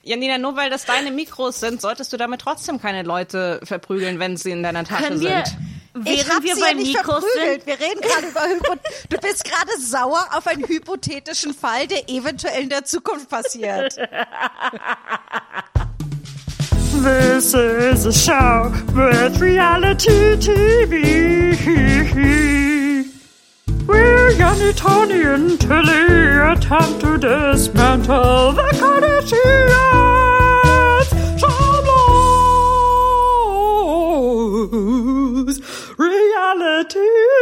Janina, nur weil das deine Mikros sind, solltest du damit trotzdem keine Leute verprügeln, wenn sie in deiner Tasche sind. Ich habe sie ja nicht verprügelt. Wir reden gerade über Du bist gerade sauer auf einen hypothetischen Fall, der eventuell in der Zukunft passiert. This is a show with reality TV. We're Janni, Tony and Tilly attempt to dismantle the Kardashians. Shalom's reality.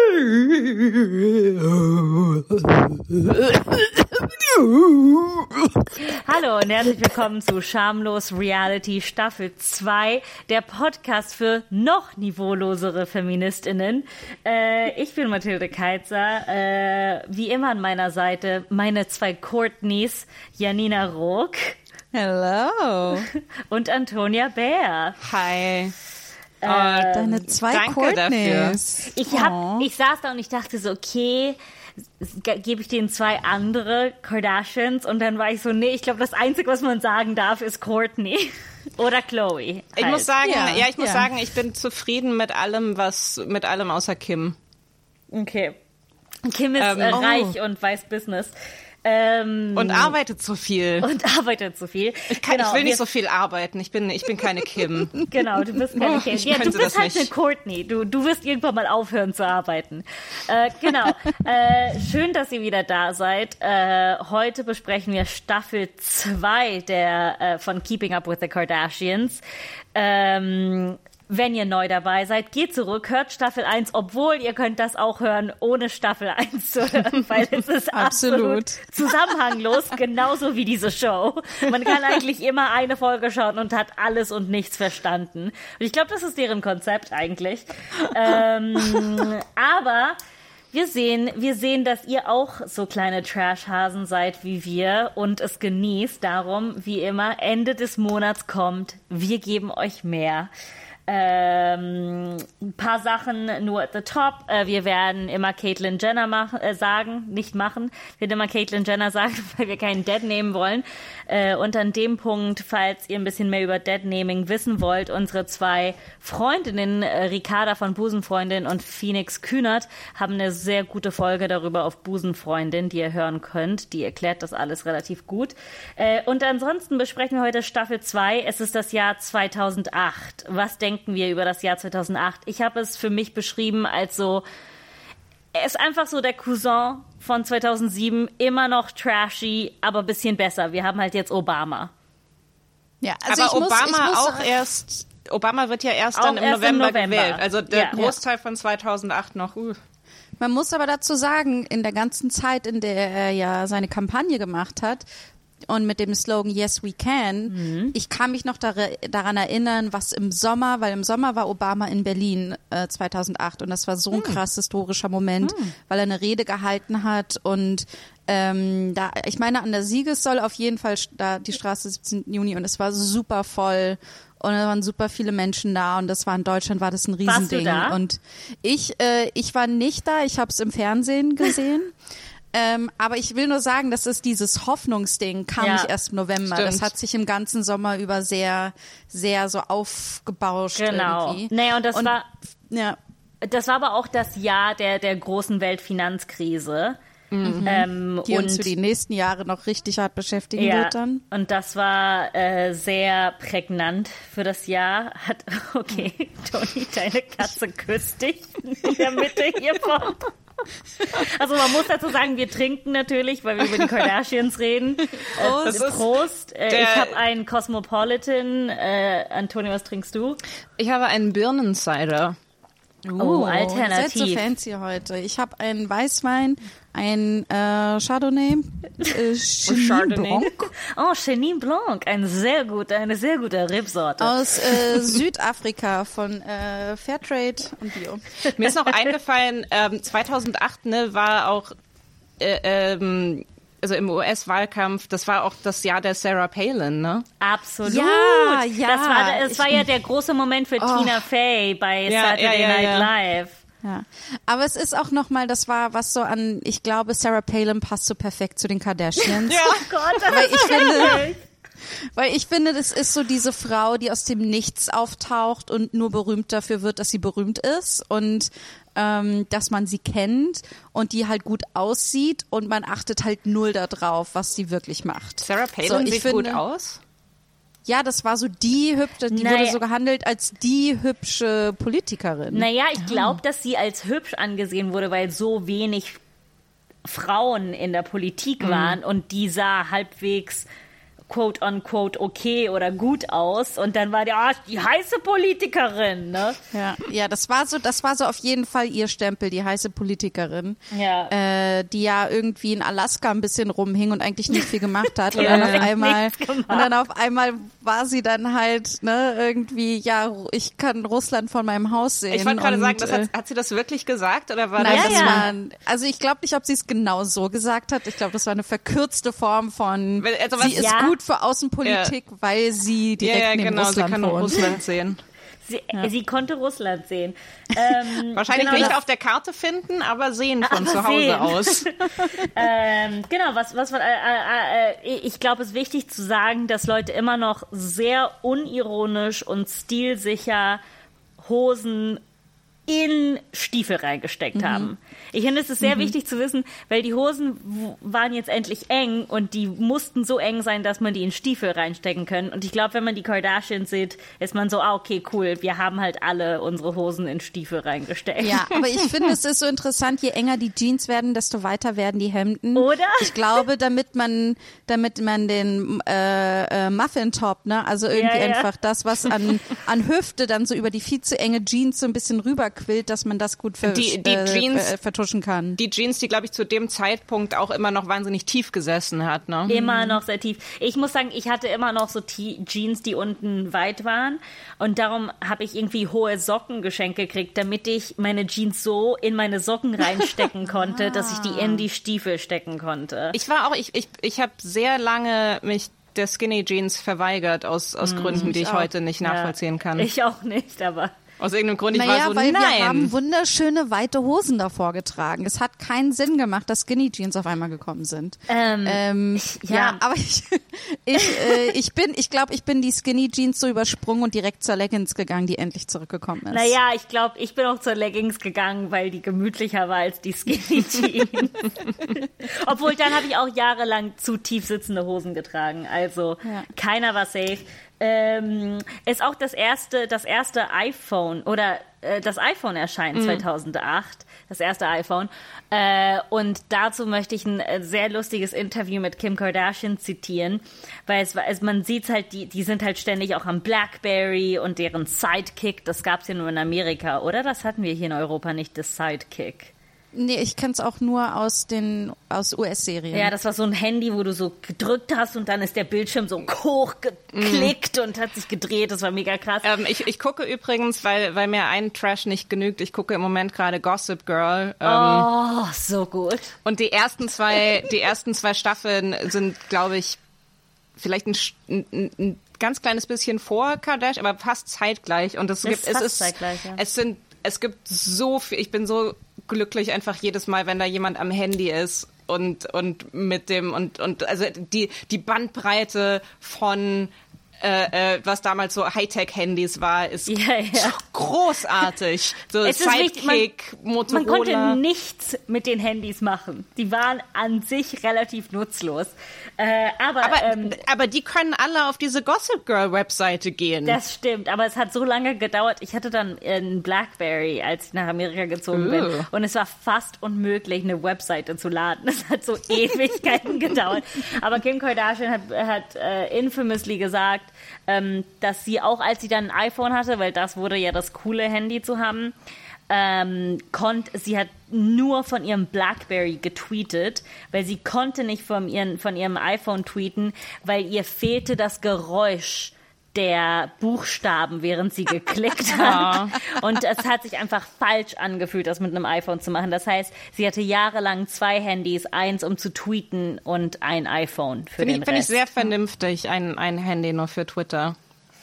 Hallo und herzlich willkommen zu Schamlos Reality Staffel 2, der Podcast für noch niveaulosere FeministInnen. Ich bin Mathilde Keitzer, wie immer an meiner Seite meine zwei Courtneys, Janina Rook. Hello. Und Antonia Bär. Hi. Deine zwei Courtneys. Ich saß da und ich dachte so, okay, gebe ich denen zwei andere Kardashians und dann war ich so, nee, ich glaube, das Einzige, was man sagen darf, ist Courtney oder Chloe. Halt. Ich muss sagen, sagen, ich bin zufrieden mit allem, außer Kim. Okay. Kim ist reich und weiß Business. Und arbeitet zu viel. Ich will nicht so viel arbeiten. Ich bin keine Kim. Genau, du bist keine Kim. Ja, du bist halt eine Courtney. Du wirst irgendwann mal aufhören zu arbeiten. Genau. Schön, dass ihr wieder da seid. Heute besprechen wir Staffel 2 von Keeping Up with the Kardashians. Wenn ihr neu dabei seid, geht zurück, hört Staffel 1, obwohl ihr könnt das auch hören, ohne Staffel 1 zu hören, weil es ist absolut zusammenhanglos, genauso wie diese Show. Man kann eigentlich immer eine Folge schauen und hat alles und nichts verstanden. Und ich glaube, das ist deren Konzept eigentlich. Aber wir sehen, dass ihr auch so kleine Trashhasen seid wie wir und es genießt. Darum, wie immer, Ende des Monats kommt, wir geben euch mehr. Ein paar Sachen nur at the top. Wir werden immer Caitlyn Jenner Wir werden immer Caitlyn Jenner sagen, weil wir keinen Dead nehmen wollen. Und an dem Punkt, falls ihr ein bisschen mehr über Dead-Naming wissen wollt, unsere zwei Freundinnen, Ricarda von Busenfreundin und Phoenix Kühnert, haben eine sehr gute Folge darüber auf Busenfreundin, die ihr hören könnt. Die erklärt das alles relativ gut. Und ansonsten besprechen wir heute Staffel 2. Es ist das Jahr 2008. Was denken wir über das Jahr 2008? Ich habe es für mich beschrieben als so, er ist einfach so der Cousin von 2007, immer noch trashy, aber ein bisschen besser. Wir haben halt jetzt Obama. Ja, also aber Obama wird ja erst dann im November gewählt. Also der Großteil von 2008 noch. Man muss aber dazu sagen, in der ganzen Zeit, in der er ja seine Kampagne gemacht hat, und mit dem Slogan Yes, we can. Ich kann mich noch daran erinnern, was im Sommer war Obama in Berlin 2008 und das war so ein krass historischer Moment, weil er eine Rede gehalten hat und ich meine, an der Siegessäule auf jeden Fall da die Straße 17. Juni und es war super voll und da waren super viele Menschen da und in Deutschland war das ein Riesending. Warst du da? Und ich war nicht da, ich habe es im Fernsehen gesehen. Aber ich will nur sagen, dass es dieses Hoffnungsding kam nicht erst im November. Stimmt. Das hat sich im ganzen Sommer über sehr, sehr so aufgebauscht irgendwie. Naja, das war aber auch das Jahr der großen Weltfinanzkrise. Die uns für die nächsten Jahre noch richtig hart beschäftigen wird dann. Und das war sehr prägnant für das Jahr. Okay, Toni, deine Katze küsst dich in der Mitte hiervon. Also man muss dazu sagen, wir trinken natürlich, weil wir über die Kardashians reden. Prost. Ich habe einen Cosmopolitan. Antonio, was trinkst du? Ich habe einen Birnencider. Alternativ. Seid so fancy heute. Ich habe einen Weißwein, ein Chardonnay, Chenin Blanc. Oh, Chenin Blanc, eine sehr gute Rebsorte. Aus Südafrika von Fairtrade und Bio. Mir ist noch eingefallen, 2008 war auch also im US-Wahlkampf, das war auch das Jahr der Sarah Palin, ne? Absolut. Ja. Das war ja der große Moment für Tina Fey bei Saturday Night Live. Ja, aber es ist auch nochmal, das war was so an, ich glaube, Sarah Palin passt so perfekt zu den Kardashians. Ja. Oh Gott, das weil ich finde, Weil ich finde, das ist so diese Frau, die aus dem Nichts auftaucht und nur berühmt dafür wird, dass sie berühmt ist und dass man sie kennt und die halt gut aussieht und man achtet halt null darauf, was sie wirklich macht. Sarah Palin sieht gut aus? Ja, das war so die hübsche, die wurde so gehandelt als die hübsche Politikerin. Naja, ich glaube, dass sie als hübsch angesehen wurde, weil so wenig Frauen in der Politik waren und die sah halbwegs quote-unquote okay oder gut aus und dann war die heiße Politikerin, ne? Ja, das war so auf jeden Fall ihr Stempel, die heiße Politikerin, die ja irgendwie in Alaska ein bisschen rumhing und eigentlich nicht viel gemacht hat und dann auf einmal war sie dann halt, ne, irgendwie, ja, ich kann Russland von meinem Haus sehen. Ich wollte gerade sagen, hat sie das wirklich gesagt oder war nein, das? Also ich glaube nicht, ob sie es genau so gesagt hat. Ich glaube, das war eine verkürzte Form von, sie ist gut für Außenpolitik, weil sie direkt neben Russland sie kann wohnt. Russland sehen. Sie konnte Russland sehen. Wahrscheinlich nicht auf der Karte finden, aber sehen von zu Hause aus. Ich glaube, es ist wichtig zu sagen, dass Leute immer noch sehr unironisch und stilsicher Hosen in Stiefel reingesteckt haben. Ich finde, es ist sehr wichtig zu wissen, weil die Hosen waren jetzt endlich eng und die mussten so eng sein, dass man die in Stiefel reinstecken können. Und ich glaube, wenn man die Kardashians sieht, ist man so, okay, cool, wir haben halt alle unsere Hosen in Stiefel reingesteckt. Ja, aber ich finde, es ist so interessant, je enger die Jeans werden, desto weiter werden die Hemden. Oder? Ich glaube, damit man den Muffin-Top, ne, also irgendwie einfach das, was an Hüfte dann so über die viel zu enge Jeans so ein bisschen rüberquillt, dass man das gut vertuschen kann. Die Jeans, die, glaube ich, zu dem Zeitpunkt auch immer noch wahnsinnig tief gesessen hat, ne? Immer noch sehr tief. Ich muss sagen, ich hatte immer noch so Jeans, die unten weit waren und darum habe ich irgendwie hohe Socken geschenkt gekriegt, damit ich meine Jeans so in meine Socken reinstecken konnte, dass ich die in die Stiefel stecken konnte. Ich habe sehr lange mich der Skinny Jeans verweigert aus Gründen, die ich heute nicht nachvollziehen kann. Ich auch nicht, aber... Aus irgendeinem Grund, weil wir haben wunderschöne, weite Hosen davor getragen. Es hat keinen Sinn gemacht, dass Skinny Jeans auf einmal gekommen sind. Aber ich glaube, ich bin die Skinny Jeans so übersprungen und direkt zur Leggings gegangen, die endlich zurückgekommen ist. Naja, ich glaube, ich bin auch zur Leggings gegangen, weil die gemütlicher war als die Skinny Jeans. Obwohl, dann habe ich auch jahrelang zu tief sitzende Hosen getragen. Also, keiner war safe. Ist auch das erste iPhone oder das iPhone erscheint 2008, das erste iPhone. Und dazu möchte ich ein sehr lustiges Interview mit Kim Kardashian zitieren, weil man sieht halt, die sind halt ständig auch am BlackBerry und deren Sidekick, das gab's ja nur in Amerika, oder? Das hatten wir hier in Europa nicht, das Sidekick. Nee, ich kenn's auch nur aus US-Serien. Ja, das war so ein Handy, wo du so gedrückt hast und dann ist der Bildschirm so hochgeklickt und hat sich gedreht. Das war mega krass. Ich gucke übrigens, weil mir ein Trash nicht genügt, ich gucke im Moment gerade Gossip Girl. So gut. Und die ersten zwei Staffeln sind, glaube ich, vielleicht ein ganz kleines bisschen vor Kardashian, aber fast zeitgleich. Und es gibt so viel, ich bin so glücklich einfach jedes Mal, wenn da jemand am Handy ist und mit dem und also die Bandbreite von was damals so Hightech-Handys war, ist großartig. So es Sidekick, ist wichtig, Motorola. Man konnte nichts mit den Handys machen. Die waren an sich relativ nutzlos. Aber die können alle auf diese Gossip Girl Webseite gehen. Das stimmt, aber es hat so lange gedauert. Ich hatte dann einen BlackBerry, als ich nach Amerika gezogen bin. Und es war fast unmöglich, eine Webseite zu laden. Es hat so Ewigkeiten gedauert. Aber Kim Kardashian hat infamously gesagt, dass sie auch, als sie dann ein iPhone hatte, weil das wurde ja das coole Handy zu haben, sie hat nur von ihrem BlackBerry getweetet, weil sie konnte nicht von ihrem iPhone tweeten, weil ihr fehlte das Geräusch der Buchstaben, während sie geklickt hat. Und es hat sich einfach falsch angefühlt, das mit einem iPhone zu machen. Das heißt, sie hatte jahrelang 2 Handys, eins um zu tweeten und ein iPhone für den Rest. Finde ich sehr vernünftig, ein Handy nur für Twitter.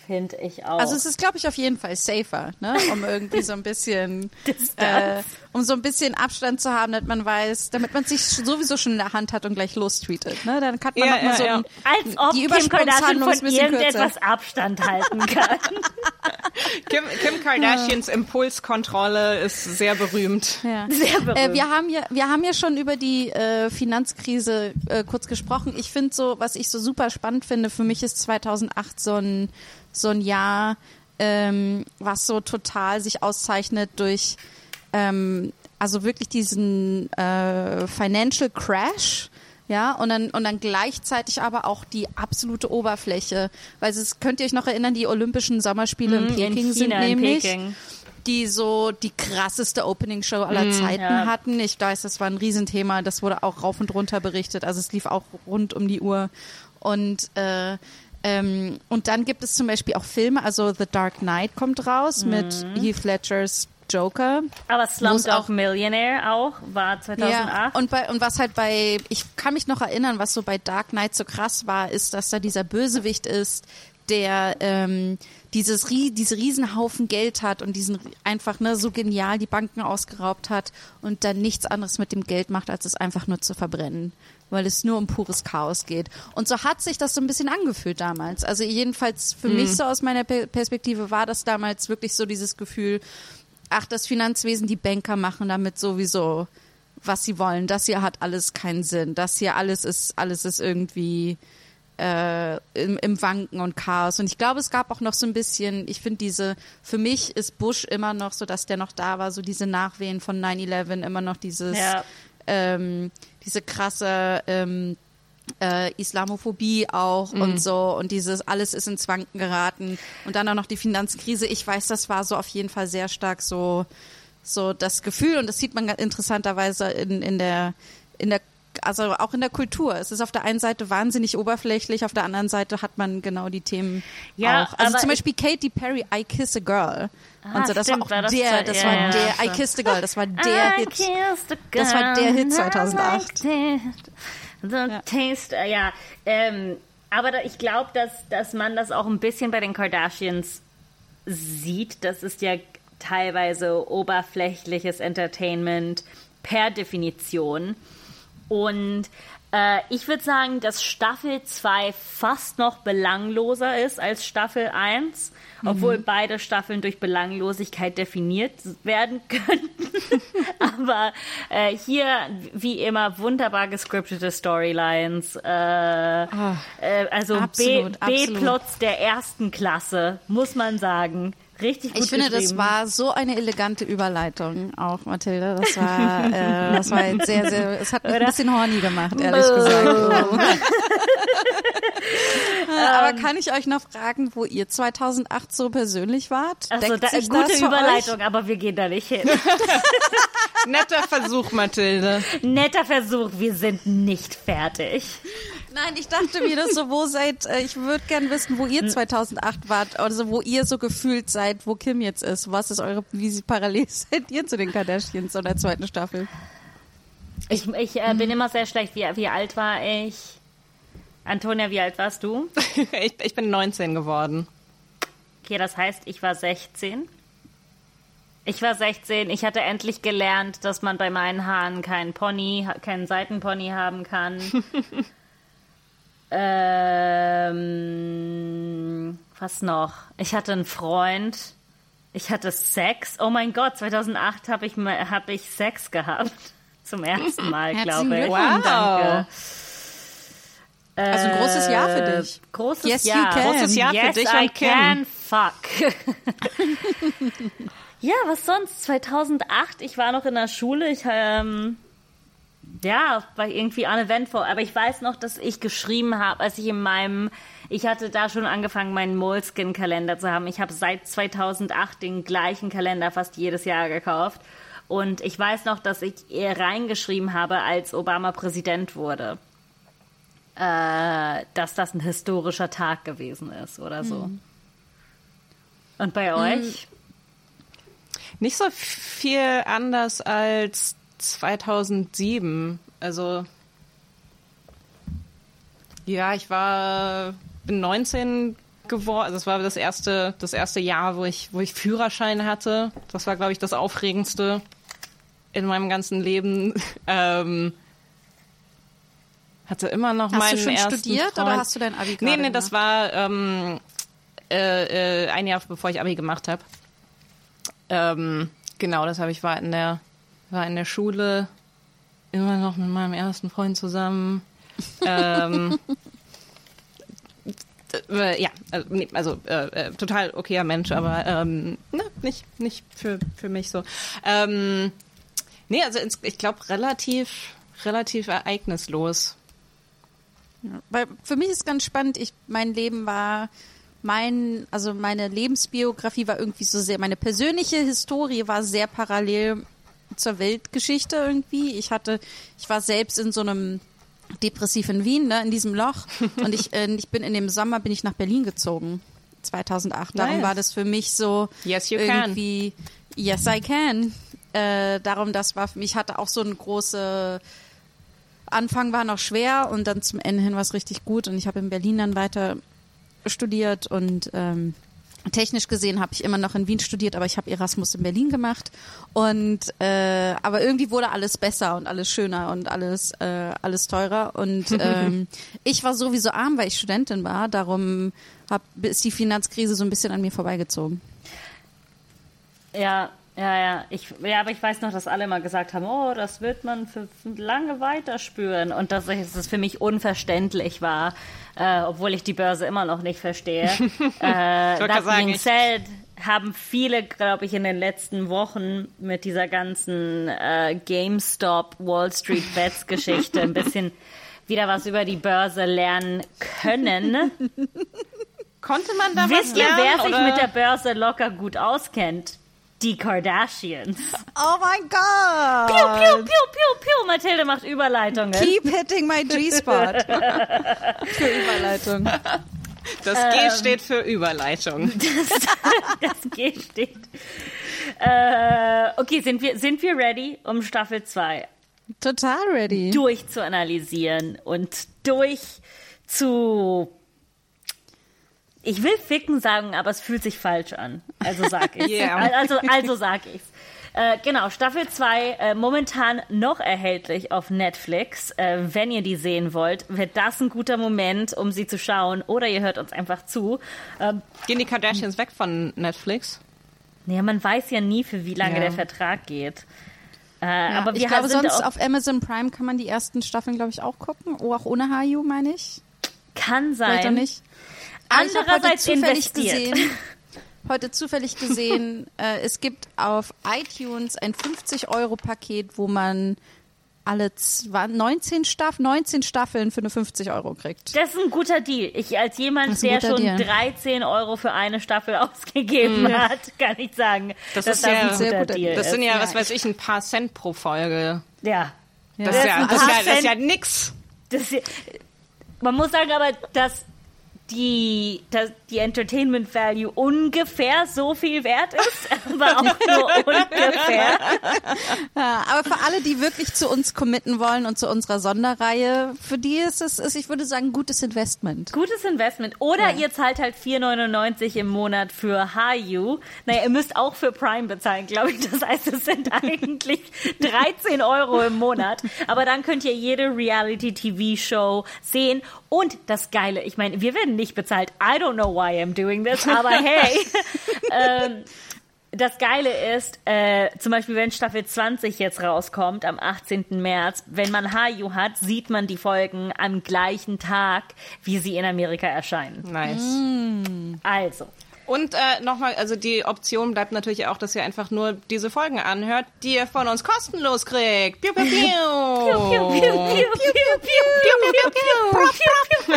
Finde ich auch. Also es ist, glaube ich, auf jeden Fall safer, ne? Um irgendwie so ein bisschen um so ein bisschen Abstand zu haben, damit man weiß, damit man sich sowieso schon in der Hand hat und gleich lostweetet, ne? Dann kann man noch mal so als ob die Kim Kardashian Übersprungshandlung ist von ein bisschen irgendetwas Abstand halten kann. Kim Kardashians Impulskontrolle ist sehr berühmt. Ja. Sehr berühmt. Wir haben ja schon über die Finanzkrise kurz gesprochen. Ich finde so, was ich so super spannend finde, für mich ist 2008 so ein Jahr, was so total sich auszeichnet durch also wirklich diesen Financial Crash. Ja, und dann gleichzeitig aber auch die absolute Oberfläche. Weil es, könnt ihr euch noch erinnern, die Olympischen Sommerspiele in Peking sind nämlich, die so die krasseste Opening-Show aller Zeiten hatten. Ich weiß, das war ein Riesenthema, das wurde auch rauf und runter berichtet. Also es lief auch rund um die Uhr. Und dann gibt es zum Beispiel auch Filme, also The Dark Knight kommt raus mit Heath Ledgers Joker. Aber Slumdog Millionaire auch, war 2008. Ja, und was halt ich kann mich noch erinnern, was so bei Dark Knight so krass war, ist, dass da dieser Bösewicht ist, der diese Riesenhaufen Geld hat und diesen einfach so genial die Banken ausgeraubt hat und dann nichts anderes mit dem Geld macht, als es einfach nur zu verbrennen, weil es nur um pures Chaos geht. Und so hat sich das so ein bisschen angefühlt damals. Also jedenfalls für mich so aus meiner Perspektive war das damals wirklich so dieses Gefühl, ach, das Finanzwesen, die Banker machen damit sowieso, was sie wollen. Das hier hat alles keinen Sinn. Das hier alles ist irgendwie im Wanken und Chaos. Und ich glaube, es gab auch noch so ein bisschen, ich finde für mich ist Bush immer noch so, dass der noch da war, so diese Nachwehen von 9/11, immer noch diese krasse Islamophobie auch und so und dieses alles ist ins Wanken geraten und dann auch noch die Finanzkrise. Ich weiß, das war so auf jeden Fall sehr stark so das Gefühl und das sieht man interessanterweise in der also auch in der Kultur. Es ist auf der einen Seite wahnsinnig oberflächlich, auf der anderen Seite hat man genau die Themen auch. Also zum Beispiel Katy Perry, I Kiss a Girl. Und so, das stimmt, war auch I Kissed a Girl, das war der Hit. Das war der Hit 2008. Taste, aber ich glaube, dass man das auch ein bisschen bei den Kardashians sieht. Das ist ja teilweise oberflächliches Entertainment per Definition. Und ich würde sagen, dass Staffel 2 fast noch belangloser ist als Staffel 1, obwohl beide Staffeln durch Belanglosigkeit definiert werden könnten. Aber hier, wie immer, wunderbar gescriptete Storylines. Also B-Plots der ersten Klasse, muss man sagen. Richtig gut geschrieben. Ich finde, das war so eine elegante Überleitung auch, Mathilde. Das war jetzt sehr, sehr, es hat mich ein bisschen horny gemacht, ehrlich gesagt. Aber kann ich euch noch fragen, wo ihr 2008 so persönlich wart? Also gute Überleitung, aber wir gehen da nicht hin. Netter Versuch, Mathilde. Netter Versuch, wir sind nicht fertig. Nein, ich dachte mir das so, ich würde gern wissen, wo ihr 2008 wart, also wo ihr so gefühlt seid, wo Kim jetzt ist. Wie parallel seid ihr zu den Kardashians in der zweiten Staffel? Ich bin immer sehr schlecht. Wie alt war ich? Antonia, wie alt warst du? Ich bin 19 geworden. Okay, das heißt, ich war 16. Ich hatte endlich gelernt, dass man bei meinen Haaren keinen Seitenpony haben kann. Was noch? Ich hatte einen Freund. Ich hatte Sex. Oh mein Gott, 2008 hab ich Sex gehabt. Zum ersten Mal, glaube ich. Wow. Danke. Also ein großes Jahr für dich. Großes Jahr. Großes Jahr für dich und Kim. Can. Fuck. Ja, was sonst? 2008, ich war noch in der Schule. Ich war irgendwie uneventful. Aber ich weiß noch, dass ich geschrieben habe, als ich hatte da schon angefangen, meinen Moleskine-Kalender zu haben. Ich habe seit 2008 den gleichen Kalender fast jedes Jahr gekauft. Und ich weiß noch, dass ich reingeschrieben habe, als Obama Präsident wurde, dass das ein historischer Tag gewesen ist oder so. Und bei euch? Nicht so viel anders als 2007. Also, ja, bin 19 geworden. Also es war das erste Jahr, wo ich Führerschein hatte. Das war, glaube ich, das Aufregendste in meinem ganzen Leben. Hatte immer noch meinen ersten Hast du schon studiert Freund. oder hast du dein Abi gerade Nee, das war ein Jahr, bevor ich Abi gemacht habe. Genau, das war in der Schule immer noch mit meinem ersten Freund zusammen. Ja, total okayer Mensch, aber nicht für mich so. Nee, also ich glaube relativ ereignislos. Ja, weil für mich ist ganz spannend, mein Leben war meine Lebensbiografie war irgendwie so sehr, meine persönliche Historie war sehr parallel zur Weltgeschichte irgendwie. Ich war selbst in so einem depressiv in Wien, ne, in diesem Loch. Und ich bin in dem Sommer nach Berlin gezogen, 2008. Darum war das für mich so yes, you irgendwie, can. Yes, I can. Das war für mich, ich hatte auch so eine große, Anfang war noch schwer und dann zum Ende hin war es richtig gut. Und ich habe in Berlin dann weiter studiert und technisch gesehen habe ich immer noch in Wien studiert, aber ich habe Erasmus in Berlin gemacht und aber irgendwie wurde alles besser und alles schöner und alles teurer und ich war sowieso arm, weil ich Studentin war, darum ist die Finanzkrise so ein bisschen an mir vorbeigezogen. Ja, aber ich weiß noch, dass alle mal gesagt haben, oh, das wird man für lange weiter spüren und dass es für mich unverständlich war, obwohl ich die Börse immer noch nicht verstehe. That being said, haben viele, glaube ich, in den letzten Wochen mit dieser ganzen GameStop, Wall Street Bets Geschichte ein bisschen wieder was über die Börse lernen können. Konnte man da Wisst was ihr, lernen? wer sich mit der Börse locker gut auskennt? Die Kardashians. Oh mein Gott! Piu, piu, piu, piu, piu. Mathilde macht Überleitungen. Keep hitting my G-Spot. Für Überleitung. Das G steht für Überleitung. Das G steht. Okay, sind wir ready, um Staffel 2 Total ready. durchzuanalysieren und ich will ficken sagen, aber es fühlt sich falsch an. Also sag ich's. Yeah. Also sag ich's. Genau, Staffel 2 momentan noch erhältlich auf Netflix. Wenn ihr die sehen wollt, wird das ein guter Moment, um sie zu schauen. Oder ihr hört uns einfach zu. Gehen die Kardashians weg von Netflix? Naja, man weiß ja nie, für wie lange der Vertrag geht. Aber ich glaube, sonst auf Amazon Prime kann man die ersten Staffeln, glaube ich, auch gucken. Oh, auch ohne Hayu, meine ich. Kann sein. Vielleicht auch nicht. Andererseits investiert. Heute zufällig gesehen, es gibt auf iTunes ein 50-Euro-Paket, wo man alle 19 Staffeln für eine 50 Euro kriegt. Das ist ein guter Deal. Ich als jemand, der schon Deal. 13 Euro für eine Staffel ausgegeben hat, kann ich sagen, das ist ein guter Deal. Das sind ja, was weiß ich, ein paar Cent pro Folge. Ja. Das ist ja nix. Man muss sagen aber, dass die Entertainment Value ungefähr so viel wert ist, aber auch nur ungefähr. Ja, aber für alle, die wirklich zu uns committen wollen und zu unserer Sonderreihe, für die ist es, ich würde sagen, gutes Investment. Gutes Investment. Oder ihr zahlt halt 4,99 im Monat für Hayu. Naja, ihr müsst auch für Prime bezahlen, glaube ich. Das heißt, es sind eigentlich 13 Euro im Monat. Aber dann könnt ihr jede Reality-TV-Show sehen. Und das Geile, ich meine, wir werden nicht bezahlt. I don't know why I'm doing this, aber hey. Das Geile ist, zum Beispiel, wenn Staffel 20 jetzt rauskommt, am 18. März, wenn man Hayu hat, sieht man die Folgen am gleichen Tag, wie sie in Amerika erscheinen. Nice. Also. Und nochmal, also die Option bleibt natürlich auch, dass ihr einfach nur diese Folgen anhört, die ihr von uns kostenlos kriegt. Piu, piu, piu. Piu, piu, piu, piu, piu, piu, piu, piu.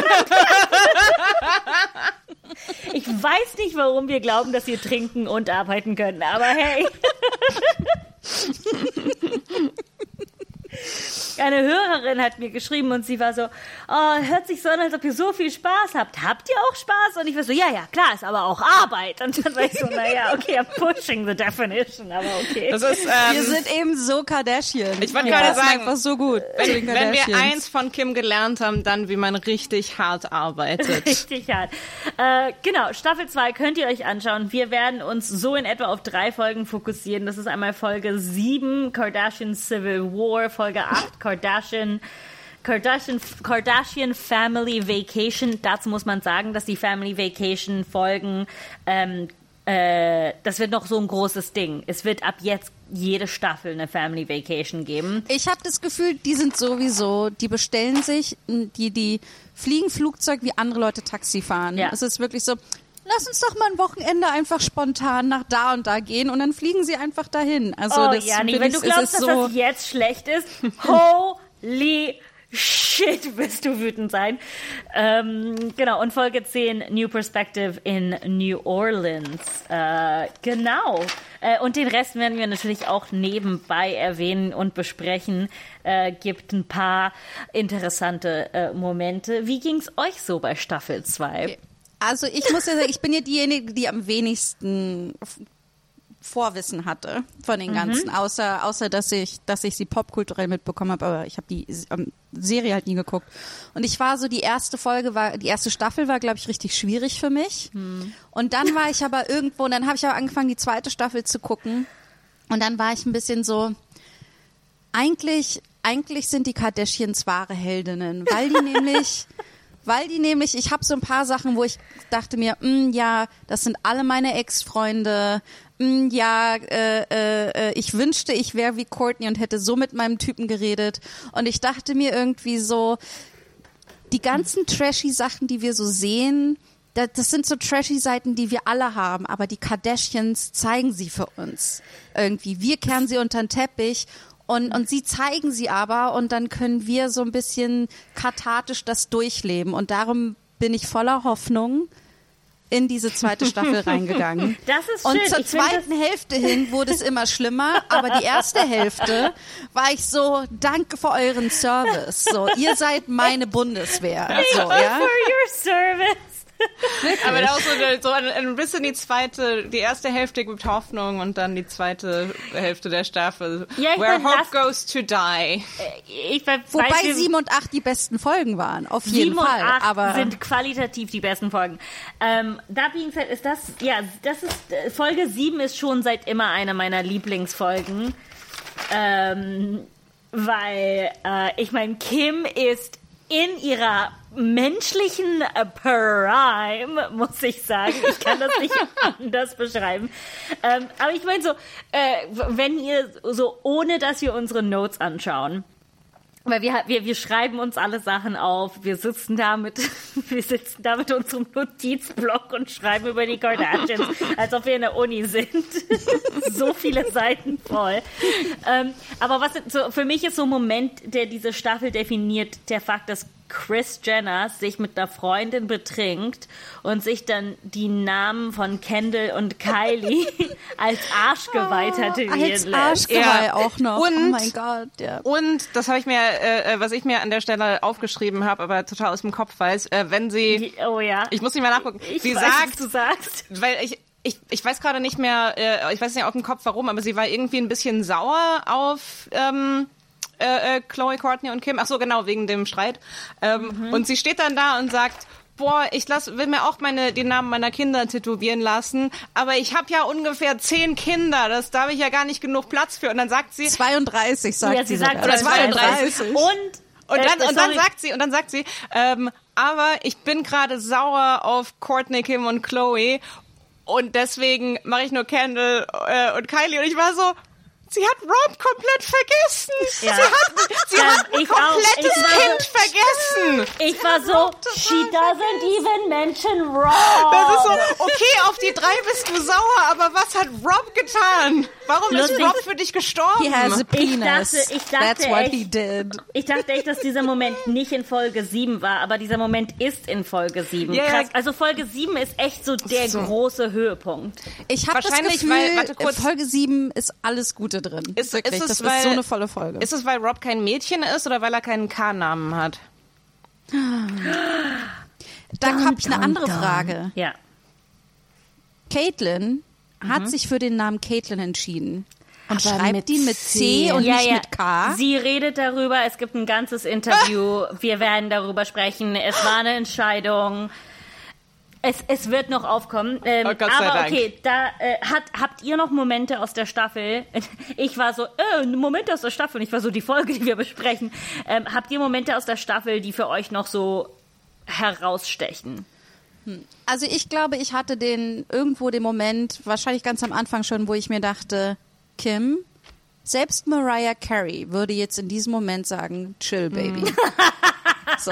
Ich weiß nicht, warum wir glauben, dass wir trinken und arbeiten können, aber hey. Eine Hörerin hat mir geschrieben und sie war so, hört sich so an, als ob ihr so viel Spaß habt. Habt ihr auch Spaß? Und ich war so, ja, klar, ist aber auch Arbeit. Und dann war ich so, naja, okay, I'm pushing the definition, aber okay. Das ist, wir sind eben so Kardashian. Ich wollte gerade sagen, einfach so gut. Wenn wir eins von Kim gelernt haben, dann wie man richtig hart arbeitet. Richtig hart. Genau, Staffel 2 könnt ihr euch anschauen. Wir werden uns so in etwa auf 3 Folgen fokussieren. Das ist einmal Folge 7, Kardashian Civil War, Folge 8, Kardashian Family Vacation. Dazu muss man sagen, dass die Family Vacation Folgen, das wird noch so ein großes Ding. Es wird ab jetzt jede Staffel eine Family Vacation geben. Ich habe das Gefühl, die sind sowieso, die bestellen sich, die fliegen Flugzeug, wie andere Leute Taxi fahren. Ja. Es ist wirklich so, lass uns doch mal ein Wochenende einfach spontan nach da und da gehen und dann fliegen sie einfach dahin. Also das Jani, wenn du glaubst, dass das jetzt schlecht ist, holy shit, wirst du wütend sein. Genau, und Folge 10, New Perspective in New Orleans. Genau. Und den Rest werden wir natürlich auch nebenbei erwähnen und besprechen. Gibt ein paar interessante Momente. Wie ging's euch so bei Staffel 2? Okay. Also ich muss ja sagen, ich bin ja diejenige, die am wenigsten Vorwissen hatte von den ganzen, außer dass ich sie popkulturell mitbekommen habe, aber ich habe die Serie halt nie geguckt. Und ich war so, die erste Staffel war, glaube ich, richtig schwierig für mich. Und dann war ich aber irgendwo, und dann habe ich aber angefangen, die zweite Staffel zu gucken. Und dann war ich ein bisschen so, eigentlich sind die Kardashians wahre Heldinnen, weil die nämlich, ich habe so ein paar Sachen, wo ich dachte mir, ja, das sind alle meine Ex-Freunde, ich wünschte, ich wäre wie Courtney und hätte so mit meinem Typen geredet. Und ich dachte mir irgendwie so, die ganzen trashy Sachen, die wir so sehen, das sind so trashy Seiten, die wir alle haben, aber die Kardashians zeigen sie für uns irgendwie. Wir kehren sie unter den Teppich. Und sie zeigen sie aber und dann können wir so ein bisschen kathartisch das durchleben. Und darum bin ich voller Hoffnung in diese zweite Staffel reingegangen. Das ist schön. Und zur ich zweiten Hälfte hin wurde es immer schlimmer, aber die erste Hälfte war ich so, danke für euren Service. So, ihr seid meine Bundeswehr. So, ja? For your service. Aber auch so ein bisschen die erste Hälfte gibt Hoffnung und dann die zweite Hälfte der Staffel. Ja, Where hope goes to die. Wobei 7 und 8 die besten Folgen waren, auf jeden Fall. 7 und 8 aber sind qualitativ die besten Folgen. Da being said, ist das ist, Folge 7 ist schon seit immer eine meiner Lieblingsfolgen. Weil, ich meine, Kim ist in ihrer menschlichen Prime, muss ich sagen. Ich kann das nicht anders beschreiben. Aber ich meine so, wenn ihr so, ohne dass wir unsere Notes anschauen, weil wir schreiben uns alle Sachen auf, wir sitzen da mit unserem Notizblock und schreiben über die Kardashians, als ob wir in der Uni sind. So viele Seiten voll. Aber für mich ist so ein Moment, der diese Staffel definiert, der Fakt, dass Kris Jenner sich mit einer Freundin betrinkt und sich dann die Namen von Kendall und Kylie als Arschgeweih tätowieren lässt. Als Arschgeweih auch noch. Und, oh mein Gott. Ja. Und das habe ich mir, was ich mir an der Stelle aufgeschrieben habe, aber total aus dem Kopf weiß, wenn sie, ich muss nicht mehr nachgucken, sie weiß, sagt, was du sagst. weil ich weiß gerade nicht mehr, ich weiß nicht auf dem Kopf warum, aber sie war irgendwie ein bisschen sauer auf Khloe, Courtney und Kim. Ach so, genau, wegen dem Streit. Und sie steht dann da und sagt, boah, will mir auch die Namen meiner Kinder tätowieren lassen, aber ich habe ja ungefähr 10 Kinder, da habe ich ja gar nicht genug Platz für. Und dann sagt sie 32, sagt ja, sie sagt oder 32. Und dann sagt sie, aber ich bin gerade sauer auf Courtney, Kim und Khloe und deswegen mache ich nur Kendall und Kylie. Und ich war so, sie hat Rob komplett vergessen. Ja. Sie hat ein komplettes Kind vergessen. Ich war so, she doesn't even mention Rob. Das ist so, okay, auf Auf die 3 bist du sauer, aber was hat Rob getan? Warum ist Rob für dich gestorben? He has a penis. Ich dachte That's what echt, he did. Ich dachte echt, dass dieser Moment nicht in Folge 7 war, aber dieser Moment ist in Folge 7. Yeah. Krass. Also Folge 7 ist echt so der große Höhepunkt. Ich habe das Wahrscheinlich, Gefühl, weil- warte kurz. in Folge 7 ist alles Gute drin. Wirklich, das ist so eine volle Folge. Ist es, weil Rob kein Mädchen ist oder weil er keinen K-Namen hat? Da habe ich eine andere Frage. Ja. Caitlin hat sich für den Namen Caitlin entschieden. Und Aber schreibt mit die mit C und nicht mit K. Sie redet darüber, es gibt ein ganzes Interview, wir werden darüber sprechen, es war eine Entscheidung. Es wird noch aufkommen. Oh Gott sei aber Dank. okay, da habt ihr noch Momente aus der Staffel? Ich war so, Momente aus der Staffel. Und ich war so, die Folge, die wir besprechen. Habt ihr Momente aus der Staffel, die für euch noch so herausstechen? Also ich glaube, ich hatte irgendwo den Moment, wahrscheinlich ganz am Anfang schon, wo ich mir dachte, Kim, selbst Mariah Carey würde jetzt in diesem Moment sagen, chill, Baby. So.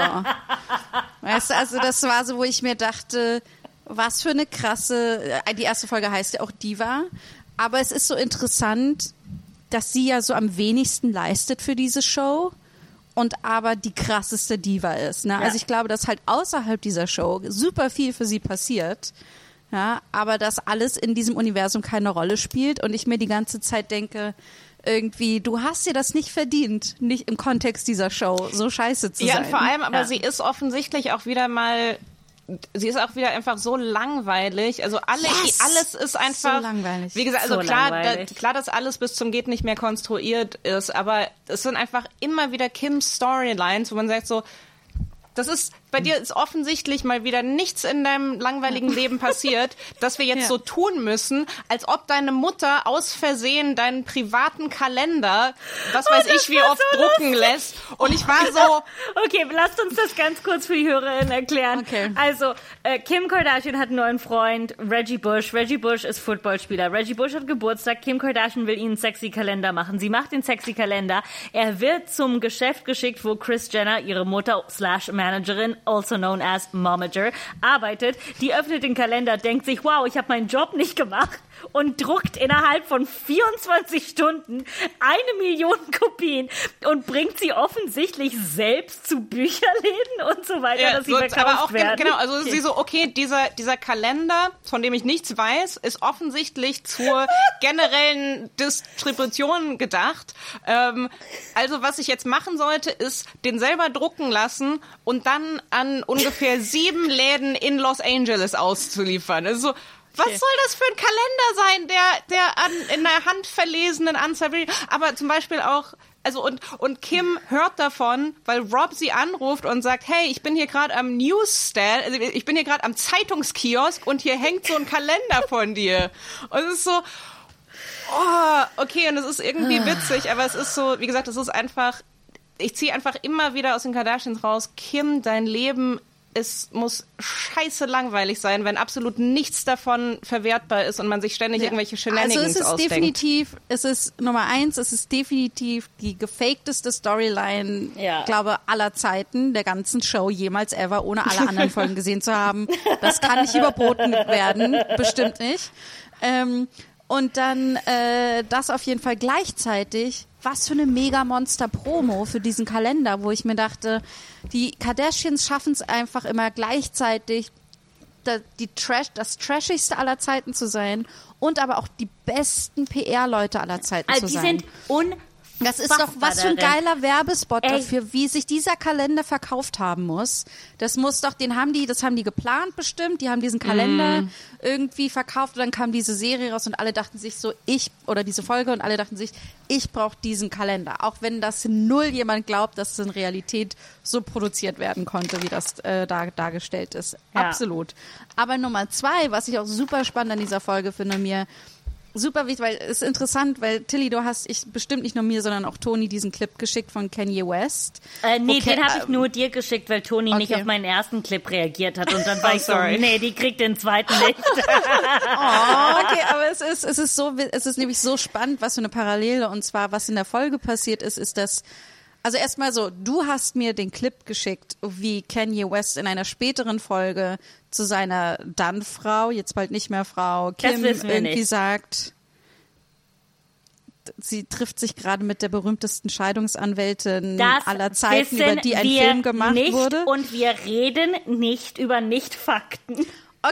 Weißt du, also das war so, wo ich mir dachte, was für eine krasse, die erste Folge heißt ja auch Diva, aber es ist so interessant, dass sie ja so am wenigsten leistet für diese Show und aber die krasseste Diva ist. Ne? Ja. Also ich glaube, dass halt außerhalb dieser Show super viel für sie passiert, ja, aber dass alles in diesem Universum keine Rolle spielt und ich mir die ganze Zeit denke, irgendwie, du hast dir das nicht verdient, nicht im Kontext dieser Show so scheiße zu Ja, sein. und vor allem, aber Ja. sie ist offensichtlich auch wieder mal, sie ist auch wieder einfach so langweilig. Also Yes! alles ist einfach, So langweilig. wie gesagt, also So langweilig. klar, dass alles bis zum geht nicht mehr konstruiert ist, aber es sind einfach immer wieder Kims Storylines, wo man sagt so, das ist, bei dir ist offensichtlich mal wieder nichts in deinem langweiligen Leben passiert, dass wir jetzt Ja. so tun müssen, als ob deine Mutter aus Versehen deinen privaten Kalender, was weiß ich, wie oft drucken lässt. Und ich war so, Okay, lasst uns das ganz kurz für die HörerInnen erklären. Okay. Also, Kim Kardashian hat einen neuen Freund, Reggie Bush. Reggie Bush ist Footballspieler. Reggie Bush hat Geburtstag. Kim Kardashian will ihnen einen sexy Kalender machen. Sie macht den sexy Kalender. Er wird zum Geschäft geschickt, wo Kris Jenner, ihre Mutter / Managerin, also known as Momager, arbeitet. Die öffnet den Kalender, denkt sich, wow, ich habe meinen Job nicht gemacht und druckt innerhalb von 24 Stunden 1 Million Kopien und bringt sie offensichtlich selbst zu Bücherläden und so weiter, ja, dass sie so, verkauft aber auch werden. genau, also sie so, okay, dieser Kalender, von dem ich nichts weiß, ist offensichtlich zur generellen Distribution gedacht. Also was ich jetzt machen sollte, ist den selber drucken lassen und dann an ungefähr 7 Läden in Los Angeles auszuliefern. Also so, was soll das für ein Kalender sein, der in der Hand verlesenen Anzahl, aber zum Beispiel auch, also und Kim hört davon, weil Rob sie anruft und sagt, hey, ich bin hier gerade am Newsstand, also ich bin hier gerade am Zeitungskiosk und hier hängt so ein Kalender von dir. Und es ist so, okay, und es ist irgendwie witzig, aber es ist so, wie gesagt, es ist einfach, ich ziehe einfach immer wieder aus den Kardashians raus, Kim, dein Leben muss scheiße langweilig sein, wenn absolut nichts davon verwertbar ist und man sich ständig irgendwelche Shenanigans Also es ist ausdenkt. definitiv, Nummer 1, es ist definitiv die gefakedeste Storyline, glaube aller Zeiten, der ganzen Show jemals ever, ohne alle anderen Folgen gesehen zu haben. Das kann nicht überboten werden, bestimmt nicht. Und dann das auf jeden Fall gleichzeitig, was für eine Mega-Monster-Promo für diesen Kalender, wo ich mir dachte, die Kardashians schaffen es einfach immer gleichzeitig, das Trashigste aller Zeiten zu sein und aber auch die besten PR-Leute aller Zeiten zu Die sein. sind unfassbar. Das ist doch was für ein darin. geiler Werbespot Ey. dafür, wie sich dieser Kalender verkauft haben muss. Das muss doch, das haben die geplant bestimmt, die haben diesen Kalender irgendwie verkauft und dann kam diese Serie raus und alle dachten sich so, diese Folge und alle dachten sich, ich brauche diesen Kalender. Auch wenn das null jemand glaubt, dass es in Realität so produziert werden konnte, wie das dargestellt ist. Ja. Absolut. Aber Nummer 2, was ich auch super spannend an dieser Folge finde, mir super wichtig, weil es ist interessant, weil Tilly, du hast bestimmt nicht nur mir, sondern auch Toni diesen Clip geschickt von Kanye West. Nee, den habe ich nur dir geschickt, weil Toni nicht auf meinen ersten Clip reagiert hat und dann war ich sorry. so, nee, die kriegt den zweiten nicht. Okay, aber es ist nämlich so spannend, was für eine Parallele, und zwar, was in der Folge passiert ist, dass Also erstmal so, du hast mir den Clip geschickt, wie Kanye West in einer späteren Folge zu seiner dann-Frau, jetzt bald nicht mehr Frau, Kim irgendwie sagt, sie trifft sich gerade mit der berühmtesten Scheidungsanwältin aller Zeiten, über die ein Film gemacht wurde. Und wir reden nicht über Nicht-Fakten.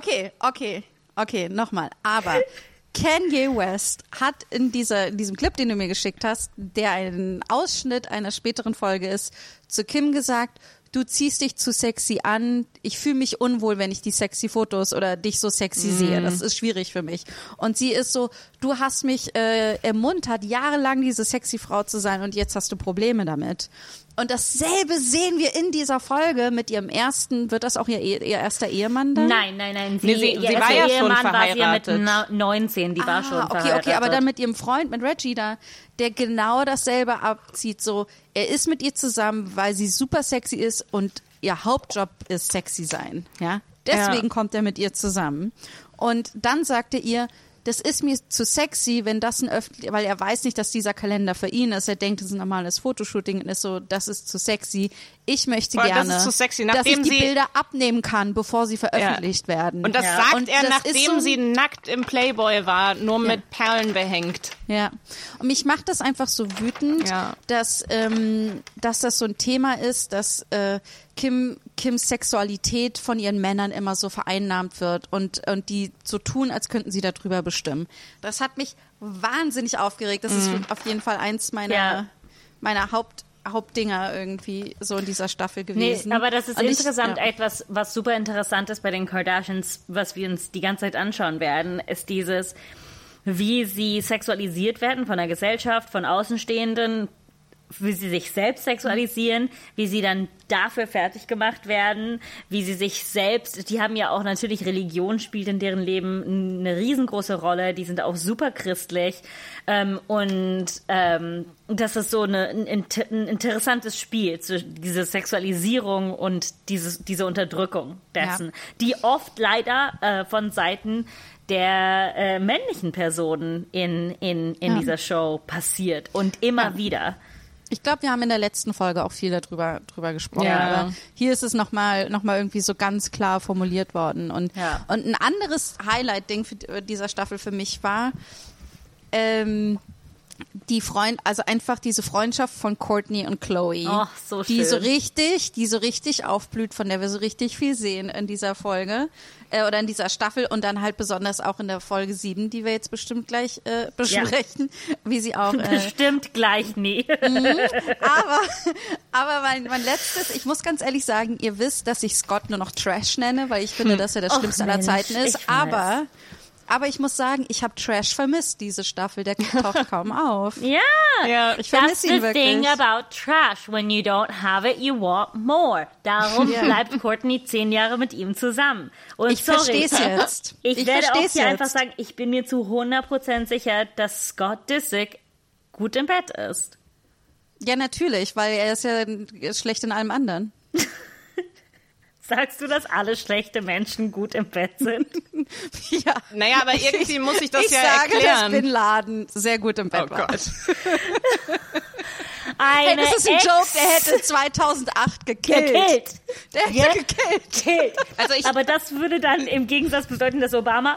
Okay, nochmal. Aber Kanye West hat in diesem Clip, den du mir geschickt hast, der ein Ausschnitt einer späteren Folge ist, zu Kim gesagt, du ziehst dich zu sexy an, ich fühle mich unwohl, wenn ich die sexy Fotos oder dich so sexy sehe, das ist schwierig für mich. Und sie ist so, du hast mich ermuntert, jahrelang diese sexy Frau zu sein und jetzt hast du Probleme damit. Und dasselbe sehen wir in dieser Folge mit ihrem wird das auch ihr erster Ehemann dann? Nein. Sie war ja schon verheiratet. War sie ja mit 19, die war schon verheiratet. Okay, aber dann mit ihrem Freund, mit Reggie da, der genau dasselbe abzieht. So, er ist mit ihr zusammen, weil sie super sexy ist und ihr Hauptjob ist sexy sein. Ja, deswegen kommt er mit ihr zusammen. Und dann sagt er ihr, das ist mir zu sexy, wenn das weil er weiß nicht, dass dieser Kalender für ihn ist. Er denkt, das ist ein normales Fotoshooting und ist so, das ist zu sexy. Ich möchte gerne, das ist zu sexy, dass ich die Bilder abnehmen kann, bevor sie veröffentlicht werden. Und das sagt er, nachdem sie nackt im Playboy war, nur mit Perlen behängt. Ja. Und mich macht das einfach so wütend, dass das so ein Thema ist, dass Kims Sexualität von ihren Männern immer so vereinnahmt wird und die so tun, als könnten sie darüber bestimmen. Das hat mich wahnsinnig aufgeregt. Das ist auf jeden Fall eins meiner Hauptdinger irgendwie so in dieser Staffel gewesen. Nee, aber das ist insgesamt etwas, was super interessant ist bei den Kardashians, was wir uns die ganze Zeit anschauen werden, ist dieses, wie sie sexualisiert werden von der Gesellschaft, von Außenstehenden, wie sie sich selbst sexualisieren, wie sie dann dafür fertig gemacht werden, wie sie sich selbst, die haben ja auch natürlich, Religion spielt in deren Leben eine riesengroße Rolle, die sind auch super christlich das ist so ein interessantes Spiel, diese Sexualisierung und diese Unterdrückung dessen, die oft leider von Seiten der männlichen Personen in dieser Show passiert und immer wieder. Ich glaube, wir haben in der letzten Folge auch viel darüber gesprochen. Ja. Aber hier ist es noch mal irgendwie so ganz klar formuliert worden. Und ein anderes Highlight-Ding dieser Staffel für mich war, einfach diese Freundschaft von Courtney und Chloe. Oh, so schön. Die so richtig aufblüht, von der wir so richtig viel sehen in dieser Folge oder in dieser Staffel und dann halt besonders auch in der Folge 7, die wir jetzt bestimmt gleich besprechen, wie sie auch... bestimmt gleich nie. Aber mein letztes, ich muss ganz ehrlich sagen, ihr wisst, dass ich Scott nur noch Trash nenne, weil ich finde, dass er das Schlimmste aller Zeiten ist, aber ich muss sagen, ich habe Trash vermisst, diese Staffel, der taucht kaum auf. Ja, ich vermisse ihn wirklich. That's the thing about trash. When you don't have it, you want more. Darum bleibt Courtney 10 Jahre mit ihm zusammen. Und ich verstehe es jetzt. Ich werde auch hier einfach sagen, ich bin mir zu 100% sicher, dass Scott Disick gut im Bett ist. Ja, natürlich, weil er ist ja schlecht in allem anderen. Sagst du, dass alle schlechte Menschen gut im Bett sind? Ja. Naja, aber irgendwie muss ich das erklären. Ich sage, dass Bin Laden sehr gut im Bett war. Gott. Hey, das ist ein Joke, der hätte 2008 gekillt. Der hätte gekillt. Aber das würde dann im Gegensatz bedeuten, dass Obama...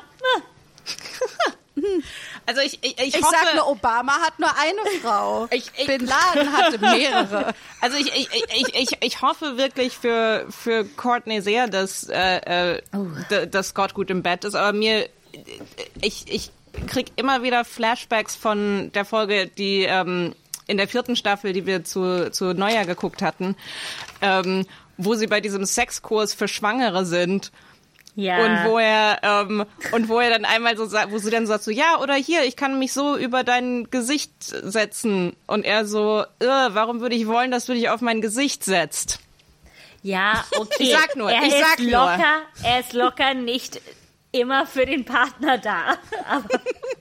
Also ich hoffe, sag nur, Obama hat nur eine Frau. Bin Laden hatte mehrere. Also ich hoffe wirklich für Courtney sehr, dass Scott gut im Bett ist, aber ich krieg immer wieder Flashbacks von der Folge, die in der 4. Staffel, die wir zu Neujahr geguckt hatten, wo sie bei diesem Sexkurs für Schwangere sind. Ja. Und wo er dann einmal so sagt, wo sie dann sagt so, ja, oder hier, ich kann mich so über dein Gesicht setzen. Und er so, warum würde ich wollen, dass du dich auf mein Gesicht setzt? Ja, okay. Ich sag nur. Er ist locker nicht immer für den Partner da. Aber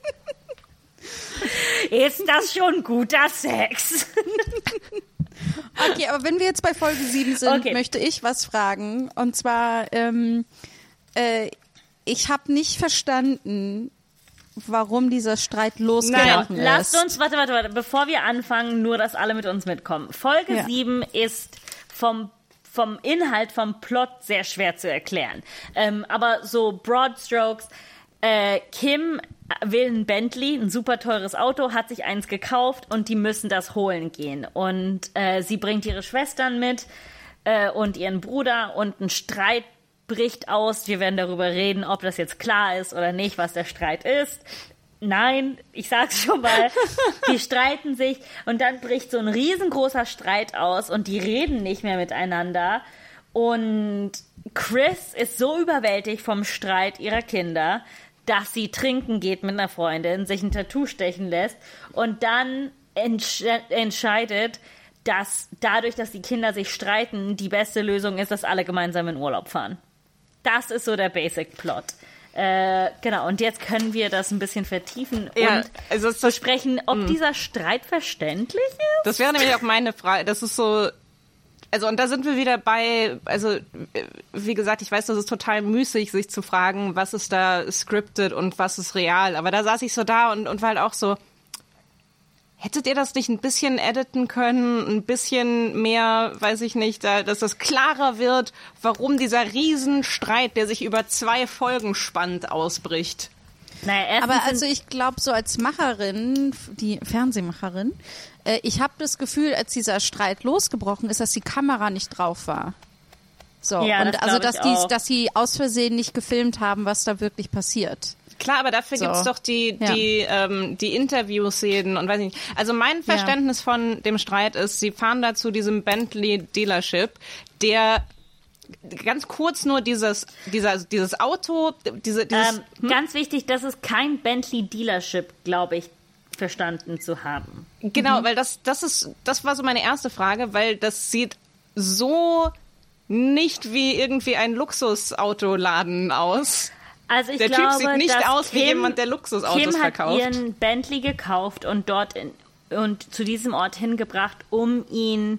ist das schon guter Sex? Okay, aber wenn wir jetzt bei Folge 7 sind, möchte ich was fragen. Und zwar, ich habe nicht verstanden, warum dieser Streit losgebrochen ist. Lasst uns, warte, bevor wir anfangen, nur, dass alle mit uns mitkommen. Folge 7 ist vom Inhalt, vom Plot sehr schwer zu erklären. Aber so Broad Strokes, Kim will ein Bentley, ein super teures Auto, hat sich eins gekauft und die müssen das holen gehen. Und sie bringt ihre Schwestern mit und ihren Bruder und ein Streit bricht aus. Wir werden darüber reden, ob das jetzt klar ist oder nicht, was der Streit ist. Nein, ich sag's schon mal, die streiten sich und dann bricht so ein riesengroßer Streit aus und die reden nicht mehr miteinander. Und Chris ist so überwältigt vom Streit ihrer Kinder, dass sie trinken geht mit einer Freundin, sich ein Tattoo stechen lässt und dann entscheidet, dass dadurch, dass die Kinder sich streiten, die beste Lösung ist, dass alle gemeinsam in Urlaub fahren. Das ist so der Basic-Plot. Genau, und jetzt können wir das ein bisschen vertiefen und besprechen, ob dieser Streit verständlich ist. Das wäre nämlich auch meine Frage. Das ist so, also und da sind wir wieder bei, also wie gesagt, ich weiß, das ist total müßig, sich zu fragen, was ist da scripted und was ist real. Aber da saß ich so da und war halt auch so, hättet ihr das nicht ein bisschen editen können, ein bisschen mehr, weiß ich nicht, dass das klarer wird, warum dieser Riesenstreit, der sich über 2 Folgen spannt, ausbricht? Naja, aber also ich glaube, so als Macherin, die Fernsehmacherin, ich habe das Gefühl, als dieser Streit losgebrochen ist, dass die Kamera nicht drauf war. So, ja, und also dass sie aus Versehen nicht gefilmt haben, was da wirklich passiert. Klar, aber dafür gibt's doch die Interviewszenen und weiß ich nicht. Also mein Verständnis von dem Streit ist, sie fahren da zu diesem Bentley Dealership, der ganz kurz nur dieses Auto, ganz wichtig, das ist kein Bentley Dealership, glaube ich, verstanden zu haben. Genau, weil das war so meine erste Frage, weil das sieht so nicht wie irgendwie ein Luxusautoladen aus. Also ich der glaube, Typ sieht nicht aus wie jemand, der Luxusautos verkauft. Kim hat ihren Bentley gekauft und zu diesem Ort hingebracht, um ihn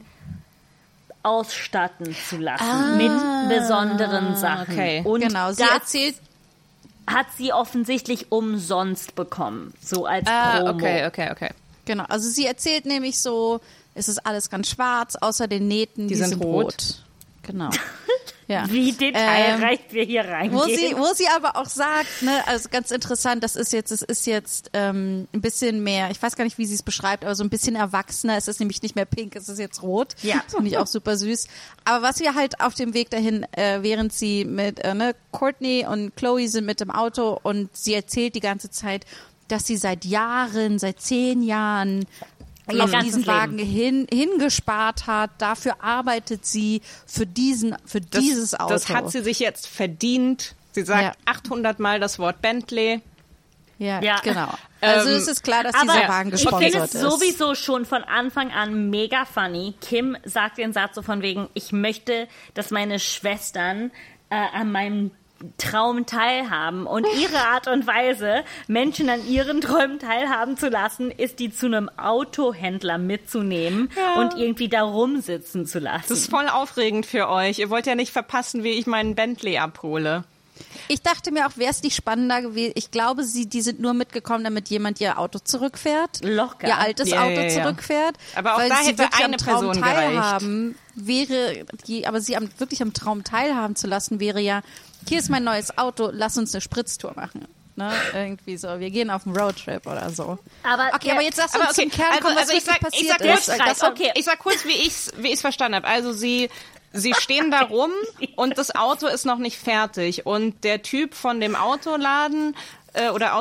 ausstatten zu lassen mit besonderen Sachen. Okay. Und genau, sie erzählt, hat sie offensichtlich umsonst bekommen, so als Promo. Okay. Genau, also sie erzählt nämlich so, es ist alles ganz schwarz, außer den Nähten, die sind rot. Genau. Ja. Wie detailreich wir hier reingehen. Wo sie aber auch sagt, ne, also ganz interessant, es ist jetzt ein bisschen mehr, ich weiß gar nicht, wie sie es beschreibt, aber so ein bisschen erwachsener. Es ist nämlich nicht mehr pink, es ist jetzt rot. Ja. Das finde ich auch super süß. Aber was wir halt auf dem Weg dahin, während sie mit Courtney und Chloe sind mit dem Auto und sie erzählt die ganze Zeit, dass sie seit 10 Jahren auf diesen Wagen hingespart hat. Dafür arbeitet sie für dieses Auto. Das hat sie sich jetzt verdient. Sie sagt 800 Mal das Wort Bentley. Ja, genau. Also es ist klar, dass dieser Wagen gesponsert ist. Ich finde es sowieso schon von Anfang an mega funny. Kim sagt den Satz so von wegen, ich möchte, dass meine Schwestern an meinem Traum teilhaben. Und ihre Art und Weise, Menschen an ihren Träumen teilhaben zu lassen, ist, die zu einem Autohändler mitzunehmen und irgendwie da rumsitzen zu lassen. Das ist voll aufregend für euch. Ihr wollt ja nicht verpassen, wie ich meinen Bentley abhole. Ich dachte mir auch, wäre es nicht spannender gewesen. Ich glaube, die sind nur mitgekommen, damit jemand ihr Auto zurückfährt. Locker. Ihr altes Auto zurückfährt. Aber auch weil da sie hätte eine Person teilhaben aber sie wirklich am Traum teilhaben zu lassen, wäre ja, hier ist mein neues Auto, lass uns eine Spritztour machen. Ne? Irgendwie so, wir gehen auf einen Roadtrip oder so. Aber jetzt lass uns zum Kern kommen, was wirklich passiert ist. Ich sag kurz, wie ich's verstanden habe. Also sie stehen da rum und das Auto ist noch nicht fertig. Und der Typ von dem Autoladen oder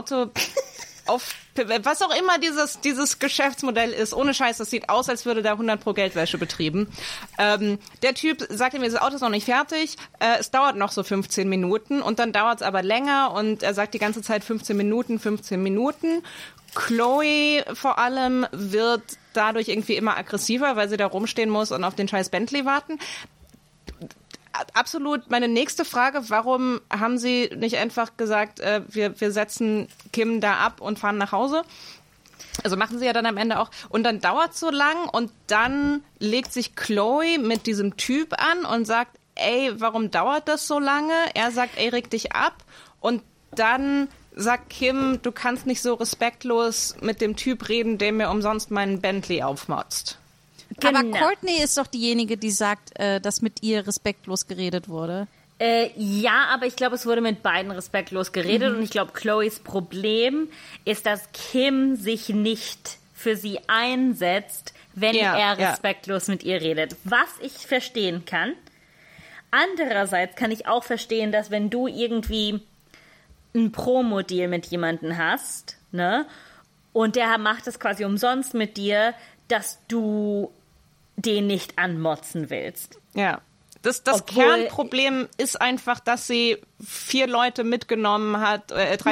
was auch immer dieses Geschäftsmodell ist, ohne Scheiß, das sieht aus, als würde da 100% Geldwäsche betrieben. Der Typ sagt ihm, das Auto ist noch nicht fertig, es dauert noch so 15 Minuten und dann dauert es aber länger und er sagt die ganze Zeit 15 Minuten. Chloe vor allem wird dadurch irgendwie immer aggressiver, weil sie da rumstehen muss und auf den scheiß Bentley warten. Absolut meine nächste Frage, warum haben Sie nicht einfach gesagt, wir setzen Kim da ab und fahren nach Hause? Also machen sie ja dann am Ende auch. Und dann dauert es so lang und dann legt sich Chloe mit diesem Typ an und sagt, ey, warum dauert das so lange? Er sagt, ey, reg dich ab. Und dann sagt Kim, du kannst nicht so respektlos mit dem Typ reden, der mir umsonst meinen Bentley aufmotzt. Aber Courtney ist doch diejenige, die sagt, dass mit ihr respektlos geredet wurde. Ja, aber ich glaube, es wurde mit beiden respektlos geredet und ich glaube, Chloes Problem ist, dass Kim sich nicht für sie einsetzt, wenn er respektlos mit ihr redet. Was ich verstehen kann. Andererseits kann ich auch verstehen, dass wenn du irgendwie einen Promo-Deal mit jemandem hast, ne, und der macht es quasi umsonst mit dir, dass du den nicht anmotzen willst. Ja. Das Kernproblem ist einfach, dass sie 3 Leute mitgenommen hat,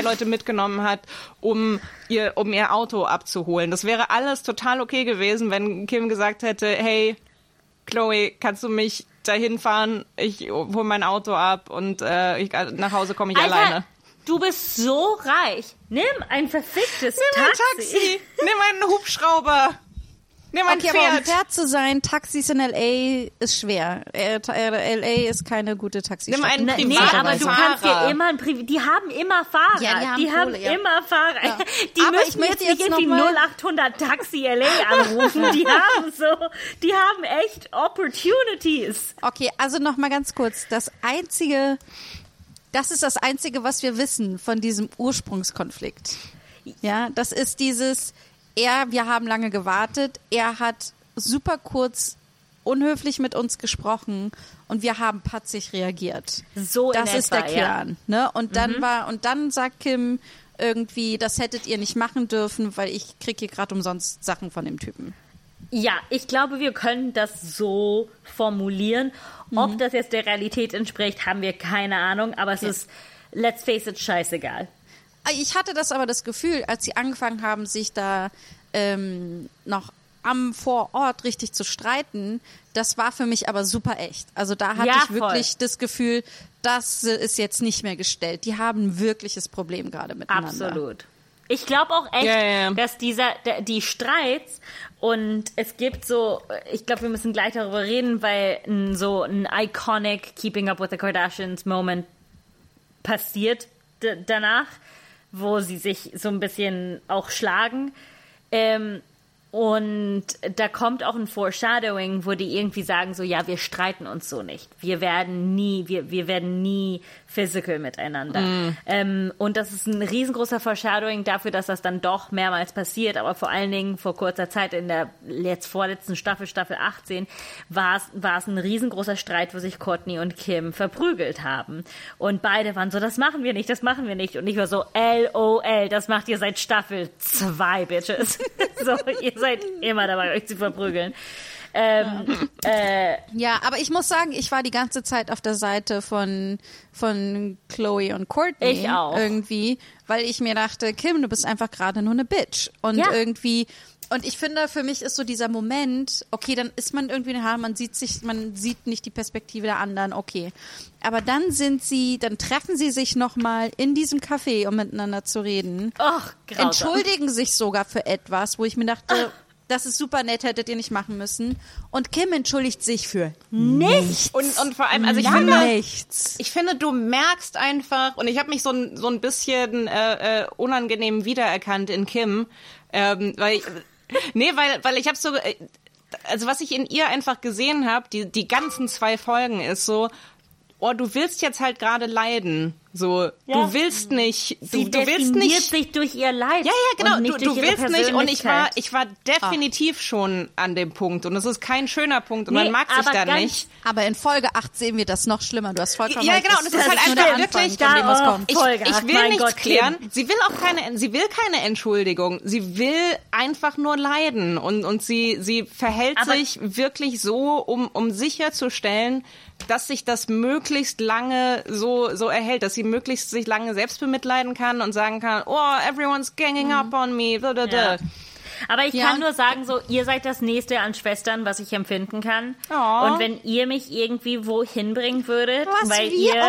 um ihr Auto abzuholen. Das wäre alles total okay gewesen, wenn Kim gesagt hätte, hey, Chloe, kannst du mich dahin fahren? Ich hole mein Auto ab und nach Hause komme ich alleine. Du bist so reich. Nimm ein verficktes Nimm ein Taxi. Nimm einen Hubschrauber. Nimm ein Pferd. Aber um fair zu sein, Taxis in L.A. ist schwer. L.A. ist keine gute Taxistadt. Nimm einen Privat. Nee, aber du kannst dir immer die haben immer Fahrer. Ja, die haben immer Fahrer. Ja. Die aber müssen jetzt nicht irgendwie 0800 Taxi L.A. anrufen. Die haben echt Opportunities. Okay, also noch mal ganz kurz. Das ist das Einzige, was wir wissen von diesem Ursprungskonflikt. Ja, das ist dieses... wir haben lange gewartet, er hat super kurz unhöflich mit uns gesprochen und wir haben patzig reagiert. So in das ist etwa, der Kern. Ne? Und dann sagt Kim irgendwie, das hättet ihr nicht machen dürfen, weil ich kriege hier gerade umsonst Sachen von dem Typen. Ja, ich glaube, wir können das so formulieren. Ob das jetzt der Realität entspricht, haben wir keine Ahnung, aber es ist, let's face it, scheißegal. Ich hatte das Gefühl, als sie angefangen haben, sich da noch vor Ort richtig zu streiten, das war für mich aber super echt. Also da hatte ich wirklich das Gefühl, das ist jetzt nicht mehr gestellt. Die haben ein wirkliches Problem gerade miteinander. Absolut. Ich glaube auch echt, dass die Streits und es gibt so, ich glaube, wir müssen gleich darüber reden, weil so ein iconic Keeping Up with the Kardashians Moment passiert danach, wo sie sich so ein bisschen auch schlagen. Und da kommt auch ein Foreshadowing, wo die irgendwie sagen so, ja, wir streiten uns so nicht. Wir werden nie physical miteinander. Und das ist ein riesengroßer Foreshadowing dafür, dass das dann doch mehrmals passiert. Aber vor allen Dingen vor kurzer Zeit in der jetzt vorletzten Staffel 18, war es ein riesengroßer Streit, wo sich Courtney und Kim verprügelt haben. Und beide waren so, das machen wir nicht. Und ich war so, LOL, das macht ihr seit Staffel 2, Bitches. So, ihr seid immer dabei, euch zu verprügeln. Ja, aber ich muss sagen, ich war die ganze Zeit auf der Seite von Chloe und Courtney. Ich auch. Irgendwie, weil ich mir dachte, Kim, du bist einfach gerade nur eine Bitch. Und irgendwie, und ich finde, für mich ist so dieser Moment, okay, dann ist man irgendwie, man sieht nicht die Perspektive der anderen, okay. Aber dann treffen sie sich nochmal in diesem Café, um miteinander zu reden. Ach, grausam. Entschuldigen sich sogar für etwas, wo ich mir dachte, das ist super nett, hättet ihr nicht machen müssen. Und Kim entschuldigt sich für nichts. Und vor allem, also ich finde, du merkst einfach, und ich habe mich so ein bisschen unangenehm wiedererkannt in Kim, weil ich habe so, also was ich in ihr einfach gesehen habe, die ganzen 2 Folgen ist so, du willst jetzt halt gerade leiden. So, du willst nicht. Sie definiert sich durch ihr Leid. Ja, genau. Du willst nicht. Und ich war definitiv schon an dem Punkt. Und es ist kein schöner Punkt. Und man mag sich da nicht. Aber in Folge 8 sehen wir das noch schlimmer. Du hast vollkommen recht. Ja, genau. Und es ist halt einfach wirklich, ich will nichts klären. Sie will keine Entschuldigung. Sie will einfach nur leiden. Und sie verhält sich wirklich so, um sicherzustellen, dass sich das möglichst lange so erhält, dass sie möglichst sich lange selbst bemitleiden kann und sagen kann, everyone's ganging up on me. Ja. Aber ich kann nur sagen, so, ihr seid das Nächste an Schwestern, was ich empfinden kann. Oh. Und wenn ihr mich irgendwie wohin bringen würdet, weil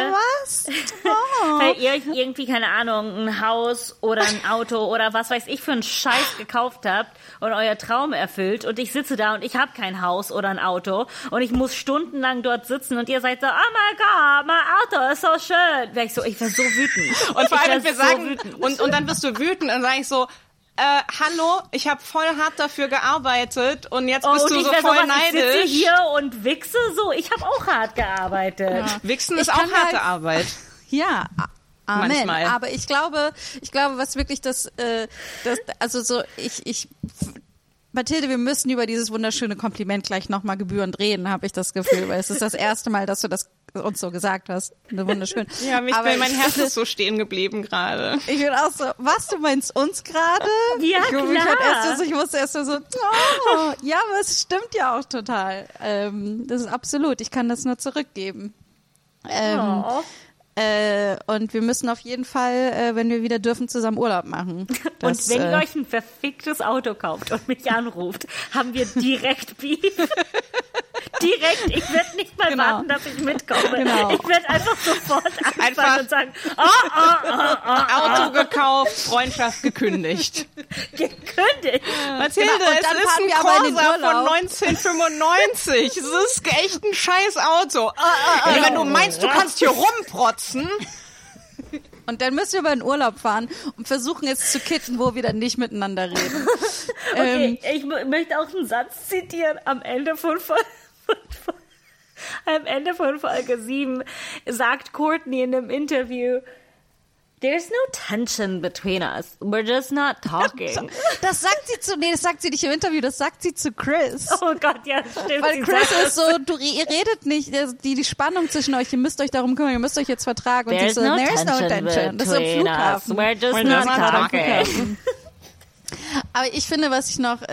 ihr euch irgendwie, keine Ahnung, ein Haus oder ein Auto oder was weiß ich für einen Scheiß gekauft habt und euer Traum erfüllt und ich sitze da und ich habe kein Haus oder ein Auto und ich muss stundenlang dort sitzen und ihr seid so, oh my God, mein Auto ist so schön. Ich wäre so wütend. Und vor allem, wenn wir sagen, und dann wirst du wütend, dann sage ich so, hallo, ich habe voll hart dafür gearbeitet und jetzt bist du so voll neidisch. Ich sitze hier und wichse so. Ich habe auch hart gearbeitet. Ja. Wichsen ist auch harte Arbeit. Ja, Amen. Manchmal. Aber ich glaube, was wirklich Mathilde, wir müssen über dieses wunderschöne Kompliment gleich nochmal gebührend reden, habe ich das Gefühl, weil es ist das erste Mal, dass du das uns so gesagt hast. Wunderschön. Ja, mein Herz ist so stehen geblieben gerade. Ich bin auch so, was, du meinst uns gerade? Ja, klar. Ich musste erst so, ja, aber es stimmt ja auch total. Das ist absolut, ich kann das nur zurückgeben. Und wir müssen auf jeden Fall, wenn wir wieder dürfen, zusammen Urlaub machen. Und wenn ihr euch ein verficktes Auto kauft und mich anruft, haben wir direkt Beef. Direkt. Ich werde nicht mal warten, dass ich mitkomme. Genau. Ich werde einfach sofort anfangen und sagen, Auto gekauft, Freundschaft gekündigt. Gekündigt. Mathilde, es ist ein Corsa von 1995. Es ist echt ein scheiß Auto. Wenn du meinst, du kannst hier rumprotzen. Und dann müssen wir über den Urlaub fahren und versuchen jetzt zu kitten, wo wir dann nicht miteinander reden. Okay, ich möchte auch einen Satz zitieren. Am Ende von Folge 7 sagt Courtney in einem Interview, there's no tension between us. We're just not talking. Das sagt sie nicht im Interview, das sagt sie zu Chris. Oh Gott, ja, stimmt. Weil Chris ist so, ihr redet nicht, die Spannung zwischen euch, ihr müsst euch darum kümmern, ihr müsst euch jetzt vertragen. Und there's no tension das ist im Flughafen. We're just not talking. Aber ich finde, was ich noch,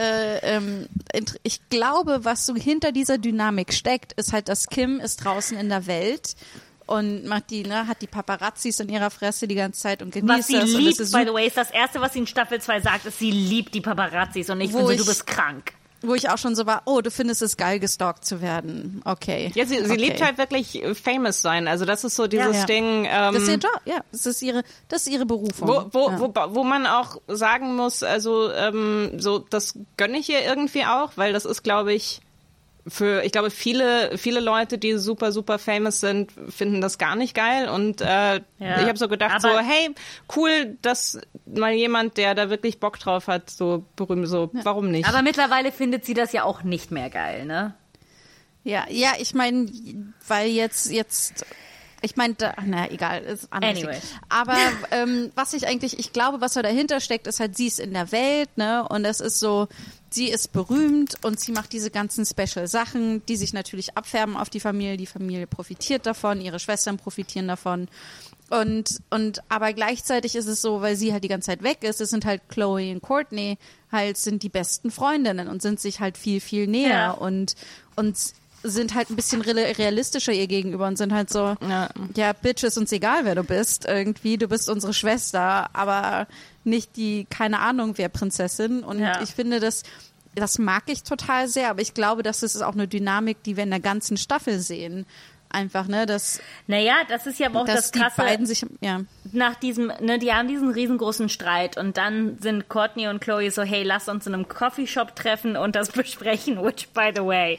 ich glaube, was so hinter dieser Dynamik steckt, ist halt, dass Kim ist draußen in der Welt und hat die Paparazzis in ihrer Fresse die ganze Zeit und genießt das. Was sie liebt, by the way, ist das Erste, was sie in Staffel 2 sagt, ist, sie liebt die Paparazzis und ich finde, du bist krank. Wo ich auch schon so war, du findest es geil, gestalkt zu werden. Okay. Ja, sie liebt halt wirklich famous sein. Also das ist so dieses Ding. Das ist ihr Job, ja. Das ist ihre Berufung. Wo man auch sagen muss, also so das gönne ich ihr irgendwie auch, weil das ist, glaube ich, viele Leute, die super, super famous sind, finden das gar nicht geil. Und ich habe so gedacht, so, hey, cool, dass mal jemand, der da wirklich Bock drauf hat, so berühmt, warum nicht? Aber mittlerweile findet sie das ja auch nicht mehr geil, ne? Ja, ich meine, weil jetzt ich meine, egal, ist anders. Anyway. Aber ich glaube, was da dahinter steckt, ist halt, sie ist in der Welt, ne? Und es ist so, sie ist berühmt und sie macht diese ganzen Special-Sachen, die sich natürlich abfärben auf die Familie profitiert davon, ihre Schwestern profitieren davon. Aber gleichzeitig ist es so, weil sie halt die ganze Zeit weg ist, es sind halt Chloe und Courtney halt sind die besten Freundinnen und sind sich halt viel, viel näher und sind halt ein bisschen realistischer ihr gegenüber und sind halt so, ja, Bitch, ist uns egal, wer du bist, irgendwie, du bist unsere Schwester, aber nicht die, keine Ahnung, wer Prinzessin. Und ich finde, das mag ich total sehr, aber ich glaube, das ist auch eine Dynamik, die wir in der ganzen Staffel sehen. Einfach, ne, das ist ja auch das Krasse. Die beiden sich, nach diesem, ne, die haben diesen riesengroßen Streit und dann sind Courtney und Chloe so, hey, lass uns in einem Coffeeshop treffen und das besprechen, which, by the way,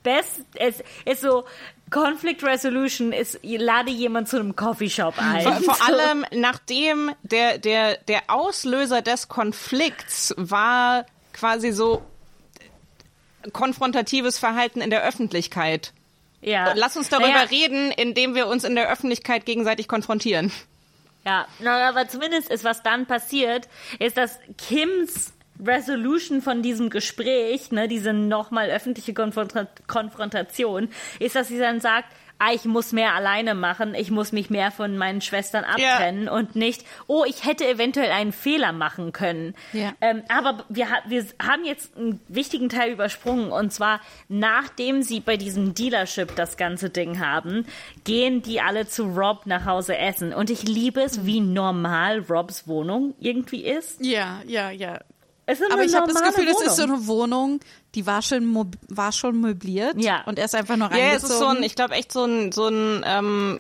ist so, Conflict Resolution ist, lade jemand zu einem Coffeeshop ein. Vor allem, nachdem der Auslöser des Konflikts war quasi so konfrontatives Verhalten in der Öffentlichkeit. Ja. Lass uns darüber reden, indem wir uns in der Öffentlichkeit gegenseitig konfrontieren. Ja, aber zumindest ist, was dann passiert, ist, dass Kims Resolution von diesem Gespräch, ne, diese nochmal öffentliche Konfrontation, ist, dass sie dann sagt, ich muss mehr alleine machen, ich muss mich mehr von meinen Schwestern abtrennen und nicht, ich hätte eventuell einen Fehler machen können. Ja. Aber wir haben jetzt einen wichtigen Teil übersprungen und zwar, nachdem sie bei diesem Dealership das ganze Ding haben, gehen die alle zu Rob nach Hause essen und ich liebe es, wie normal Robs Wohnung irgendwie ist. Ja. Es ist Aber eine ich habe das normale Gefühl, das ist so Wohnung. eine Wohnung, die war schon möbliert. Ja. Und er ist einfach nur Ja, es ist reingezogen. ich glaube echt so ein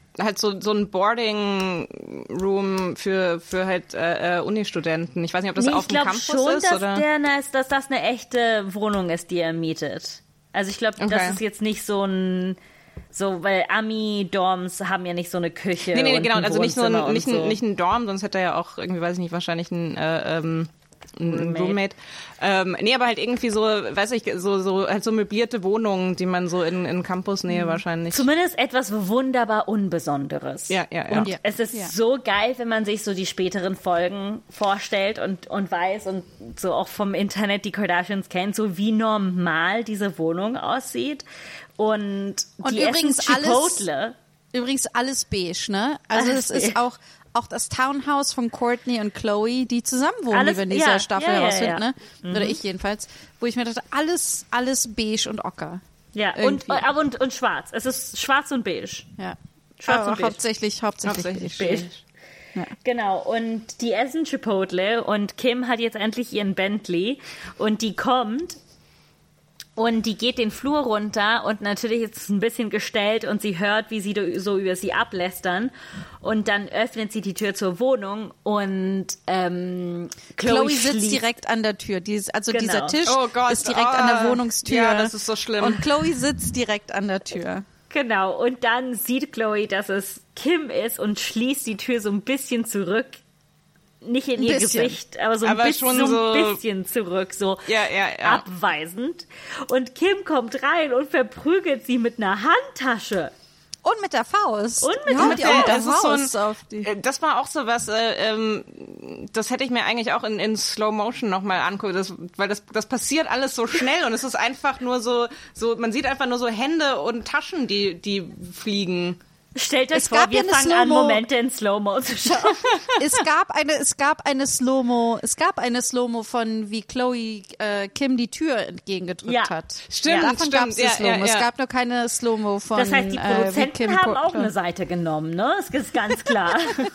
Boarding Room für halt Unistudenten. Ich weiß nicht, ob das auf dem Campus schon, ist oder. dass das eine echte Wohnung ist, die er mietet. Also ich glaube, Okay. das ist jetzt nicht weil Ami-Dorms haben ja nicht so eine Küche. Nee, und genau, ein halt Wohnzimmer und so. nicht ein Dorm, sonst hätte er ja auch irgendwie, weiß ich nicht, wahrscheinlich ein Roommate. Nee, aber halt irgendwie so, weiß ich, so halt so möblierte Wohnungen, die man so in Campusnähe wahrscheinlich. Zumindest etwas wunderbar Unbesonderes. Ja. Und Ja. es ist Ja. so geil, wenn man sich so die späteren Folgen vorstellt und weiß und so auch vom Internet die Kardashians kennt, so wie normal diese Wohnung aussieht. Und die übrigens essen Chipotle. Übrigens alles beige, ne? Also Alles es ist beige. auch das Townhouse von Courtney und Chloe, die zusammen wohnen, Alles- wie wir in dieser ja, Staffel ja, herausfinden, ja. ne? Oder ich jedenfalls. Wo ich mir dachte, alles beige und ocker. Ja, Irgendwie. und schwarz. Es ist schwarz und beige. Ja. Schwarz Aber und beige. hauptsächlich Beige. Genau, und die essen Chipotle und Kim hat jetzt endlich ihren Bentley und die kommt und die geht den Flur runter und natürlich ist es ein bisschen gestellt und sie hört, wie sie so über sie ablästern und dann öffnet sie die Tür zur Wohnung und Chloe sitzt schließt- direkt an der Tür. Dieser Genau. Tisch Oh Gott, ist direkt an der Wohnungstür. Ja, das ist so schlimm. Und Chloe sitzt direkt an der Tür. Genau, und dann sieht Chloe, dass es Kim ist und schließt die Tür so ein bisschen zurück. Nicht in ihr bisschen. Gesicht, aber so ein Aber bisschen, schon so ein so- bisschen zurück, so Ja. abweisend. Und Kim kommt rein und verprügelt sie mit einer Handtasche. Und mit der Faust. Und mit ja, der die auch mit der Es ist so ein- Faust auf die. Das war auch so was, das hätte ich mir eigentlich auch in Slow Motion nochmal angucken, weil das passiert alles so schnell und es ist einfach nur so, man sieht einfach nur so Hände und Taschen, die fliegen. Stellt euch Es vor, gab wir ja eine fangen an, Slow-Mo. Momente in Slow-Mo zu schauen. Es gab eine Slow-Mo von wie Chloe Kim die Tür entgegengedrückt Ja. hat. Stimmt, Davon gab es ja, Slow-Mo. ja. Es gab nur keine Slow-Mo von Das heißt, die wie Produzenten Kim haben auch guckte. eine Seite genommen, ne? Das ist ganz klar.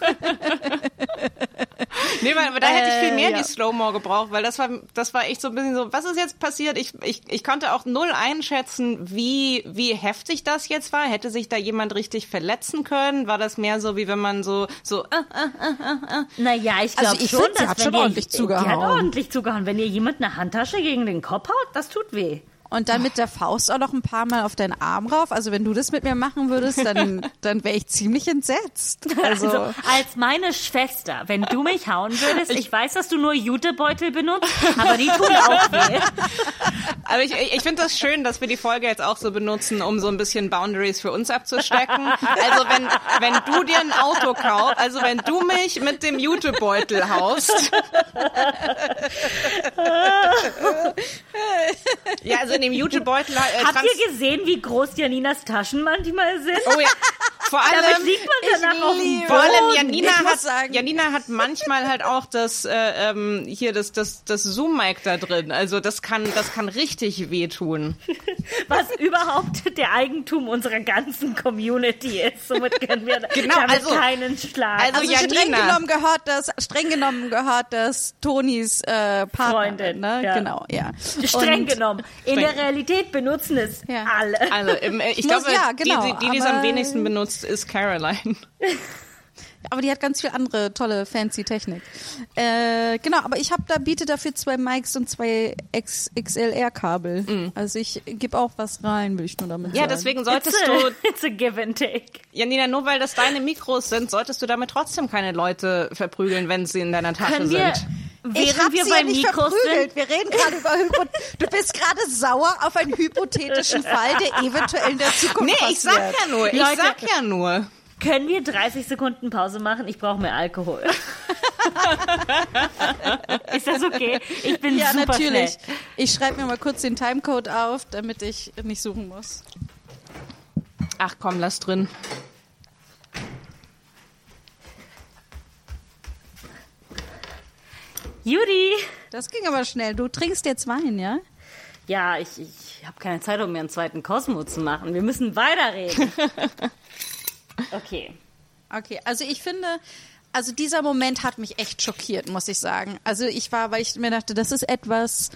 Nee, aber da hätte ich viel mehr ja. die Slow-Mo gebraucht, weil das war echt so ein bisschen so, was ist jetzt passiert? Ich konnte auch null einschätzen, wie heftig das jetzt war. Hätte sich da jemand richtig verletzen können? War das mehr so, wie wenn man so Naja, ich glaube Also ich schon, find, sie dass hat wenn schon ihr- ordentlich zugehauen. Die hat ordentlich zugehauen. Wenn ihr jemand eine Handtasche gegen den Kopf haut, das tut weh. Und dann mit der Faust auch noch ein paar Mal auf deinen Arm rauf. Also wenn du das mit mir machen würdest, dann wäre ich ziemlich entsetzt. Also als meine Schwester, wenn du mich hauen würdest, ich weiß, dass du nur Jutebeutel benutzt, aber die tun auch weh. Aber ich finde das schön, dass wir die Folge jetzt auch so benutzen, um so ein bisschen Boundaries für uns abzustecken. Also wenn du dir ein Auto kaufst, also wenn du mich mit dem Jutebeutel haust. Ja, also in dem Jutebeutel. Habt ihr gesehen, wie groß Janinas Taschen manchmal sind? Oh ja. Vor allem, Damit liegt man danach auf dem vor allem Boden. Janina hat manchmal halt auch das Zoom-Mic da drin. Also das kann richtig wehtun. Was überhaupt der Eigentum unserer ganzen Community ist. Somit können wir Genau, damit also- keinen Schlag. also Also Janina. streng genommen gehört das Tonys Partnerin, Freundin, ne? ja. Genau, ja. streng Und- genommen. In der Realität benutzen es Ja. alle. Also ich glaube, ja, genau, die es am aber- wenigsten benutzt, ist Caroline. Aber die hat ganz viel andere tolle, fancy Technik. Genau, aber ich biete dafür 2 Mics und 2 XLR-Kabel. Also ich gebe auch was rein, will ich nur damit Ja, sagen. deswegen solltest du, It's a give and take. Janina, nur weil das deine Mikros sind, solltest du damit trotzdem keine Leute verprügeln, wenn sie in deiner Tasche Können wir, sind. Ich hab während wir sie bei ja nicht Mikros verprügelt. sind, Wir reden gerade über Du bist gerade sauer auf einen hypothetischen Fall, der eventuell in der Zukunft Nee, passiert. ich sag ja nur. Leute. Können wir 30 Sekunden Pause machen? Ich brauche mehr Alkohol. Ist das okay? Ich bin Ja, super natürlich. schnell. Ich schreibe mir mal kurz den Timecode auf, damit ich nicht suchen muss. Ach komm, lass drin. Judy! Das ging aber schnell. Du trinkst jetzt Wein, ja? Ja, ich habe keine Zeit, um mir einen zweiten Cosmo zu machen. Wir müssen weiterreden. Okay. Okay, also ich finde, also dieser Moment hat mich echt schockiert, muss ich sagen. Also weil ich mir dachte, das ist etwas,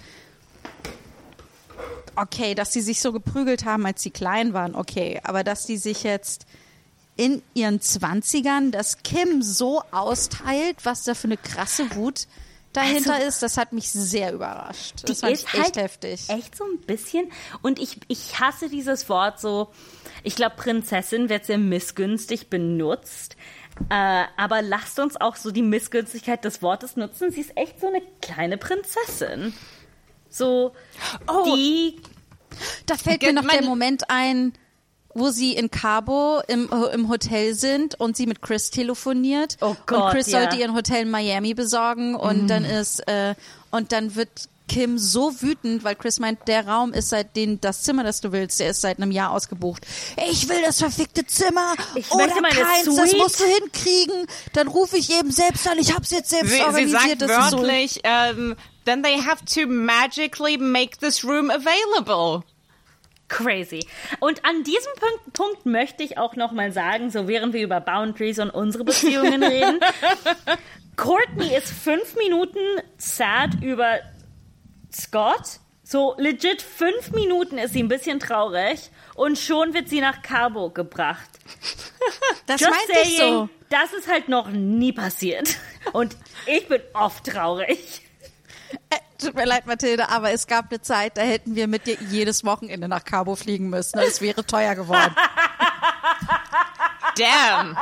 okay, dass sie sich so geprügelt haben, als sie klein waren, okay, aber dass die sich jetzt in ihren 20ern, dass Kim so austeilt, was da für eine krasse Wut dahinter ist, das hat mich sehr überrascht. Das fand ich echt halt heftig. Echt so ein bisschen. Und ich hasse dieses Wort so, ich glaube, Prinzessin wird sehr missgünstig benutzt. Aber lasst uns auch so die Missgünstigkeit des Wortes nutzen. Sie ist echt so eine kleine Prinzessin. So, Da fällt mir noch der Moment ein, wo sie in Cabo im Hotel sind und sie mit Chris telefoniert. Oh Gott, und Chris sollte ihr ein Hotel in Miami besorgen und dann wird Kim so wütend, weil Chris meint, der Raum ist das Zimmer, das du willst, der ist seit einem Jahr ausgebucht. Ich will das verfickte Zimmer oder keins, das musst du hinkriegen. Dann rufe ich eben selbst an, ich hab's jetzt selbst organisiert. Sie sagt wörtlich, then they have to magically make this room available. Crazy. Und an diesem Punkt möchte ich auch noch mal sagen, so während wir über Boundaries und unsere Beziehungen reden, Courtney ist 5 Minuten sad über Scott. So legit 5 Minuten ist sie ein bisschen traurig und schon wird sie nach Cabo gebracht. Das meinte ich so. Das ist halt noch nie passiert. Und ich bin oft traurig. Tut mir leid, Mathilde, aber es gab eine Zeit, da hätten wir mit dir jedes Wochenende nach Cabo fliegen müssen. Das wäre teuer geworden. Damn.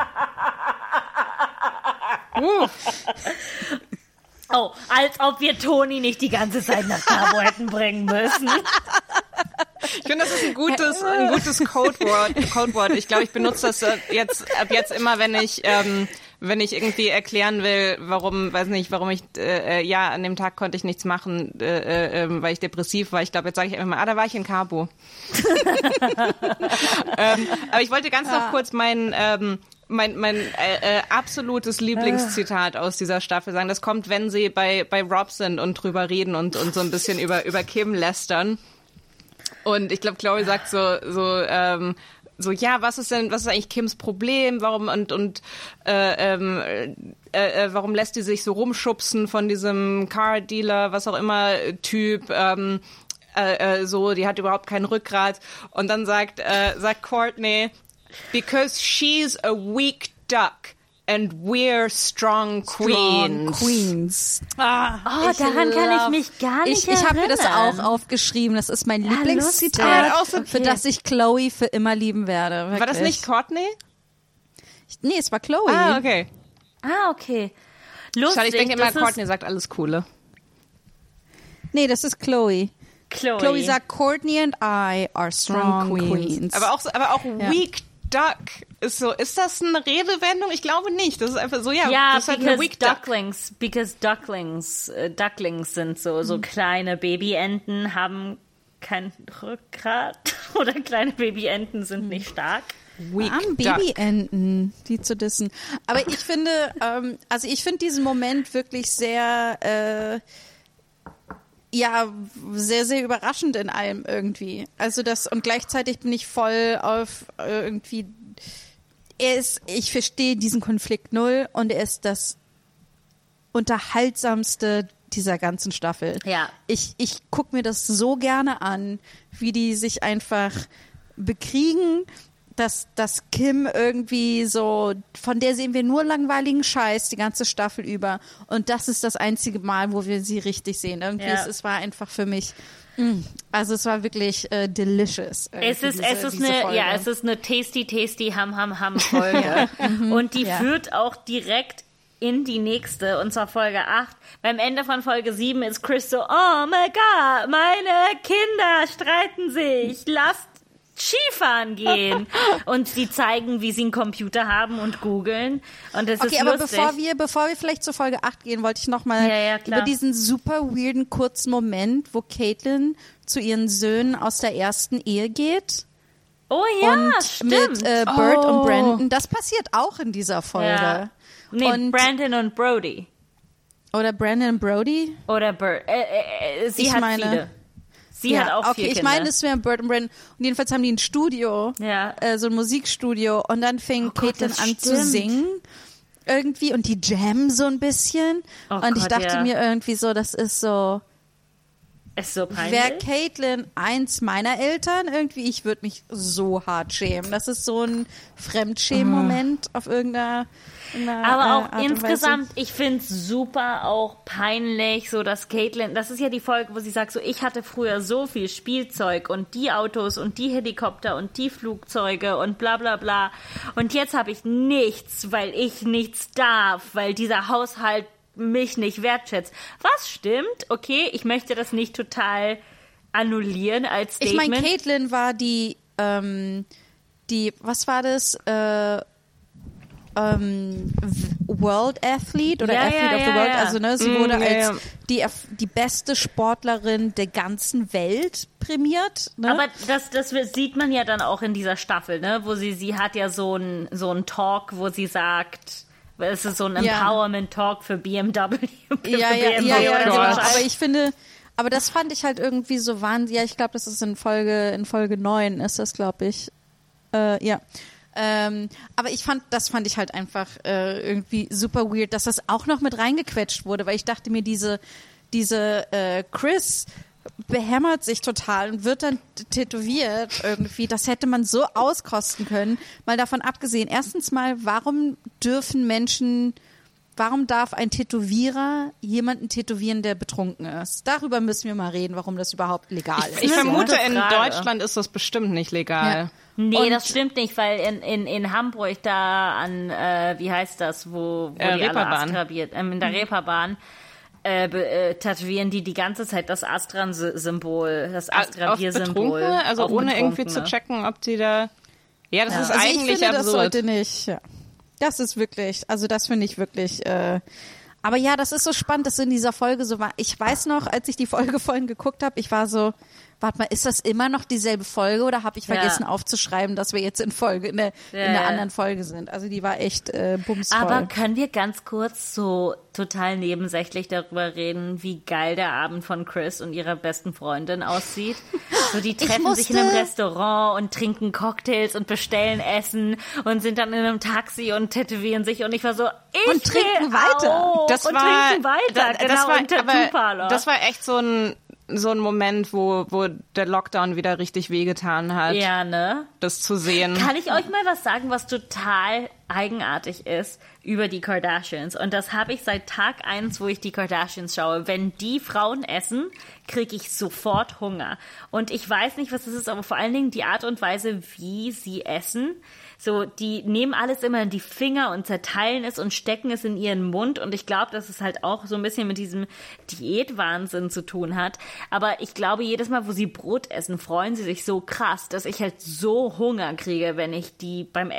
Oh, als ob wir Toni nicht die ganze Zeit nach Cabo hätten bringen müssen. Ich finde, das ist ein gutes Codewort. Ich glaube, ich benutze das ab jetzt immer, wenn ich irgendwie erklären will, warum ich an dem Tag konnte ich nichts machen, weil ich depressiv war. Ich glaube, jetzt sage ich einfach mal, da war ich in Cabo. Aber ich wollte ganz noch kurz mein absolutes Lieblingszitat aus dieser Staffel sagen. Das kommt, wenn sie bei Rob sind und drüber reden und so ein bisschen über Kim lästern. Und ich glaube, Chloe sagt so, ja, was ist eigentlich Kims Problem? Warum warum lässt die sich so rumschubsen von diesem Car-Dealer, was auch immer, Typ, die hat überhaupt kein Rückgrat. Und dann sagt Courtney, because she's a weak duck and we're strong queens. Daran kann ich mich gar nicht erinnern. Ich habe mir das auch aufgeschrieben. Das ist mein Lieblingszitat, für das ich Chloe für immer lieben werde. Wirklich. War das nicht Courtney? Nee, es war Chloe. Okay. Lustig. Ich denke immer, Courtney sagt alles Coole. Nee, das ist Chloe. Chloe sagt, Courtney and I are strong queens. Aber auch weak duck ist so. Ist das eine Redewendung? Ich glaube nicht. Das ist einfach so, ja, das ist halt eine weak Ducklings sind so kleine Babyenten, haben kein Rückgrat oder kleine Babyenten sind nicht stark. Babyenten, die zu dissen. Aber ich finde, diesen Moment wirklich sehr, sehr, sehr überraschend in allem irgendwie. Also und gleichzeitig bin ich voll auf irgendwie, ich verstehe diesen Konflikt null und er ist das unterhaltsamste dieser ganzen Staffel. Ja. Ich gucke mir das so gerne an, wie die sich einfach bekriegen, dass Kim irgendwie so, von der sehen wir nur langweiligen Scheiß die ganze Staffel über und das ist das einzige Mal, wo wir sie richtig sehen. Irgendwie, es war einfach für mich, also es war wirklich delicious. Es ist eine tasty Ham Folge und die führt auch direkt in die nächste, und zwar Folge 8. Beim Ende von Folge 7 ist Chris so, oh my God, meine Kinder streiten sich, lasst Skifahren gehen. Und sie zeigen, wie sie einen Computer haben und googeln. Und das ist lustig. Aber bevor wir vielleicht zur Folge 8 gehen, wollte ich noch mal über diesen super weirden kurzen Moment, wo Caitlin zu ihren Söhnen aus der ersten Ehe geht. Oh ja, und stimmt. Mit Bert und Brandon. Das passiert auch in dieser Folge. Ja. Nee, und Brandon und Brody. Oder Brandon und Brody? Oder Bert. Sie hat viele. Sie hat auch 4 Kinder. Ich meine, es wären Bert und Brandon. Und jedenfalls haben die ein Studio, so ein Musikstudio. Und dann fing Caitlin an zu singen. irgendwie und die jammen so ein bisschen. Oh und ich Gott, dachte ja. mir irgendwie so, das ist so... Ist so peinlich. Wäre Caitlyn eins meiner Eltern irgendwie, ich würde mich so hart schämen. Das ist so ein Fremdschämen-Moment auf irgendeiner Aber auch Art und insgesamt, Weise. ich finde es super auch peinlich, so dass Caitlyn, das ist ja die Folge, wo sie sagt, so ich hatte früher so viel Spielzeug und die Autos und die Helikopter und die Flugzeuge und bla bla bla und jetzt habe ich nichts, weil ich nichts darf, weil dieser Haushalt mich nicht wertschätzt. Was stimmt? Okay, ich möchte das nicht total annullieren als Ich Statement. meine, Caitlyn war die, was war das? World Athlete oder Ja, Athlete ja, of the ja, World. ja. Also ne, sie wurde ja, als die beste Sportlerin der ganzen Welt prämiert. Ne? Aber das sieht man ja dann auch in dieser Staffel, ne? Wo sie hat ja so ein Talk, wo sie sagt, es ist so ein Empowerment-Talk für BMW. Ja, oder genau. so. Aber ich finde, aber das fand ich halt irgendwie so wahnsinnig. Ja, ich glaube, das ist in Folge 9 ist das, glaube ich. Ja. Aber das fand ich halt einfach irgendwie super weird, dass das auch noch mit reingequetscht wurde, weil ich dachte mir, diese Chris behämmert sich total und wird dann tätowiert irgendwie. Das hätte man so auskosten können. Mal davon abgesehen. Erstens mal, warum darf ein Tätowierer jemanden tätowieren, der betrunken ist? Darüber müssen wir mal reden, warum das überhaupt legal ist. Ich vermute, gute in Frage. Deutschland ist das bestimmt nicht legal. Ja. Nee, Und- das stimmt nicht, weil in Hamburg da an, wie heißt das, wo die alle Reeperbahn. Astra-Bier, in der Reeperbahn, tätowieren die ganze Zeit das Astra-Symbol, das Auf Astra-Bier-Symbol. Betrunkene, also auf ohne irgendwie Betrunkene. zu checken, ob die da... Ja, das ist Also eigentlich ich finde, das absurd. sollte nicht. Ja. Das ist wirklich, also das finde ich wirklich. Aber ja, das ist so spannend, dass in dieser Folge so war. Ich weiß noch, als ich die Folge vorhin geguckt habe, ich war so, warte mal, ist das immer noch dieselbe Folge oder habe ich vergessen aufzuschreiben, dass wir jetzt in der anderen Folge sind? Also die war echt bumsvoll. Aber können wir ganz kurz so total nebensächlich darüber reden, wie geil der Abend von Chris und ihrer besten Freundin aussieht? So, die treffen sich in einem Restaurant und trinken Cocktails und bestellen Essen und sind dann in einem Taxi und tätowieren sich und ich war so, Und trinken weiter. Auch. Das und war, trinken weiter, das war, im Tattoo-Parlor. aber das war echt so ein Moment, wo der Lockdown wieder richtig wehgetan hat, ja, ne? das zu sehen. Kann ich euch mal was sagen, was total eigenartig ist über die Kardashians? Und das habe ich seit Tag 1, wo ich die Kardashians schaue. Wenn die Frauen essen, kriege ich sofort Hunger. Und ich weiß nicht, was das ist, aber vor allen Dingen die Art und Weise, wie sie essen. So, die nehmen alles immer in die Finger und zerteilen es und stecken es in ihren Mund. Und ich glaube, dass es halt auch so ein bisschen mit diesem Diätwahnsinn zu tun hat. Aber ich glaube, jedes Mal, wo sie Brot essen, freuen sie sich so krass, dass ich halt so Hunger kriege, wenn ich denen beim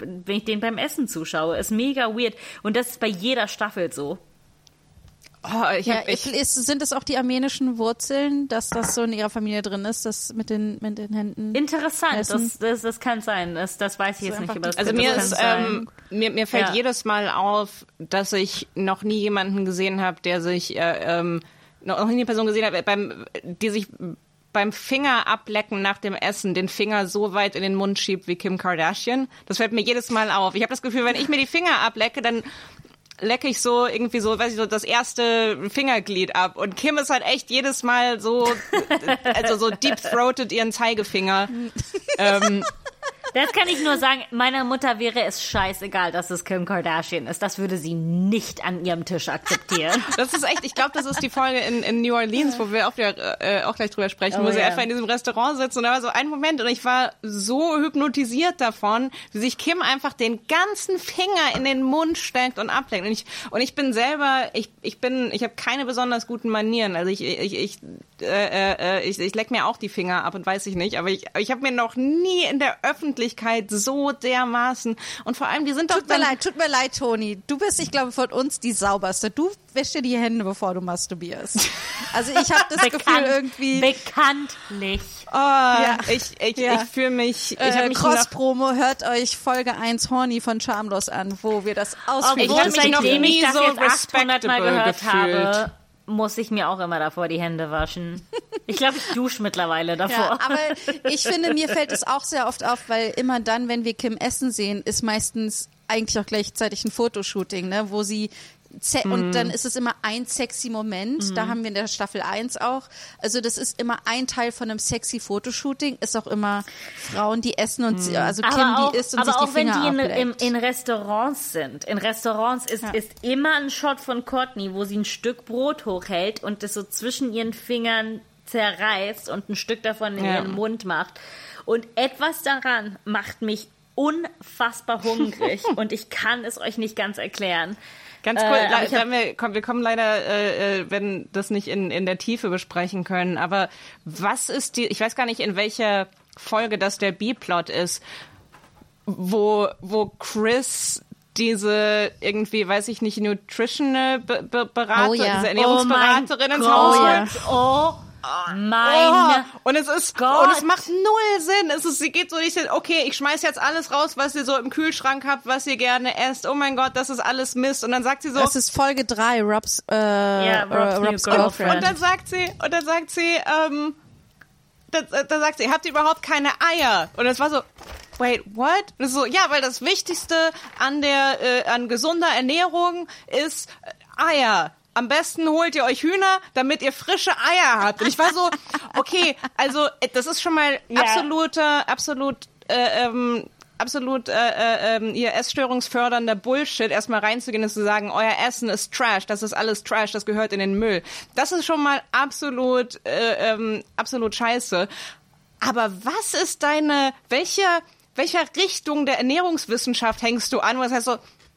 Essen zuschaue. Ist mega weird. Und das ist bei jeder Staffel so. Oh, Sind es auch die armenischen Wurzeln, dass das so in ihrer Familie drin ist, das mit den Händen? Interessant, Essen. das kann sein. Das weiß ich jetzt nicht. Aber das Also kann sein. mir fällt Ja. jedes Mal auf, dass ich noch nie jemanden gesehen habe, der sich noch nie eine Person gesehen hat, die sich beim Finger ablecken nach dem Essen den Finger so weit in den Mund schiebt wie Kim Kardashian. Das fällt mir jedes Mal auf. Ich habe das Gefühl, wenn ich mir die Finger ablecke, dann lecke ich so irgendwie so, weiß ich so, das erste Fingerglied ab. Und Kim ist halt echt jedes Mal so, also so deep-throated ihren Zeigefinger. Das kann ich nur sagen, meiner Mutter wäre es scheißegal, dass es Kim Kardashian ist. Das würde sie nicht an ihrem Tisch akzeptieren. Das ist echt, ich glaube, das ist die Folge in New Orleans, wo wir auch gleich drüber sprechen, wo sie einfach in diesem Restaurant sitzt und da war so ein Moment und ich war so hypnotisiert davon, wie sich Kim einfach den ganzen Finger in den Mund steckt und ableckt. Und ich bin selber, ich habe keine besonders guten Manieren. Also ich leck mir auch die Finger ab und weiß ich nicht, aber ich habe mir noch nie in der Öffentlichkeit so dermaßen und vor allem, die sind doch Tut mir leid, Toni. Du bist, ich glaube, von uns die sauberste. Du wäschst dir die Hände, bevor du masturbierst. Also ich habe das Gefühl irgendwie... Bekanntlich. Ich fühle mich... Ich habe mich Cross-Promo, hört euch Folge 1 Horny von Schamlos an, wo wir das ausführlich... Ich hab mich noch seitdem ich nie das so jetzt 800 Mal respectable gehört gefühlt. habe, muss ich mir auch immer davor die Hände waschen. Ich glaube, ich dusche mittlerweile davor. Ja, aber ich finde, mir fällt es auch sehr oft auf, weil immer dann, wenn wir Kim essen sehen, ist meistens eigentlich auch gleichzeitig ein Fotoshooting, ne, wo sie und dann ist es immer ein sexy Moment. Da haben wir in der Staffel 1 auch. Also das ist immer ein Teil von einem sexy Fotoshooting. Ist auch immer Frauen, die essen und also Kim, die isst und sich die Finger ableckt. Aber auch wenn die in Restaurants sind. In Restaurants ist immer ein Shot von Courtney, wo sie ein Stück Brot hochhält und das so zwischen ihren Fingern zerreißt und ein Stück davon in ihren Mund macht. Und etwas daran macht mich unfassbar hungrig und ich kann es euch nicht ganz erklären. Ganz cool, wir kommen leider, wenn das nicht in der Tiefe besprechen können, aber was ist ich weiß gar nicht, in welcher Folge das der B-Plot ist, wo Chris diese irgendwie, weiß ich nicht, Nutritional Berater, diese Ernährungsberaterin ins Haus holt. Und es ist Gott. Und es macht null Sinn. Sie geht so nicht hin, okay, ich schmeiß jetzt alles raus, was ihr so im Kühlschrank habt, was ihr gerne esst. Oh mein Gott, das ist alles Mist. Und dann sagt sie so, das ist Folge 3, Robs Girlfriend. Und dann sagt sie, habt ihr überhaupt keine Eier? Und es war so, wait, what? Und so, ja, weil das Wichtigste an gesunder Ernährung ist Eier. Am besten holt ihr euch Hühner, damit ihr frische Eier habt. Und ich war so, okay, also das ist schon mal absolut ihr essstörungsfördernder Bullshit, erstmal reinzugehen und zu sagen, euer Essen ist Trash, das ist alles Trash, das gehört in den Müll. Das ist schon mal absolut scheiße. Aber was ist welcher Richtung der Ernährungswissenschaft hängst du an? Was heißt so,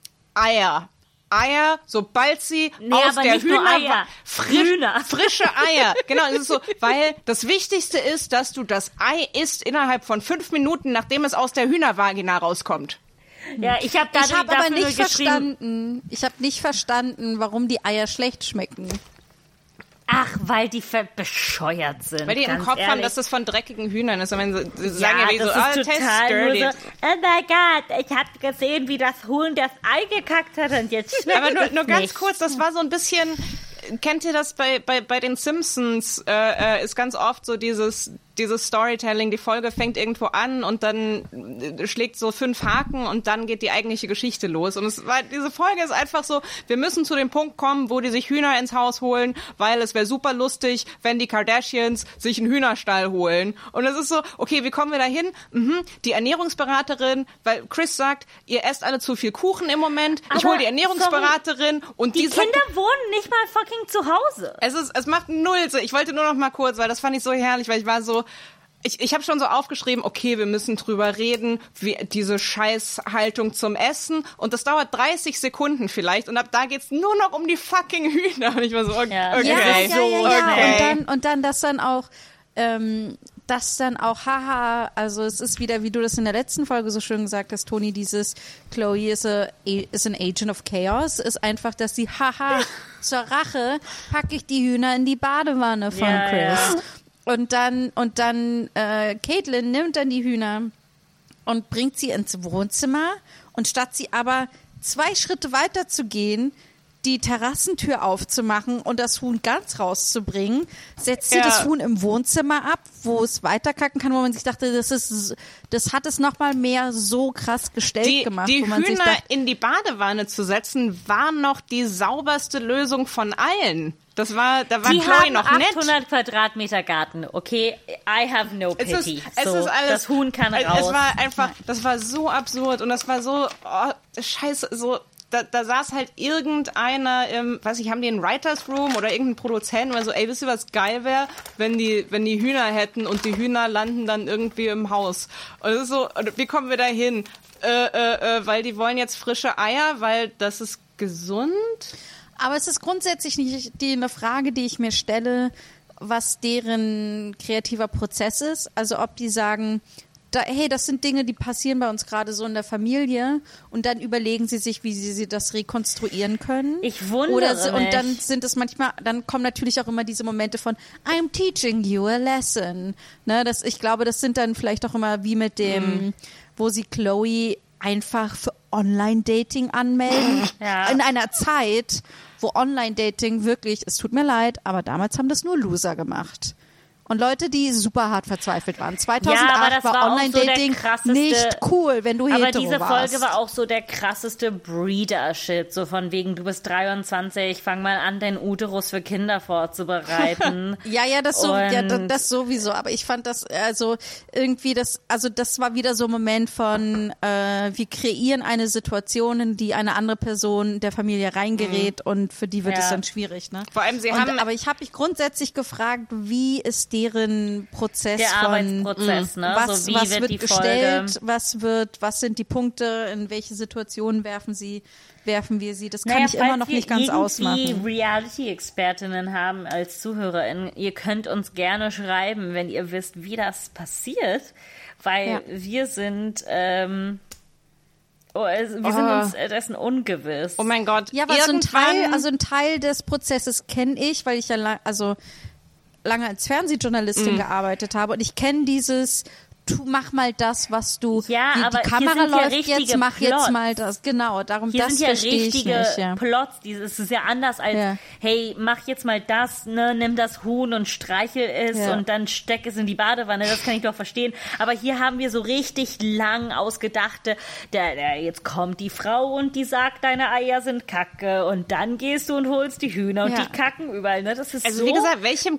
Eier, sobald sie aus der frische Eier. Genau, das ist so, weil das Wichtigste ist, dass du das Ei isst innerhalb von 5 Minuten, nachdem es aus der Hühnervagina rauskommt. Ja, ich habe aber nicht verstanden. Ich habe nicht verstanden, warum die Eier schlecht schmecken. Ach, weil die bescheuert sind. Weil die im Kopf haben, dass das von dreckigen Hühnern ist. Und wenn sie sagen ja wie so, total dirty. So, oh mein Gott, ich habe gesehen, wie das Huhn das Ei gekackt hat und jetzt schmeckt es Aber nur ganz kurz, das war so ein bisschen, kennt ihr das bei den Simpsons, ist ganz oft so dieses Storytelling, die Folge fängt irgendwo an und dann schlägt so 5 Haken und dann geht die eigentliche Geschichte los. Und diese Folge ist einfach so, wir müssen zu dem Punkt kommen, wo die sich Hühner ins Haus holen, weil es wäre super lustig, wenn die Kardashians sich einen Hühnerstall holen. Und es ist so, okay, wie kommen wir da hin? Die Ernährungsberaterin, weil Chris sagt, ihr esst alle zu viel Kuchen im Moment, ich hole die Ernährungsberaterin und die Kinder wohnen nicht mal fucking zu Hause. Es macht null Sinn. Ich wollte nur noch mal kurz, weil das fand ich so herrlich, weil ich war so, ich habe schon so aufgeschrieben, okay, wir müssen drüber reden, wie diese Scheißhaltung zum Essen und das dauert 30 Sekunden vielleicht und ab da geht's nur noch um die fucking Hühner und ich war so, okay. Ja. Und dann das dann auch, haha, also es ist wieder, wie du das in der letzten Folge so schön gesagt hast, Toni, dieses Chloe is an Agent of Chaos, ist einfach, dass sie, haha, zur Rache packe ich die Hühner in die Badewanne von Chris. Ja. Und dann Caitlin nimmt dann die Hühner und bringt sie ins Wohnzimmer und statt sie aber 2 Schritte weiter zu gehen, die Terrassentür aufzumachen und das Huhn ganz rauszubringen, setzt sie das Huhn im Wohnzimmer ab, wo es weiterkacken kann, wo man sich dachte, das hat es nochmal mehr so krass gestellt gemacht. Die wo man Hühner in die Badewanne zu setzen, war noch die sauberste Lösung von allen. Da war Chloe noch nett. Die haben 800 Quadratmeter Garten, okay? I have no pity. Es ist alles, das Huhn kann raus. Es war einfach, das war so absurd und das war so, scheiße, so, da saß halt irgendeiner haben die einen Writers Room oder irgendein Produzent oder so, ey, wisst ihr, was geil wäre, wenn die Hühner hätten und die Hühner landen dann irgendwie im Haus. Und das ist so, wie kommen wir da hin? Weil die wollen jetzt frische Eier, weil das ist gesund. Aber es ist grundsätzlich nicht eine Frage, die ich mir stelle, was deren kreativer Prozess ist. Also ob die sagen, hey, das sind Dinge, die passieren bei uns gerade so in der Familie und dann überlegen sie sich, wie sie das rekonstruieren können. Ich wundere mich. Und dann sind es manchmal, dann kommen natürlich auch immer diese Momente von I'm teaching you a lesson. Ne, ich glaube, das sind dann vielleicht auch immer wie mit dem, wo sie Chloe einfach für Online-Dating anmelden. Ja. In einer Zeit, wo Online-Dating wirklich, es tut mir leid, aber damals haben das nur Loser gemacht. Und Leute, die super hart verzweifelt waren. 2008 aber das war Online-Dating so nicht cool, wenn du hetero warst. Aber diese Folge war auch so der krasseste Breeder-Shit. So von wegen, du bist 23, fang mal an, deinen Uterus für Kinder vorzubereiten. das sowieso. Aber ich fand das, also irgendwie das war wieder so ein Moment von, wir kreieren eine Situation, in die eine andere Person der Familie reingerät und für die wird es dann schwierig. Ne? Vor allem, aber ich habe mich grundsätzlich gefragt, wie ist deren Prozess der Arbeitsprozess, ne? Was, so wie was wird wird die gestellt, Folge? was sind die Punkte, in welche Situationen werfen wir sie, das kann ich immer noch nicht ganz ausmachen. Wenn wir Reality-Expertinnen haben als ZuhörerInnen, ihr könnt uns gerne schreiben, wenn ihr wisst, wie das passiert, weil wir sind uns dessen ungewiss. Oh mein Gott. Ja, aber ein Teil des Prozesses kenne ich, weil ich ja lange als Fernsehjournalistin gearbeitet habe und ich kenne dieses mach mal das, was du, die Kamera läuft jetzt, mach jetzt mal das. Genau, darum, hier das sind verstehe ich nicht. Ja. Plots, es ist ja anders als, hey, mach jetzt mal das, ne, nimm das Huhn und streichel es und dann steck es in die Badewanne, das kann ich doch verstehen. Aber hier haben wir so richtig lang ausgedachte, jetzt kommt die Frau und die sagt, deine Eier sind Kacke und dann gehst du und holst die Hühner und die kacken überall, ne, das ist also wie gesagt, welchem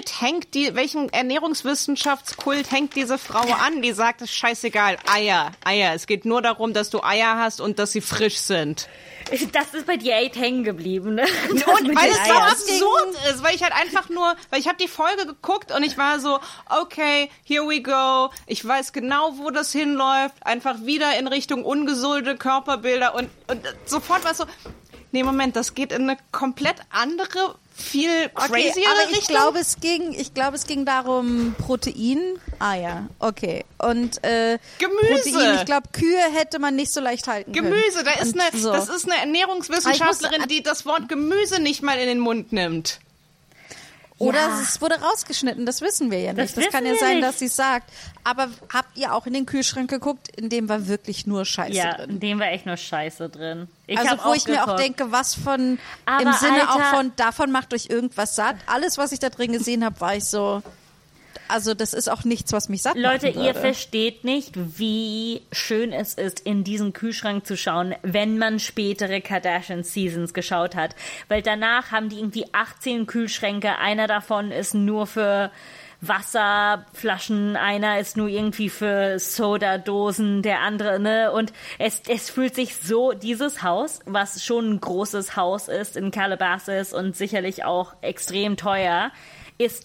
Ernährungswissenschaftskult hängt diese Frau an, die sagt, es ist scheißegal, Eier. Es geht nur darum, dass du Eier hast und dass sie frisch sind. Das ist bei dir echt hängen geblieben, ne? Und weil es so absurd ist, weil ich halt weil ich habe die Folge geguckt und ich war so, okay, here we go. Ich weiß genau, wo das hinläuft. Einfach wieder in Richtung ungesunde Körperbilder und sofort war es so, nee, Moment, das geht in eine komplett andere, viel craziere Richtung. Ich glaube, es ging darum, Protein. Ah ja, okay. Und Gemüse. Protein, ich glaube, Kühe hätte man nicht so leicht halten können. Gemüse, das ist eine Ernährungswissenschaftlerin, die das Wort Gemüse nicht mal in den Mund nimmt. Oder es wurde rausgeschnitten, das wissen wir ja nicht. Das kann ja sein, dass sie es sagt. Aber habt ihr auch in den Kühlschrank geguckt? In dem war wirklich nur Scheiße drin. Ja, in dem war echt nur Scheiße drin. Ich mir auch denke, was im Sinne auch davon macht euch irgendwas satt. Alles, was ich da drin gesehen habe, war ich so... Also das ist auch nichts, was mich satt macht. Leute, ihr versteht nicht, wie schön es ist, in diesen Kühlschrank zu schauen, wenn man spätere Kardashian-Seasons geschaut hat. Weil danach haben die irgendwie 18 Kühlschränke. Einer davon ist nur für Wasserflaschen, einer ist nur irgendwie für Sodadosen, der andere, ne? Und es fühlt sich so, dieses Haus, was schon ein großes Haus ist in Calabasas und sicherlich auch extrem teuer, ist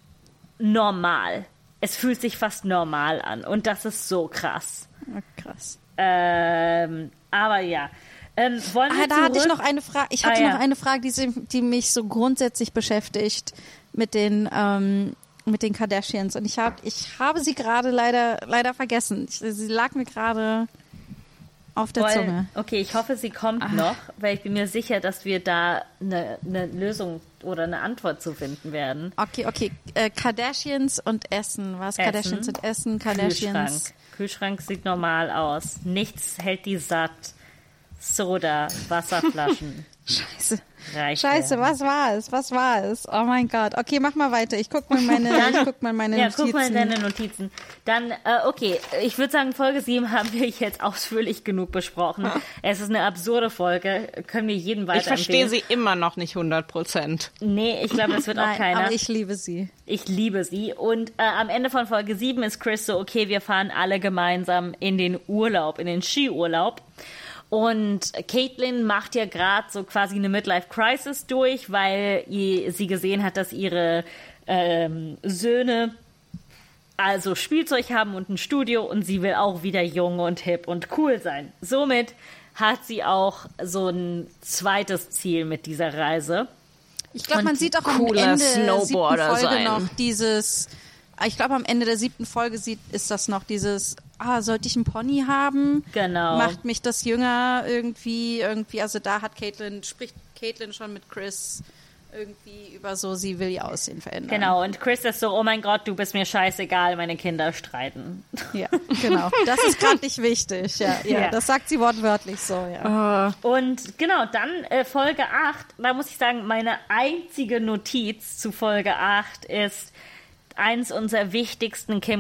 normal. Es fühlt sich fast normal an und das ist so krass. Krass. Aber ja. Wollen wir da hatte ich noch eine Frage. Ich hatte noch eine Frage, die mich so grundsätzlich beschäftigt mit den Kardashians und ich habe sie gerade leider vergessen. Sie lag mir gerade auf der Zunge. Okay, ich hoffe, sie kommt noch, weil ich bin mir sicher, dass wir da eine Lösung oder eine Antwort zu finden werden. Okay. Kardashians und Essen. Was? Kardashians und Essen, Kardashians. Kühlschrank sieht normal aus. Nichts hält die satt. Soda, Wasserflaschen. Scheiße, was war es? Oh mein Gott. Okay, mach mal weiter. Ich guck mal meine Notizen. Ja, guck mal deine Notizen. Dann, okay, ich würde sagen, Folge 7 haben wir jetzt ausführlich genug besprochen. Es ist eine absurde Folge. Können wir jeden weiterempfehlen. Ich verstehe sie immer noch nicht 100%. Nee, ich glaube, das wird auch keiner. Aber ich liebe sie. Ich liebe sie. Und am Ende von Folge 7 ist Chris so, okay, wir fahren alle gemeinsam in den Urlaub, in den Skiurlaub. Und Caitlyn macht ja gerade so quasi eine Midlife-Crisis durch, weil sie gesehen hat, dass ihre Söhne also Spielzeug haben und ein Studio und sie will auch wieder jung und hip und cool sein. Somit hat sie auch so ein zweites Ziel mit dieser Reise. Ich glaube, man sieht auch am Ende der 7. Folge noch dieses... Ich glaube, am Ende der 7. Folge ist das noch dieses, sollte ich einen Pony haben? Genau. Macht mich das jünger irgendwie, also da spricht Caitlyn schon mit Chris irgendwie über so, sie will ihr Aussehen verändern. Genau, und Chris ist so, oh mein Gott, du bist mir scheißegal, meine Kinder streiten. Ja, genau. Das ist gerade nicht wichtig. Ja, das sagt sie wortwörtlich so, ja. Und genau, dann Folge 8, da muss ich sagen, meine einzige Notiz zu Folge 8 ist, eins unserer wichtigsten Kim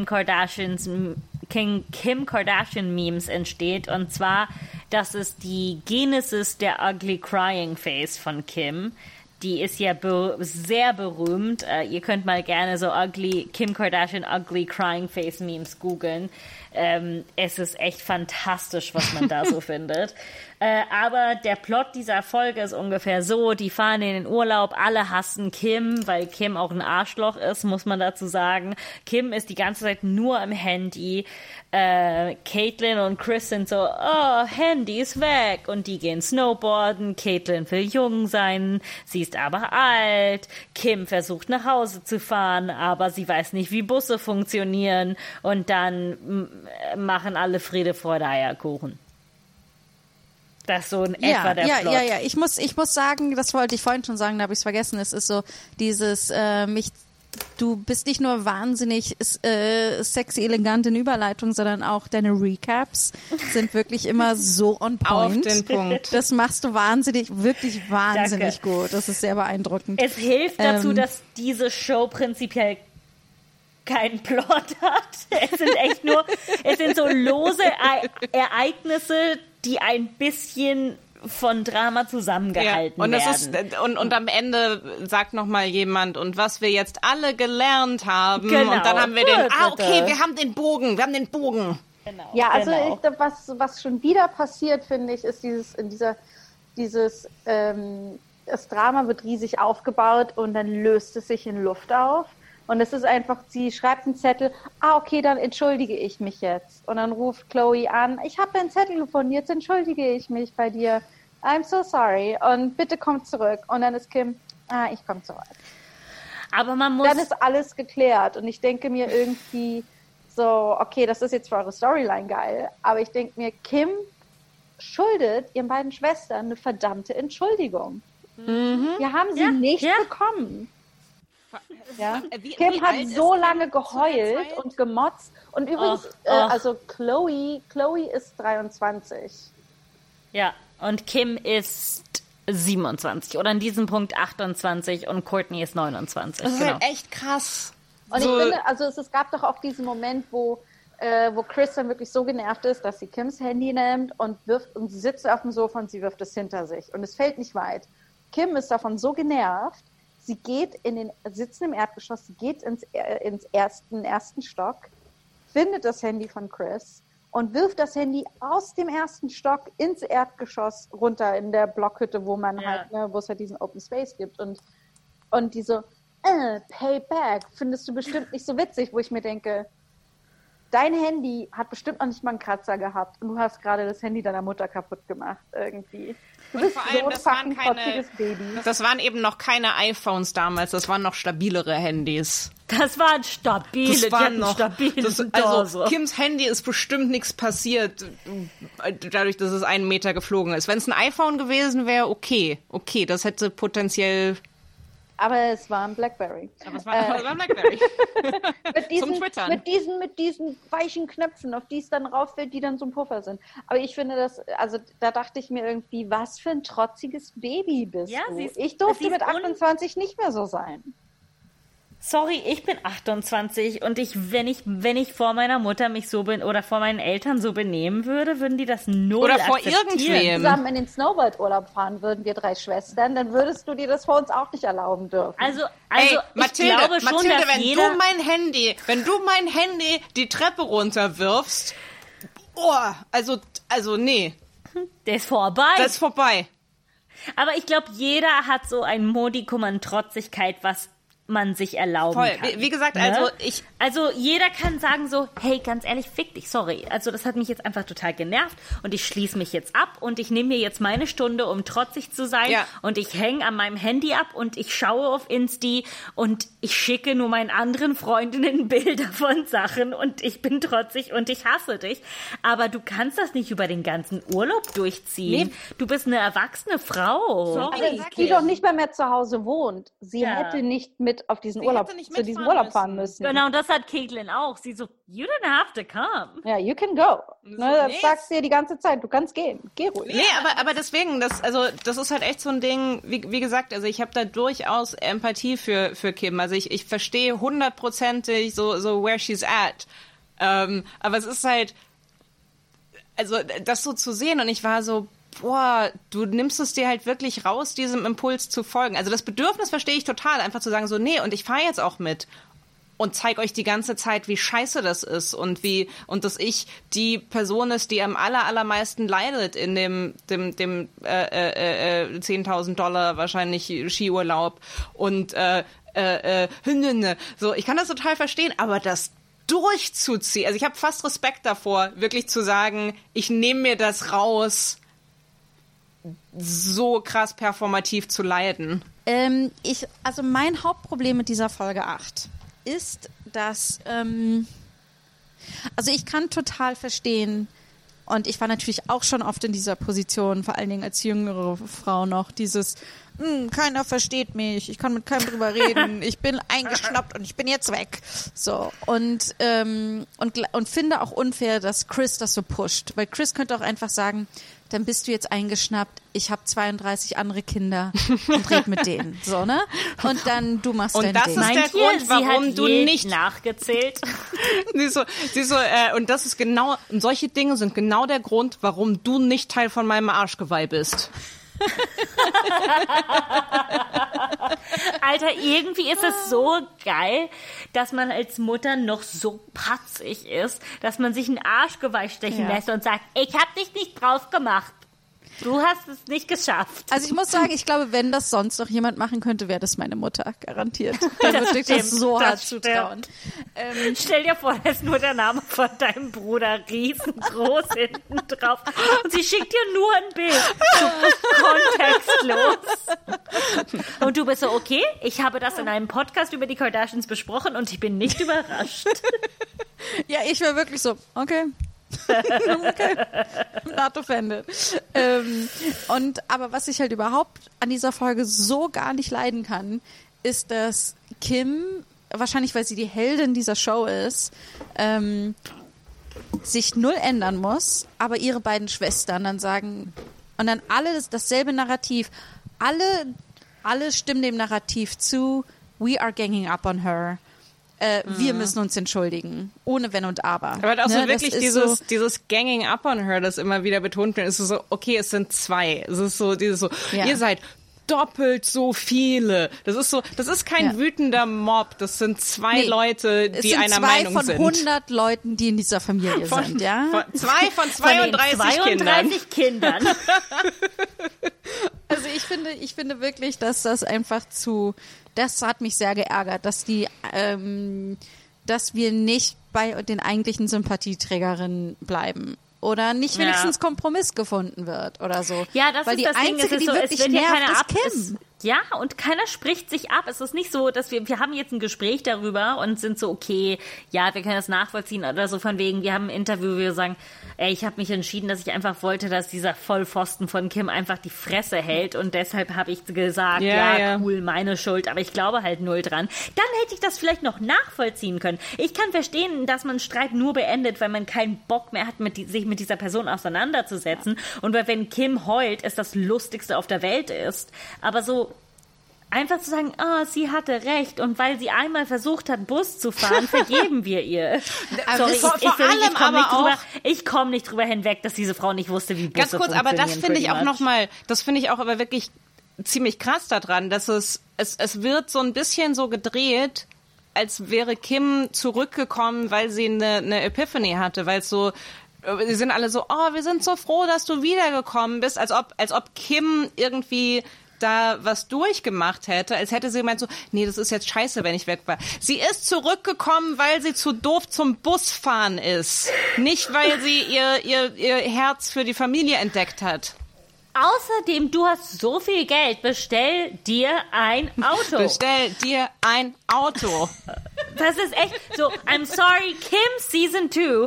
Kardashian-Memes entsteht. Und zwar, das ist die Genesis der Ugly Crying Face von Kim. Die ist ja sehr berühmt. Ihr könnt mal gerne so Kim Kardashian Ugly Crying Face Memes googeln. Es ist echt fantastisch, was man da so findet. Aber der Plot dieser Folge ist ungefähr so, die fahren in den Urlaub, alle hassen Kim, weil Kim auch ein Arschloch ist, muss man dazu sagen. Kim ist die ganze Zeit nur am Handy. Caitlyn und Chris sind so, oh, Handy ist weg. Und die gehen snowboarden. Caitlyn will jung sein, sie ist aber alt. Kim versucht nach Hause zu fahren, aber sie weiß nicht, wie Busse funktionieren. Und dann machen alle Friede, Freude, Eierkuchen. Das ist so in etwa der Plot. Ja. Ich muss sagen, das wollte ich vorhin schon sagen, da habe ich es vergessen. Es ist so dieses du bist nicht nur wahnsinnig sexy, elegant in Überleitung, sondern auch deine Recaps sind wirklich immer so on point. Auf den Punkt. Das machst du wirklich wahnsinnig gut. Das ist sehr beeindruckend. Es hilft dazu, dass diese Show prinzipiell keinen Plot hat. Es sind so lose Ereignisse, die ein bisschen von Drama zusammengehalten werden. Und am Ende sagt noch mal jemand, und was wir jetzt alle gelernt haben, genau. Und dann haben wir wir haben den Bogen. Genau. Ja, also was schon wieder passiert, finde ich, ist das Drama wird riesig aufgebaut und dann löst es sich in Luft auf. Und es ist einfach, sie schreibt einen Zettel, okay, dann entschuldige ich mich jetzt. Und dann ruft Chloe an, ich habe einen Zettel gefunden, jetzt entschuldige ich mich bei dir. I'm so sorry. Und bitte komm zurück. Und dann ist Kim, ich komme zurück. Aber man muss... Dann ist alles geklärt. Und ich denke mir irgendwie so, okay, das ist jetzt für eure Storyline geil. Aber ich denke mir, Kim schuldet ihren beiden Schwestern eine verdammte Entschuldigung. Mhm. Wir haben sie nicht bekommen. Ja. Kim hat so lange geheult und gemotzt. Und übrigens, also Chloe ist 23. Ja, und Kim ist 27 oder in diesem Punkt 28 und Courtney ist 29. Das ist halt echt krass. Und ich finde, also es gab doch auch diesen Moment, wo Chris dann wirklich so genervt ist, dass sie Kims Handy nimmt und sie sitzt auf dem Sofa und sie wirft es hinter sich. Und es fällt nicht weit. Kim ist davon so genervt, sie geht sitzt im Erdgeschoss, sie geht ins ersten Stock, findet das Handy von Chris und wirft das Handy aus dem ersten Stock ins Erdgeschoss runter in der Blockhütte, wo man wo es halt diesen Open Space gibt. Und die so, Payback, findest du bestimmt nicht so witzig, wo ich mir denke, dein Handy hat bestimmt noch nicht mal einen Kratzer gehabt und du hast gerade das Handy deiner Mutter kaputt gemacht irgendwie. Du bist vor allem, so ein trotziges Baby. Das waren eben noch keine iPhones damals, das waren noch stabilere Handys. Das waren stabile, also Kims Handy ist bestimmt nichts passiert, dadurch, dass es 1 Meter geflogen ist. Wenn es ein iPhone gewesen wäre, okay, das hätte potenziell... Aber es war ein Blackberry. Aber es war ein Blackberry. mit diesen weichen Knöpfen, auf die es dann raufwählt, die dann so ein Puffer sind. Aber ich finde da dachte ich mir irgendwie, was für ein trotziges Baby bist du. Ich durfte mit 28 nicht mehr so sein. Sorry, ich bin 28 und wenn ich vor meiner Mutter mich so bin oder vor meinen Eltern so benehmen würde, würden die das null oder vor akzeptieren. irgendwem. Zusammen in den Snowboard-Urlaub fahren würden, wir 3 Schwestern, dann würdest du dir das vor uns auch nicht erlauben dürfen. Also Mathilde, ich glaube schon, dass wenn du mein Handy die Treppe runterwirfst, nee. Der ist vorbei. Das ist vorbei. Aber ich glaube, jeder hat so ein Modikum an Trotzigkeit, was man sich erlauben kann. Wie gesagt, ne? Also jeder kann sagen so, hey, ganz ehrlich, fick dich, sorry. Also das hat mich jetzt einfach total genervt und ich schließe mich jetzt ab und ich nehme mir jetzt meine Stunde, um trotzig zu sein und ich hänge an meinem Handy ab und ich schaue auf Insti und ich schicke nur meinen anderen Freundinnen Bilder von Sachen und ich bin trotzig und ich hasse dich. Aber du kannst das nicht über den ganzen Urlaub durchziehen. Nee. Du bist eine erwachsene Frau. Sorry. Die doch nicht mehr zu Hause wohnt. Sie hätte nicht mit mit auf diesen Sie Urlaub, hätte nicht zu diesem mitfahren Urlaub fahren müssen. Genau, und das hat Caitlin auch. Sie so, you didn't have to come. Ja, you can go. Ne, das nee. sagst du dir die ganze Zeit, du kannst gehen. Geh ruhig. Nee, aber deswegen, das ist halt echt so ein Ding, wie gesagt, also ich habe da durchaus Empathie für Kim. Also ich verstehe 100%ig so where she's at. Aber es ist halt, also das so zu sehen und ich war so, boah, du nimmst es dir halt wirklich raus, diesem Impuls zu folgen. Also das Bedürfnis verstehe ich total, einfach zu sagen so, nee, und ich fahre jetzt auch mit und zeig euch die ganze Zeit, wie scheiße das ist und dass ich die Person ist, die am allermeisten leidet in dem $10.000 wahrscheinlich Skiurlaub und so, ich kann das total verstehen, aber das durchzuziehen, also ich habe fast Respekt davor, wirklich zu sagen, ich nehme mir das raus, so krass performativ zu leiden. Also mein Hauptproblem mit dieser Folge 8 ist, dass also ich kann total verstehen, und ich war natürlich auch schon oft in dieser Position, vor allen Dingen als jüngere Frau noch, dieses keiner versteht mich, ich kann mit keinem drüber reden, ich bin eingeschnappt und ich bin jetzt weg. So, und finde auch unfair, dass Chris das so pusht, weil Chris könnte auch einfach sagen, dann bist du jetzt eingeschnappt, ich habe 32 andere Kinder und red mit denen, so, ne? Und dann du machst dein Ding. Und das ist der Grund, warum du nicht nachgezählt. Sie so, und das ist genau, und solche Dinge sind genau der Grund, warum du nicht Teil von meinem Arschgeweih bist. Alter, irgendwie ist es so geil, dass man als Mutter noch so patzig ist, dass man sich einen Arschgeweih stechen lässt und sagt, ich hab dich nicht drauf gemacht. Du hast es nicht geschafft. Also ich muss sagen, ich glaube, wenn das sonst noch jemand machen könnte, wäre das meine Mutter, garantiert. Der würde ich das so hart zutrauen. Stell dir vor, da ist nur der Name von deinem Bruder riesengroß hinten drauf und sie schickt dir nur ein Bild, so kontextlos. Und du bist so, okay, ich habe das in einem Podcast über die Kardashians besprochen und ich bin nicht überrascht. Ja, ich wäre wirklich so, okay. Okay. Not offended. Aber was ich halt überhaupt an dieser Folge so gar nicht leiden kann, ist, dass Kim, wahrscheinlich weil sie die Heldin dieser Show ist, sich null ändern muss, aber ihre beiden Schwestern dann sagen, und dann alle dasselbe Narrativ, alle stimmen dem Narrativ zu, we are ganging up on her. Wir müssen uns entschuldigen, ohne Wenn und Aber. Aber auch so wirklich dieses Ganging up on her, das immer wieder betont wird, ist so, okay, es sind zwei. Es ist so, ihr seid doppelt so viele. Das ist kein wütender Mob, das sind zwei Leute, die einer Meinung sind. Es sind 2 von 100 Leuten, die in dieser Familie sind, ja? 2 von 32 Kindern. Also ich finde wirklich, dass das einfach das hat mich sehr geärgert, dass wir nicht bei den eigentlichen Sympathieträgerinnen bleiben. Oder nicht wenigstens Kompromiss gefunden wird oder so. Ja, das weil ist die das einzige, Ding, die wirklich nervt, ist Kim. Ja, und keiner spricht sich ab. Es ist nicht so, dass wir haben jetzt ein Gespräch darüber und sind so, okay, ja, wir können das nachvollziehen oder so von wegen, wir haben ein Interview, wo wir sagen, ey, ich habe mich entschieden, dass ich einfach wollte, dass dieser Vollpfosten von Kim einfach die Fresse hält und deshalb habe ich gesagt, cool, meine Schuld, aber ich glaube halt null dran. Dann hätte ich das vielleicht noch nachvollziehen können. Ich kann verstehen, dass man Streit nur beendet, weil man keinen Bock mehr hat, sich mit dieser Person auseinanderzusetzen und weil wenn Kim heult, es das Lustigste auf der Welt ist. Aber so einfach zu sagen, sie hatte recht und weil sie einmal versucht hat, Bus zu fahren, vergeben wir ihr. Sorry, ich komme nicht drüber hinweg, dass diese Frau nicht wusste, wie Busse funktionieren. Ganz kurz, aber das finde ich auch nochmal, aber wirklich ziemlich krass daran, dass es wird so ein bisschen so gedreht, als wäre Kim zurückgekommen, weil sie eine Epiphany hatte, weil es so, sie sind alle so, wir sind so froh, dass du wiedergekommen bist, als ob Kim irgendwie da was durchgemacht hätte, als hätte sie gemeint so, nee, das ist jetzt scheiße, wenn ich weg war. Sie ist zurückgekommen, weil sie zu doof zum Busfahren ist. Nicht, weil sie ihr Herz für die Familie entdeckt hat. Außerdem, du hast so viel Geld, bestell dir ein Auto. Bestell dir ein Auto. Das ist echt so, I'm sorry, Kim Season 2,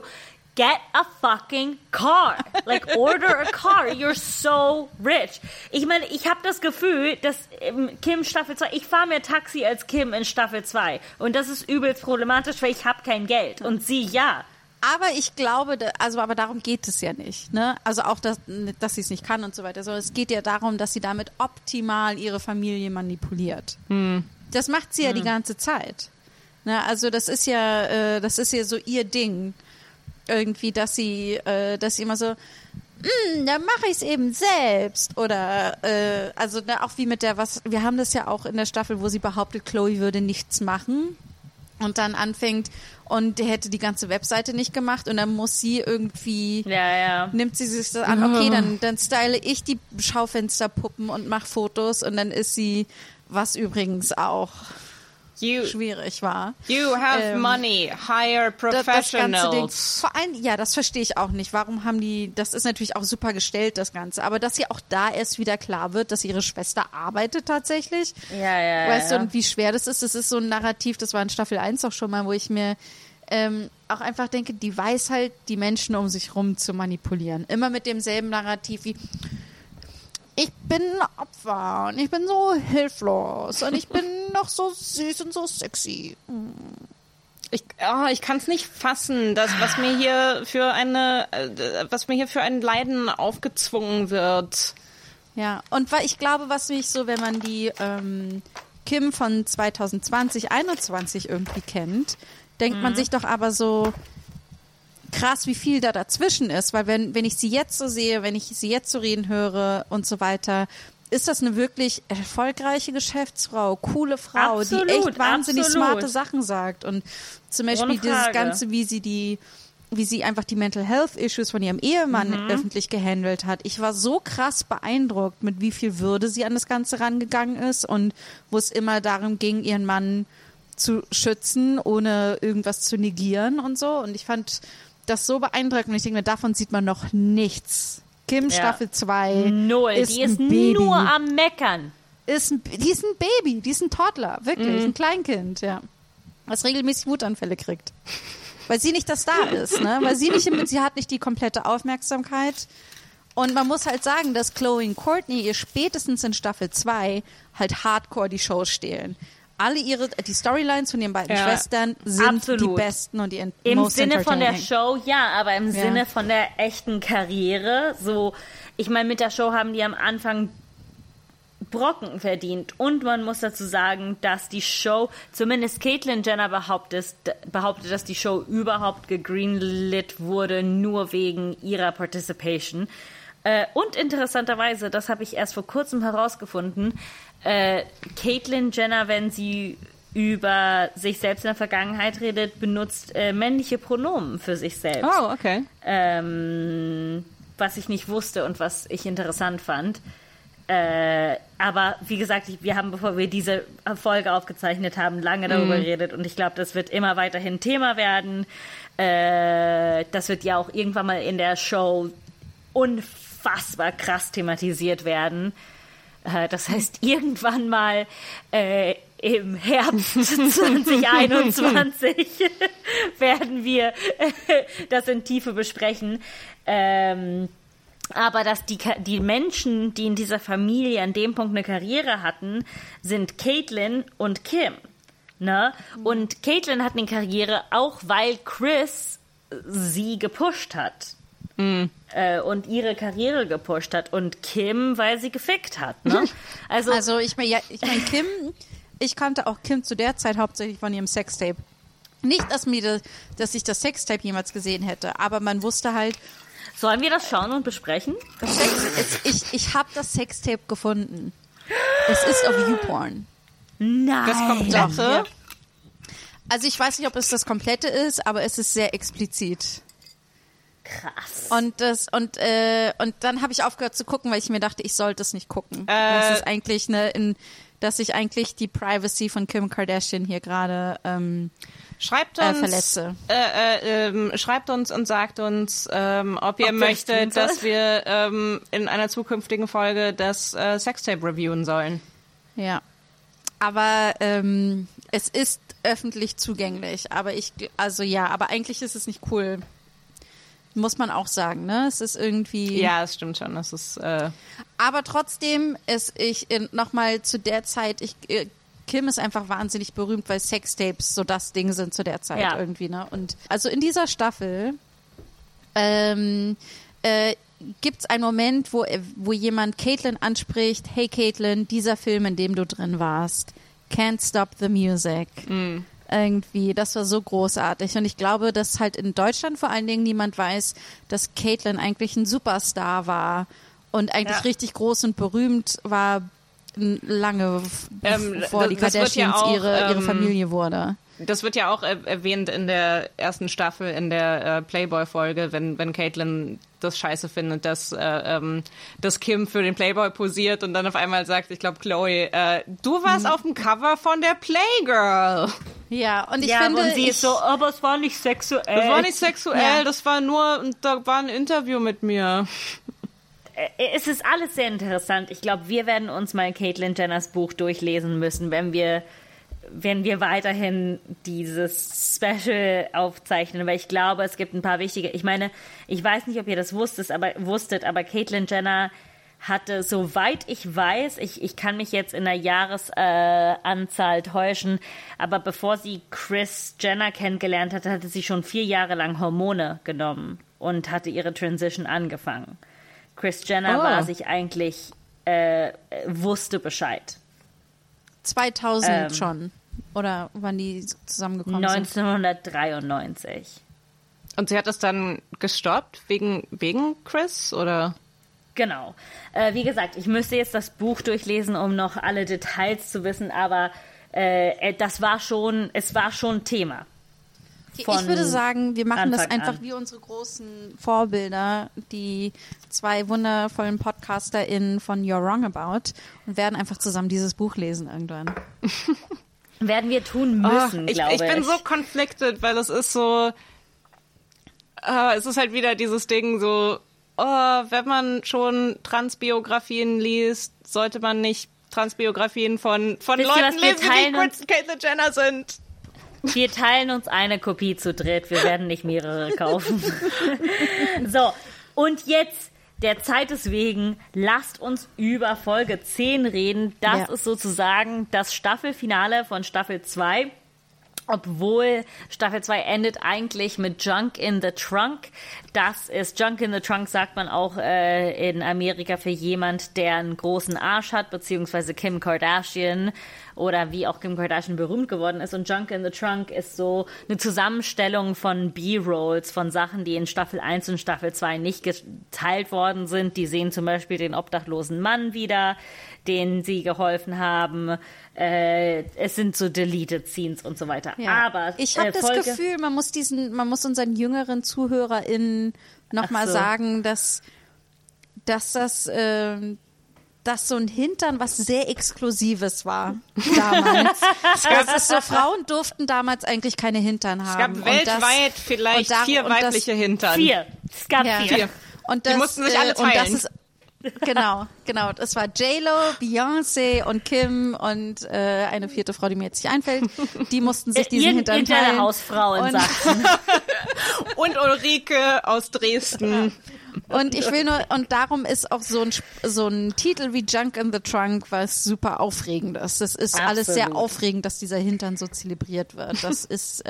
get a fucking car. Like, order a car. You're so rich. Ich meine, ich habe das Gefühl, dass Kim Staffel 2, ich fahre mehr Taxi als Kim in Staffel 2. Und das ist übelst problematisch, weil ich habe kein Geld. Und sie, ja. Aber ich glaube, aber darum geht es ja nicht, ne? Also auch, dass sie es nicht kann und so weiter. So, es geht ja darum, dass sie damit optimal ihre Familie manipuliert. Das macht sie ja die ganze Zeit. Ne? Also das ist ja so ihr Ding. Irgendwie, dass sie immer so, dann mache ich es eben selbst. Oder, also auch wie mit wir haben das ja auch in der Staffel, wo sie behauptet, Chloe würde nichts machen. Und dann anfängt und der hätte die ganze Webseite nicht gemacht und dann muss sie irgendwie, nimmt sie sich das an, okay, dann style ich die Schaufensterpuppen und mache Fotos und dann ist sie, was übrigens auch schwierig war. You have money, hire professionals. Das vor allem, ja, das verstehe ich auch nicht. Warum haben das ist natürlich auch super gestellt, das Ganze, aber dass ihr auch da erst wieder klar wird, dass ihre Schwester arbeitet tatsächlich. Ja. Weißt du, und wie schwer das ist so ein Narrativ, das war in Staffel 1 auch schon mal, wo ich mir auch einfach denke, die weiß halt, die Menschen um sich rum zu manipulieren. Immer mit demselben Narrativ wie ich bin ein Opfer und ich bin so hilflos und ich bin noch so süß und so sexy. Ich kann es nicht fassen, was mir hier für ein Leiden aufgezwungen wird. Ja, und ich glaube, was mich so, wenn man die Kim von 2020, 2021 irgendwie kennt, denkt man sich doch aber so, krass, wie viel da dazwischen ist, weil wenn ich sie jetzt so sehe, wenn ich sie jetzt so reden höre und so weiter, ist das eine wirklich erfolgreiche Geschäftsfrau, coole Frau, die echt wahnsinnig smarte Sachen sagt und zum Beispiel dieses Ganze, wie sie einfach die Mental Health Issues von ihrem Ehemann öffentlich gehandelt hat. Ich war so krass beeindruckt, mit wie viel Würde sie an das Ganze rangegangen ist und wo es immer darum ging, ihren Mann zu schützen, ohne irgendwas zu negieren und so. Und ich fand das so beeindruckend. Und ich denke mir, davon sieht man noch nichts. Kim Staffel 2 null. Die ist nur am Meckern. Die ist ein Baby, die ist ein Toddler, wirklich, ein Kleinkind, ja. Was regelmäßig Wutanfälle kriegt. Weil sie nicht das Star ist, ne? Weil sie hat nicht die komplette Aufmerksamkeit. Und man muss halt sagen, dass Chloe und Courtney ihr spätestens in Staffel 2 halt hardcore die Show stehlen. Die Storylines von ihren beiden Schwestern sind die besten und die im Sinne von der Show, ja, aber im Sinne von der echten Karriere, so, ich meine, mit der Show haben die am Anfang Brocken verdient und man muss dazu sagen, dass die Show, zumindest Caitlyn Jenner behauptet, dass die Show überhaupt gegreenlit wurde, nur wegen ihrer Participation. Und interessanterweise, das habe ich erst vor kurzem herausgefunden, Caitlyn Jenner, wenn sie über sich selbst in der Vergangenheit redet, benutzt männliche Pronomen für sich selbst. Oh, okay. Was ich nicht wusste und was ich interessant fand. Aber wie gesagt, wir haben, bevor wir diese Folge aufgezeichnet haben, lange darüber geredet und ich glaube, das wird immer weiterhin Thema werden. Das wird ja auch irgendwann mal in der Show unfassbar krass thematisiert werden. Das heißt, irgendwann mal im Herbst 2021 werden wir das in Tiefe besprechen. Aber dass die Menschen, die in dieser Familie an dem Punkt eine Karriere hatten, sind Caitlyn und Kim. Ne? Und Caitlyn hat eine Karriere auch, weil Chris sie gepusht hat. Und ihre Karriere gepusht hat und Kim, weil sie gefickt hat. Ne? Also ich meine Kim, ich kannte auch Kim zu der Zeit hauptsächlich von ihrem Sextape. Nicht, dass ich das Sextape jemals gesehen hätte, aber man wusste halt. Sollen wir das schauen und besprechen? Ich habe das Sextape gefunden. Es ist auf YouPorn. Nein. Das Komplette? Also ich weiß nicht, ob es das Komplette ist, aber es ist sehr explizit. Krass. Und dann habe ich aufgehört zu gucken, weil ich mir dachte, ich sollte es nicht gucken. Das ist eigentlich dass ich eigentlich die Privacy von Kim Kardashian hier gerade verletze. Schreibt uns und sagt uns, ob ihr möchtet, dass wir in einer zukünftigen Folge das Sextape reviewen sollen. Ja. Aber es ist öffentlich zugänglich. Aber eigentlich ist es nicht cool. Muss man auch sagen, ne? Es ist irgendwie... Ja, es stimmt schon. Das ist, Aber trotzdem ist nochmal zu der Zeit, Kim ist einfach wahnsinnig berühmt, weil Sextapes so das Ding sind zu der Zeit irgendwie, ne? Und also in dieser Staffel gibt's einen Moment, wo jemand Caitlin anspricht, hey Caitlin, dieser Film, in dem du drin warst, Can't Stop the Music. Irgendwie, das war so großartig. Und ich glaube, dass halt in Deutschland vor allen Dingen niemand weiß, dass Caitlin eigentlich ein Superstar war und eigentlich richtig groß und berühmt war, lange bevor die Kardashians ihre Familie wurde. Das wird ja auch erwähnt in der ersten Staffel, in der Playboy-Folge, wenn Caitlin das scheiße findet, dass Kim für den Playboy posiert und dann auf einmal sagt, ich glaube Chloe, du warst auf dem Cover von der Playgirl. Ja, und ich finde... Und sie ist so, aber es war nicht sexuell. Das war nicht sexuell, das war nur, da war ein Interview mit mir. Es ist alles sehr interessant. Ich glaube, wir werden uns mal Caitlyn Jenners Buch durchlesen müssen, wenn wir weiterhin dieses Special aufzeichnen, weil ich glaube, es gibt ein paar wichtige, ich meine, ich weiß nicht, ob ihr das wusstet, aber Caitlyn Jenner hatte, soweit ich weiß, ich kann mich jetzt in der Jahresanzahl täuschen, aber bevor sie Kris Jenner kennengelernt hatte sie schon 4 Jahre lang Hormone genommen und hatte ihre Transition angefangen. Kris Jenner war sich eigentlich, wusste Bescheid. 2000 schon. Oder wann die zusammengekommen 1993. sind? Und sie hat das dann gestoppt wegen Chris, oder? Genau. Wie gesagt, ich müsste jetzt das Buch durchlesen, um noch alle Details zu wissen, aber es war schon Thema. Ich würde sagen, wir machen das einfach an. wie unsere großen Vorbilder, die 2 wundervollen PodcasterInnen von You're Wrong About, und werden einfach zusammen dieses Buch lesen irgendwann. Werden wir tun müssen, glaube ich. Ich bin so conflicted, weil es ist so, es ist halt wieder dieses Ding so, wenn man schon Transbiografien liest, sollte man nicht Transbiografien von Leuten lesen, die Caitlyn Jenner sind. Wir teilen uns eine Kopie zu dritt. Wir werden nicht mehrere kaufen. So, und jetzt, der Zeit des Wegen, lasst uns über Folge 10 reden. Das ist sozusagen das Staffelfinale von Staffel 2. Obwohl Staffel 2 endet eigentlich mit Junk in the Trunk. Das ist, Junk in the Trunk sagt man auch in Amerika für jemand, der einen großen Arsch hat, beziehungsweise Kim Kardashian oder wie auch Kim Kardashian berühmt geworden ist. Und Junk in the Trunk ist so eine Zusammenstellung von B-Rolls, von Sachen, die in Staffel 1 und Staffel 2 nicht geteilt worden sind. Die sehen zum Beispiel den obdachlosen Mann wieder, denen sie geholfen haben. Es sind so Deleted Scenes und so weiter. Ja. Aber ich habe das Gefühl, man muss unseren jüngeren ZuhörerInnen nochmal sagen, dass so ein Hintern was sehr Exklusives war damals. Das ist so, Frauen durften damals eigentlich keine Hintern haben. Es gab weltweit vielleicht 4 weibliche Hintern. 4. Es gab 4. Und die mussten sich alle teilen. Genau. Das war J-Lo, Beyoncé und Kim und eine 4. Frau, die mir jetzt nicht einfällt. Die mussten sich diesen Hintern teilen. Irgendeine Hausfrau in Sachsen. Und Ulrike aus Dresden. Und und darum ist auch so ein Titel wie Junk in the Trunk was super Aufregendes. Das ist alles sehr aufregend, dass dieser Hintern so zelebriert wird. Das ist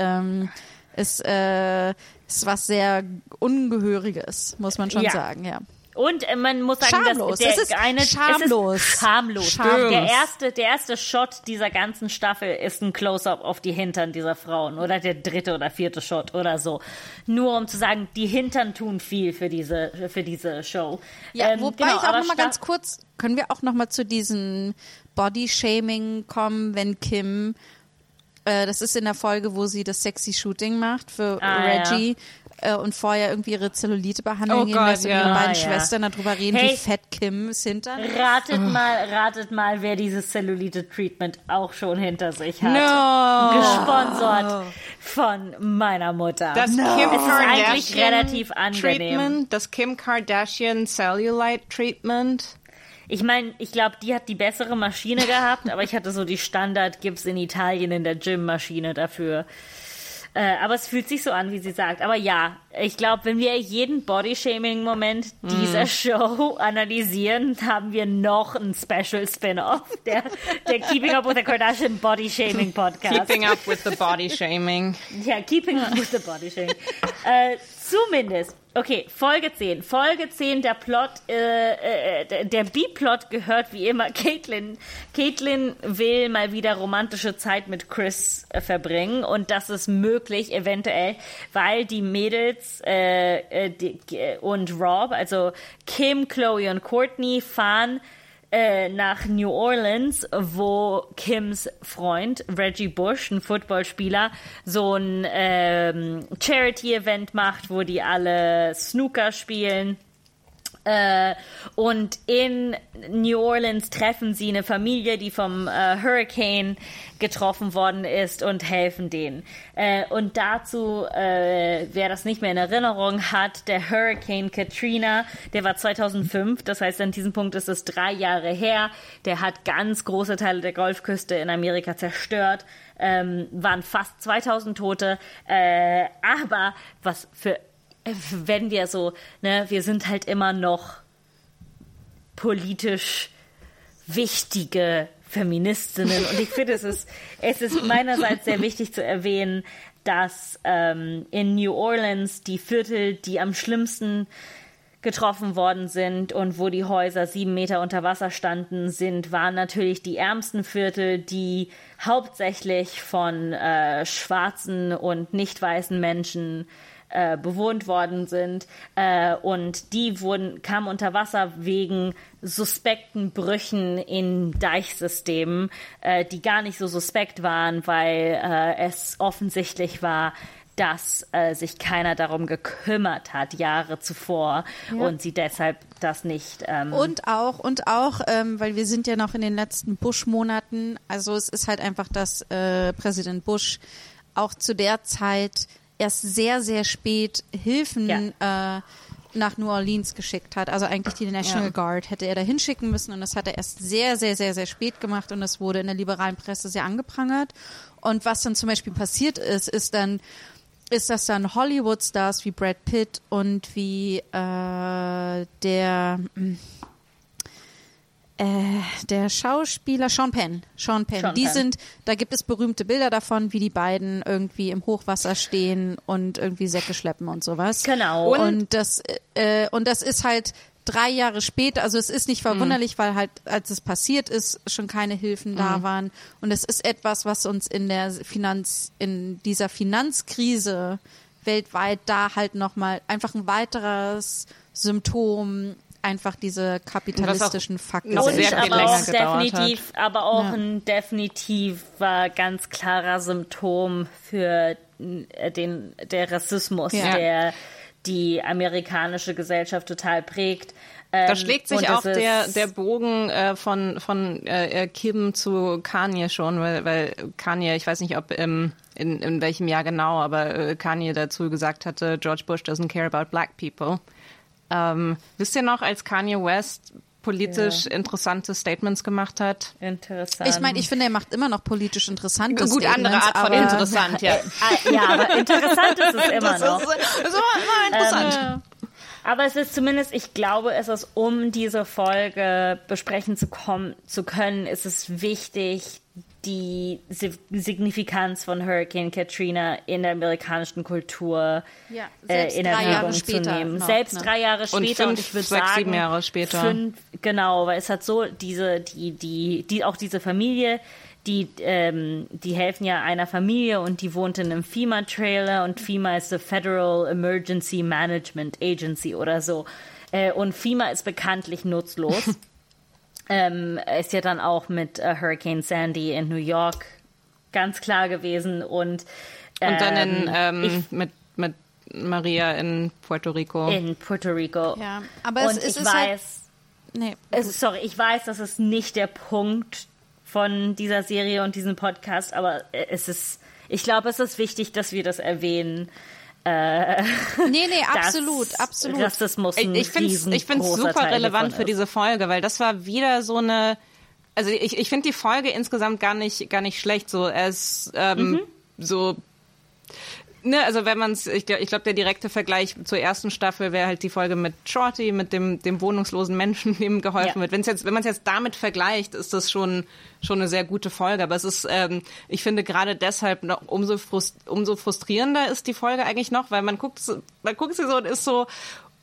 was sehr Ungehöriges, muss man schon sagen, ja. Und man muss sagen, schamlos. Schamlos. Der erste Shot dieser ganzen Staffel ist ein Close-up auf die Hintern dieser Frauen oder der 3. oder 4. Shot oder so. Nur um zu sagen, die Hintern tun viel für diese Show. Ja, wobei ich auch nochmal ganz kurz, können wir auch nochmal zu diesem Body-Shaming kommen, wenn Kim, das ist in der Folge, wo sie das sexy Shooting macht für Reggie. Und vorher irgendwie ihre Zellulite-Behandlung gehen lässt und ihre beiden Schwestern darüber reden, wie fett Kims Hintern ist. Ratet mal, wer dieses Zellulite-Treatment auch schon hinter sich hat. Gesponsert von meiner Mutter. Das Kim es ist eigentlich relativ angenehm. Treatment, das Kim Kardashian Cellulite Treatment. Ich meine, ich glaube, die hat die bessere Maschine gehabt, aber ich hatte so die Standard-Gips in Italien in der Gym-Maschine dafür. Aber es fühlt sich so an, wie sie sagt. Aber ja, ich glaube, wenn wir jeden Body-Shaming-Moment dieser Show analysieren, haben wir noch ein Special Spin-Off, der Keeping Up with the Kardashian Body-Shaming-Podcast. Keeping Up with the Body-Shaming. Ja, Keeping Up with the Body-Shaming. Zumindest. Okay, Folge 10. Folge 10, der Plot, der B-Plot gehört wie immer Caitlyn. Caitlyn will mal wieder romantische Zeit mit Chris verbringen und das ist möglich, eventuell, weil die Mädels und Rob, also Kim, Chloe und Courtney, fahren nach New Orleans, wo Kims Freund Reggie Bush, ein Footballspieler, so ein Charity-Event macht, wo die alle Snooker spielen. Und in New Orleans treffen sie eine Familie, die vom Hurricane getroffen worden ist und helfen denen. Und dazu, wer das nicht mehr in Erinnerung hat, der Hurricane Katrina, der war 2005, das heißt an diesem Punkt ist es 3 Jahre her, der hat ganz große Teile der Golfküste in Amerika zerstört, waren fast 2000 Tote, aber was für wenn wir so, ne, wir sind halt immer noch politisch wichtige Feministinnen und ich finde, es ist meinerseits sehr wichtig zu erwähnen, dass in New Orleans die Viertel, die am schlimmsten getroffen worden sind und wo die Häuser 7 Meter unter Wasser standen, waren natürlich die ärmsten Viertel, die hauptsächlich von schwarzen und nicht weißen Menschen bewohnt worden sind und die kamen unter Wasser wegen suspekten Brüchen in Deichsystemen, die gar nicht so suspekt waren, weil es offensichtlich war, dass sich keiner darum gekümmert hat, Jahre zuvor und sie deshalb das nicht... Und auch, weil wir sind ja noch in den letzten Bush-Monaten, also es ist halt einfach, dass Präsident Bush auch zu der Zeit erst sehr, sehr spät Hilfen nach New Orleans geschickt hat. Also eigentlich die National Guard hätte er da hinschicken müssen und das hat er erst sehr, sehr, sehr, sehr spät gemacht und das wurde in der liberalen Presse sehr angeprangert. Und was dann zum Beispiel passiert ist, dass dann Hollywood-Stars wie Brad Pitt und wie der Schauspieler Sean Penn, da gibt es berühmte Bilder davon, wie die beiden irgendwie im Hochwasser stehen und irgendwie Säcke schleppen und sowas. Genau. Und das ist halt 3 Jahre später, also es ist nicht verwunderlich, weil halt, als es passiert ist, schon keine Hilfen da waren. Und es ist etwas, was uns in dieser Finanzkrise weltweit da halt nochmal einfach ein weiteres Symptom einfach diese kapitalistischen Fakten noch sehr viel länger gedauert hat. Aber auch ein definitiver, ganz klarer Symptom für der Rassismus, der die amerikanische Gesellschaft total prägt. Da schlägt sich auch der Bogen von Kim zu Kanye schon, weil Kanye, ich weiß nicht, ob in welchem Jahr genau, aber Kanye dazu gesagt hatte, George Bush doesn't care about black people. Wisst ihr noch, als Kanye West politisch interessante Statements gemacht hat? Interessant. Ich meine, ich finde, er macht immer noch politisch interessante Gut, Statements. andere Art von interessant, ja. Ja, aber interessant ist es immer noch. Das ist immer interessant. Aber es ist zumindest, ich glaube, um diese Folge besprechen zu können, ist es wichtig, die Signifikanz von Hurricane Katrina in der amerikanischen Kultur in Erwägung zu nehmen. Selbst 3 Jahre später. Und ich würde sagen, 7 Jahre später. Genau, weil es hat so auch diese Familie, die helfen ja einer Familie und die wohnt in einem FEMA-Trailer und FEMA ist the Federal Emergency Management Agency oder so. Und FEMA ist bekanntlich nutzlos. Ist ja dann auch mit Hurricane Sandy in New York ganz klar gewesen und dann mit Maria in Puerto Rico. In Puerto Rico. Ja, aber ich weiß, das ist nicht der Punkt von dieser Serie und diesem Podcast, aber ich glaube, es ist wichtig, dass wir das erwähnen. Absolut. Rassismus ich finde es super relevant für diese Folge, weil das war wieder so eine, also ich finde die Folge insgesamt gar nicht schlecht, so es so Ne, also wenn man es, ich glaube, der direkte Vergleich zur ersten Staffel wäre halt die Folge mit Shorty, mit dem wohnungslosen Menschen, dem geholfen wird. Wenn man es jetzt damit vergleicht, ist das schon eine sehr gute Folge. Aber es ist, ich finde gerade deshalb noch umso frustrierender ist die Folge eigentlich noch, weil man guckt sie so und ist so,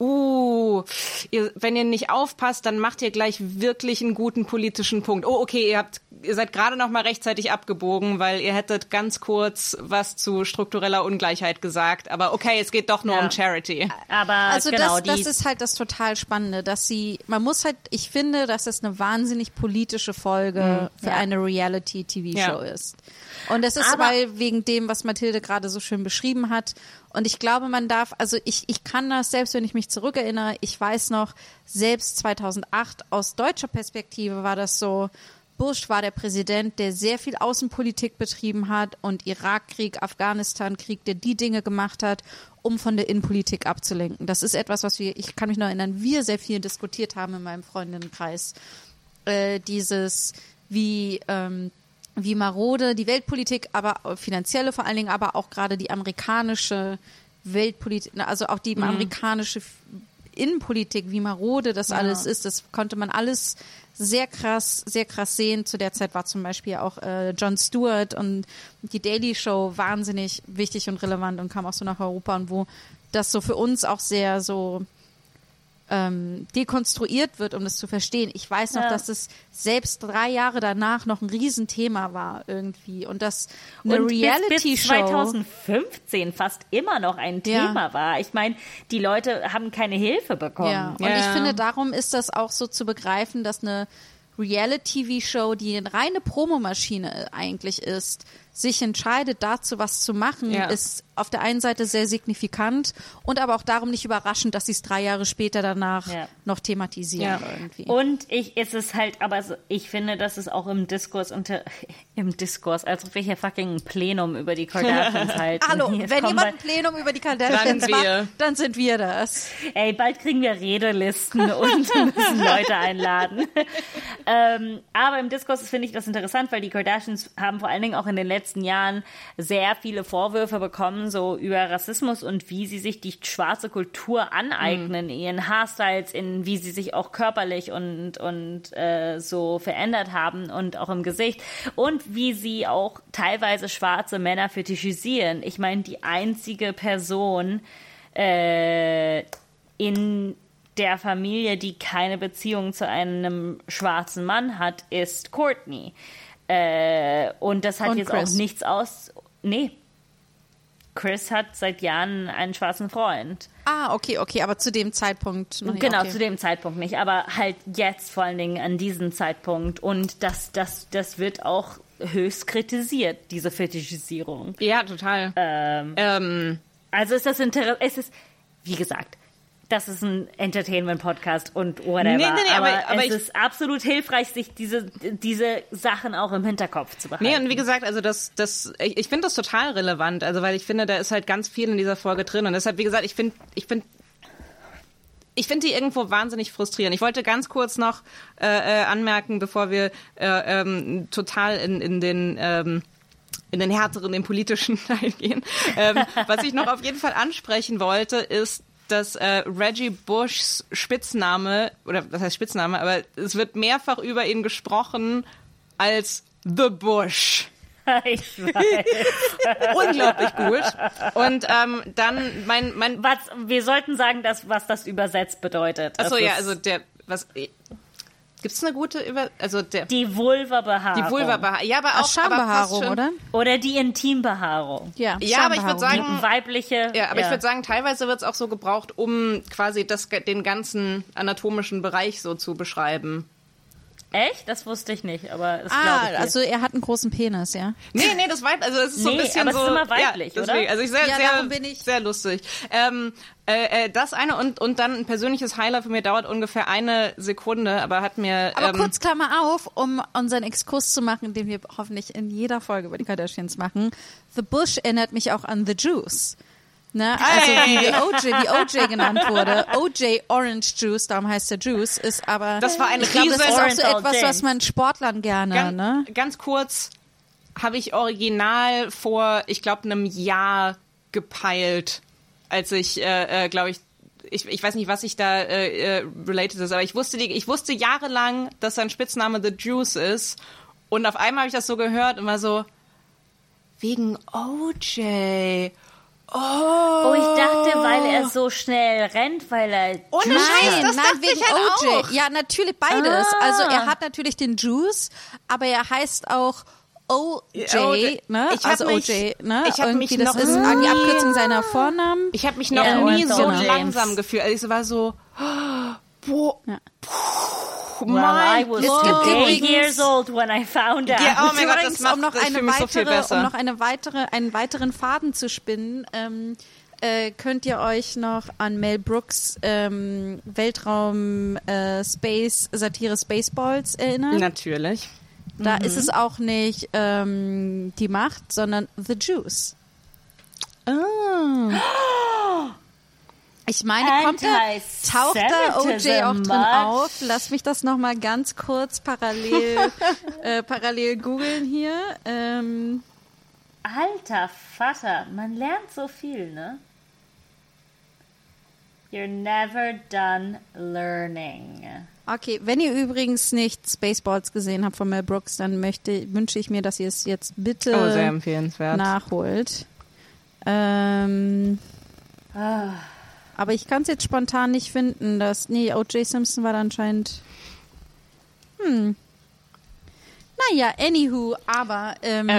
wenn ihr nicht aufpasst, dann macht ihr gleich wirklich einen guten politischen Punkt. Oh, okay, ihr seid gerade noch mal rechtzeitig abgebogen, weil ihr hättet ganz kurz was zu struktureller Ungleichheit gesagt. Aber okay, es geht doch nur um Charity. Aber also genau, das ist halt das total Spannende, dass ich finde, dass es eine wahnsinnig politische Folge für eine Reality-TV-Show ist. Und das ist wegen dem, was Mathilde gerade so schön beschrieben hat. Und ich glaube, man darf, also ich kann das, selbst wenn ich mich zurückerinnere, ich weiß noch, selbst 2008 aus deutscher Perspektive war das so, Bush war der Präsident, der sehr viel Außenpolitik betrieben hat und Irakkrieg, Afghanistan-Krieg, der die Dinge gemacht hat, um von der Innenpolitik abzulenken. Das ist etwas, was ich kann mich noch erinnern, wir sehr viel diskutiert haben in meinem Freundinnenkreis. Wie marode die Weltpolitik, aber finanzielle vor allen Dingen, aber auch gerade die amerikanische Weltpolitik, also auch die amerikanische Innenpolitik, wie marode das alles ist, das konnte man alles sehr krass sehen. Zu der Zeit war zum Beispiel auch Jon Stewart und die Daily Show wahnsinnig wichtig und relevant und kam auch so nach Europa und wo das so für uns auch sehr so dekonstruiert wird, um das zu verstehen. Ich weiß noch, dass es selbst 3 Jahre danach noch ein Riesenthema war irgendwie und dass eine Reality-Show bis 2015 fast immer noch ein Thema war. Ich meine, die Leute haben keine Hilfe bekommen. Ja. Und ich finde, darum ist das auch so zu begreifen, dass eine Reality-TV-Show, die eine reine Promomaschine eigentlich ist, sich entscheidet, dazu was zu machen, ist auf der einen Seite sehr signifikant und aber auch darum nicht überraschend, dass sie es 3 Jahre später danach noch thematisieren irgendwie. Und ich finde, dass es auch im Diskurs, als ob wir hier fucking ein Plenum über die Kardashians halten. Hallo, wenn jemand ein Plenum über die Kardashians macht, dann sind wir das. Ey, bald kriegen wir Redelisten und müssen Leute einladen. Aber im Diskurs finde ich das interessant, weil die Kardashians haben vor allen Dingen auch in den letzten Jahren sehr viele Vorwürfe bekommen, so über Rassismus und wie sie sich die schwarze Kultur aneignen, in ihren Haarstyles, in wie sie sich auch körperlich und so verändert haben und auch im Gesicht und wie sie auch teilweise schwarze Männer fetischisieren. Ich meine, die einzige Person in der Familie, die keine Beziehung zu einem schwarzen Mann hat, ist Kourtney. Und das hat und jetzt Chris. Auch nichts aus... Nee. Chris hat seit Jahren einen schwarzen Freund. Ah, okay, aber zu dem Zeitpunkt noch nicht. Genau, zu dem Zeitpunkt nicht, aber halt jetzt vor allen Dingen an diesem Zeitpunkt. Und das wird auch höchst kritisiert, diese Fetischisierung. Ja, total. Also ist das ist, wie gesagt, das ist ein Entertainment-Podcast und whatever. Nee, aber es ist absolut hilfreich, sich diese Sachen auch im Hinterkopf zu behalten. Nee, und wie gesagt, also ich finde das total relevant, also weil ich finde, da ist halt ganz viel in dieser Folge drin und deshalb, wie gesagt, ich finde die irgendwo wahnsinnig frustrierend. Ich wollte ganz kurz noch anmerken, bevor wir total in den härteren, den politischen Teil gehen. Was ich noch auf jeden Fall ansprechen wollte, ist, dass Reggie Bushs Spitzname, oder was heißt Spitzname, aber es wird mehrfach über ihn gesprochen als The Bush. Ich weiß. Unglaublich gut. Und dann wir sollten sagen, was das übersetzt bedeutet. Achso, ja, also gibt's eine gute die Vulva-Behaarung. Die Vulva-Behaarung. Ja, aber auch Schambehaarung, oder? Oder die Intimbehaarung. Ja, aber ich würde sagen, weibliche. Ja, aber ich würde sagen, teilweise wird es auch so gebraucht, um quasi den ganzen anatomischen Bereich so zu beschreiben. Echt? Das wusste ich nicht, aber das glaube ich. Also er hat einen großen Penis, ja? Nee, das Weib, also es ist so ein bisschen aber so. Es ist immer weiblich, ja, deswegen, oder? Also sehr lustig. Das eine und dann ein persönliches Highlight für mir dauert ungefähr 1 Sekunde, aber hat mir. Aber kurz Klammer auf, um unseren Exkurs zu machen, den wir hoffentlich in jeder Folge über die Kardashians machen. The Bush erinnert mich auch an The Juice. Ne? Also wie OJ genannt wurde. OJ Orange Juice, darum heißt der Juice, ist aber... Das war ein das ist auch so etwas, was man Sportlern gerne... Ganz kurz, habe ich original vor, ich glaube, einem Jahr gepeilt, als ich, glaube ich weiß nicht, was ich da related ist, aber ich wusste jahrelang, dass sein Spitzname The Juice ist, und auf einmal habe ich das so gehört und war so, wegen OJ. Oh, ich dachte, weil er so schnell rennt, weil er... Ohne Scheiß, das dachte wegen ich halt OJ. auch. Ja, natürlich beides. Also er hat natürlich den Juice, aber er heißt auch OJ, ne? Ich hab OJ, ne? Ich habe mich das noch ist nie, die Abkürzung seiner Vornamen. Ich habe mich noch Ja, nie und so James. langsam gefühlt. Also ich war so, boah, Ja. Well, I was Es gibt 8 übrigens- years old when I found out. Ja, oh mein Gott, Übrigens, das macht um noch das für mich so viel besser. einen weiteren Faden zu spinnen, könnt ihr euch noch an Mel Brooks Weltraum Space Satire Spaceballs erinnern? Natürlich. Da ist es auch nicht die Macht, sondern The Juice. Oh. Ich meine, taucht da OJ auch drin auf? Lass mich das noch mal ganz kurz parallel googeln hier. Alter Vater, man lernt so viel, ne? You're never done learning. Okay, wenn ihr übrigens nicht Spaceballs gesehen habt von Mel Brooks, dann wünsche ich mir, dass ihr es jetzt bitte Sehr empfehlenswert. nachholt. Aber ich kann es jetzt spontan nicht finden. O.J. Simpson war da anscheinend... Naja, anywho, aber...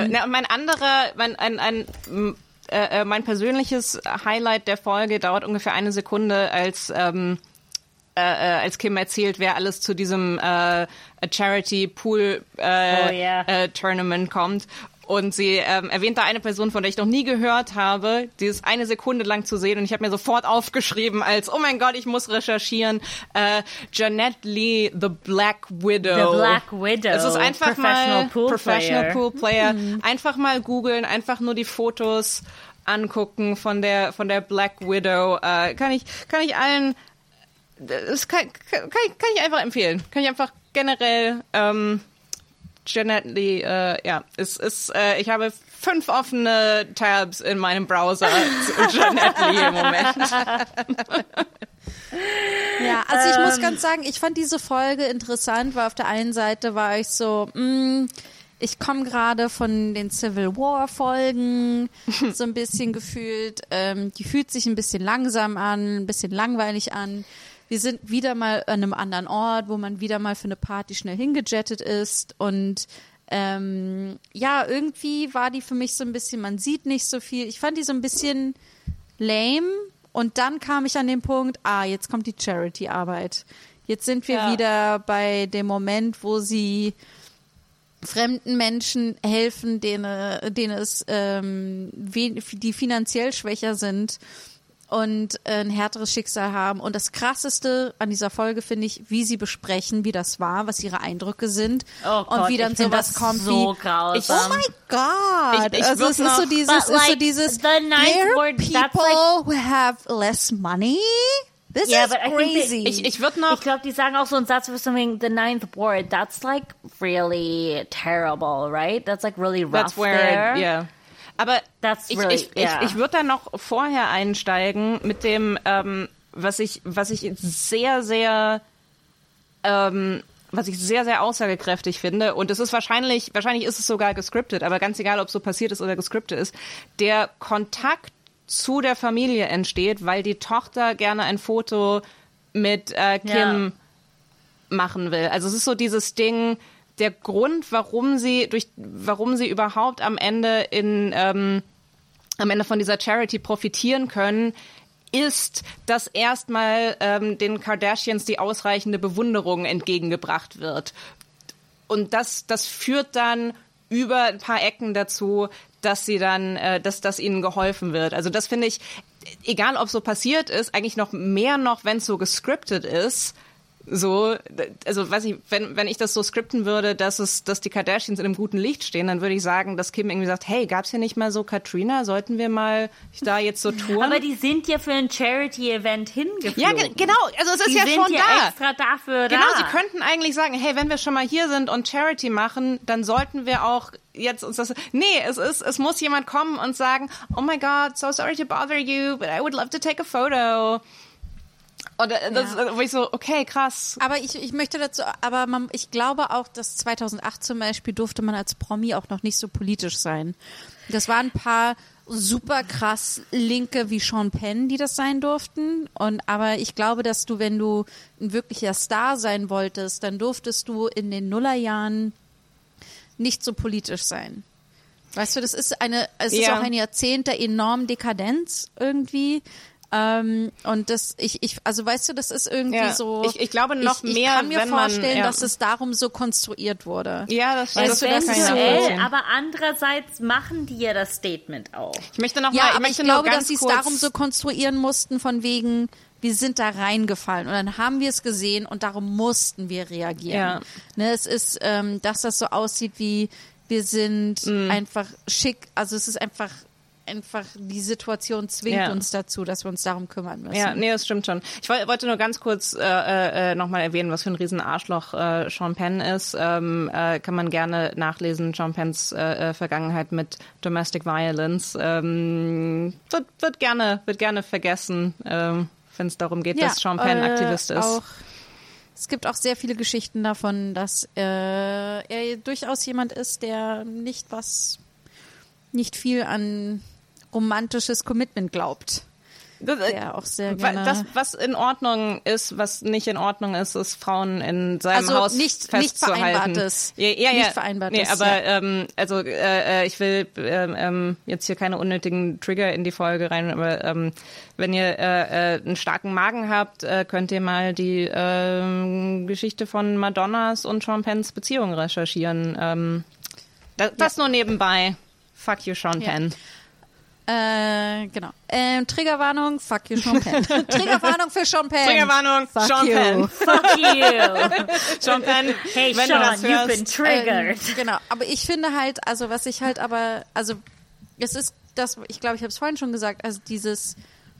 mein persönliches Highlight der Folge dauert ungefähr 1 Sekunde, als Kim erzählt, wer alles zu diesem Charity Pool Tournament kommt. Und sie erwähnt da eine Person, von der ich noch nie gehört habe, die ist 1 Sekunde lang zu sehen, und ich habe mir sofort aufgeschrieben als, oh mein Gott, ich muss recherchieren, Jeanette Lee, The Black Widow. The Black Widow. Es ist einfach Professional Pool Player. Einfach mal googeln, einfach nur die Fotos angucken von der Black Widow. Kann ich allen, das kann ich einfach empfehlen. Kann ich einfach generell, Jeanette Lee, ich habe 5 offene Tabs in meinem Browser zu Jeanette Lee im Moment. Ja, also ich muss ganz sagen, ich fand diese Folge interessant, weil auf der einen Seite war ich so, ich komme gerade von den Civil War Folgen, so ein bisschen gefühlt, die fühlt sich ein bisschen langsam an, ein bisschen langweilig an. Wir sind wieder mal an einem anderen Ort, wo man wieder mal für eine Party schnell hingejettet ist, und irgendwie war die für mich so ein bisschen, man sieht nicht so viel. Ich fand die so ein bisschen lame, und dann kam ich an den Punkt, jetzt kommt die Charity-Arbeit. Jetzt sind wir wieder bei dem Moment, wo sie fremden Menschen helfen, die finanziell schwächer sind und ein härteres Schicksal haben. Und das Krasseste an dieser Folge finde ich, wie sie besprechen, wie das war, was ihre Eindrücke sind. Oh Gott, und wie dann sowas kommt so wie, grausam. oh my God. Ich Also es ist so dieses, the ninth there word, that's people who have less money. This Yeah, is but I think crazy. Ich würde noch... Ich glaube, die sagen auch so einen Satz für something, the ninth word, that's like really terrible, right? That's like really rough That's where, there. yeah. Aber That's ich really- yeah. würde da noch vorher einsteigen mit dem, was ich sehr, sehr aussagekräftig finde, und es ist wahrscheinlich ist es sogar gescriptet, aber ganz egal, ob so passiert ist oder gescriptet ist, der Kontakt zu der Familie entsteht, weil die Tochter gerne ein Foto mit Kim machen will. Also es ist so dieses Ding, der Grund, warum sie überhaupt am Ende von dieser Charity profitieren können, ist, dass erstmal den Kardashians die ausreichende Bewunderung entgegengebracht wird. Und das führt dann über ein paar Ecken dazu, dass sie dann, dass ihnen geholfen wird. Also das finde ich, egal ob so passiert ist, eigentlich noch mehr, wenn es so gescriptet ist, So, also weiß ich, wenn ich das so skripten würde, dass die Kardashians in einem guten Licht stehen, dann würde ich sagen, dass Kim irgendwie sagt, hey, gab's hier nicht mal so Katrina? Sollten wir mal da jetzt so touren? Aber die sind ja für ein Charity-Event hingeflogen. Ja, genau, also es ist ja schon ja da. Extra dafür Genau, da. sie könnten eigentlich sagen, hey, wenn wir schon mal hier sind und Charity machen, dann sollten wir auch jetzt uns das... Nee, es muss jemand kommen und sagen, oh my God, so sorry to bother you, but I would love to take a photo. Und wo ich so, okay, krass. Aber ich möchte dazu, ich glaube auch, dass 2008 zum Beispiel durfte man als Promi auch noch nicht so politisch sein. Das waren ein paar super krass Linke wie Sean Penn, die das sein durften. Aber ich glaube, dass du, wenn du ein wirklicher Star sein wolltest, dann durftest du in den Nullerjahren nicht so politisch sein. Weißt du, es ist auch ein Jahrzehnt der enormen Dekadenz irgendwie. Und das, also weißt du, das ist irgendwie so. Ich glaube noch mehr, ich kann mir wenn vorstellen, man, dass es darum so konstruiert wurde. Ja, das stimmt. Eventuell, aber andererseits machen die ja das Statement auch. Ich möchte noch aber ich glaube, dass sie es darum so konstruieren mussten, von wegen, wir sind da reingefallen und dann haben wir es gesehen und darum mussten wir reagieren. Ja. Ne, es ist, dass das so aussieht wie, wir sind einfach schick, also es ist einfach die Situation zwingt uns dazu, dass wir uns darum kümmern müssen. Ja, nee, das stimmt schon. Ich wollte nur ganz kurz nochmal erwähnen, was für ein Riesen-Arschloch Sean Penn ist. Kann man gerne nachlesen, Sean Penns Vergangenheit mit Domestic Violence. Wird gerne vergessen, wenn es darum geht, dass Sean Penn Aktivist ist. Es gibt auch sehr viele Geschichten davon, dass er durchaus jemand ist, der nicht viel an romantisches Commitment glaubt. Der auch sehr gerne... Das, was in Ordnung ist, was nicht in Ordnung ist, ist Frauen in seinem Haus festzuhalten. Nicht Vereinbartes. Nicht Vereinbartes. Nee, aber ich will jetzt hier keine unnötigen Trigger in die Folge rein, aber wenn ihr einen starken Magen habt, könnt ihr mal die Geschichte von Madonnas und Sean Penns Beziehung recherchieren. Das nur nebenbei. Fuck you, Sean Penn. Genau. Triggerwarnung, fuck you, Sean Penn. Triggerwarnung für Sean Penn. Triggerwarnung, fuck Sean you. Penn. Fuck you. Sean Penn, hey wenn Sean, du das you've hörst, been triggered. Genau, aber ich finde halt, also was ich halt aber, also es ist das, ich glaube, ich habe es vorhin schon gesagt, also dieses,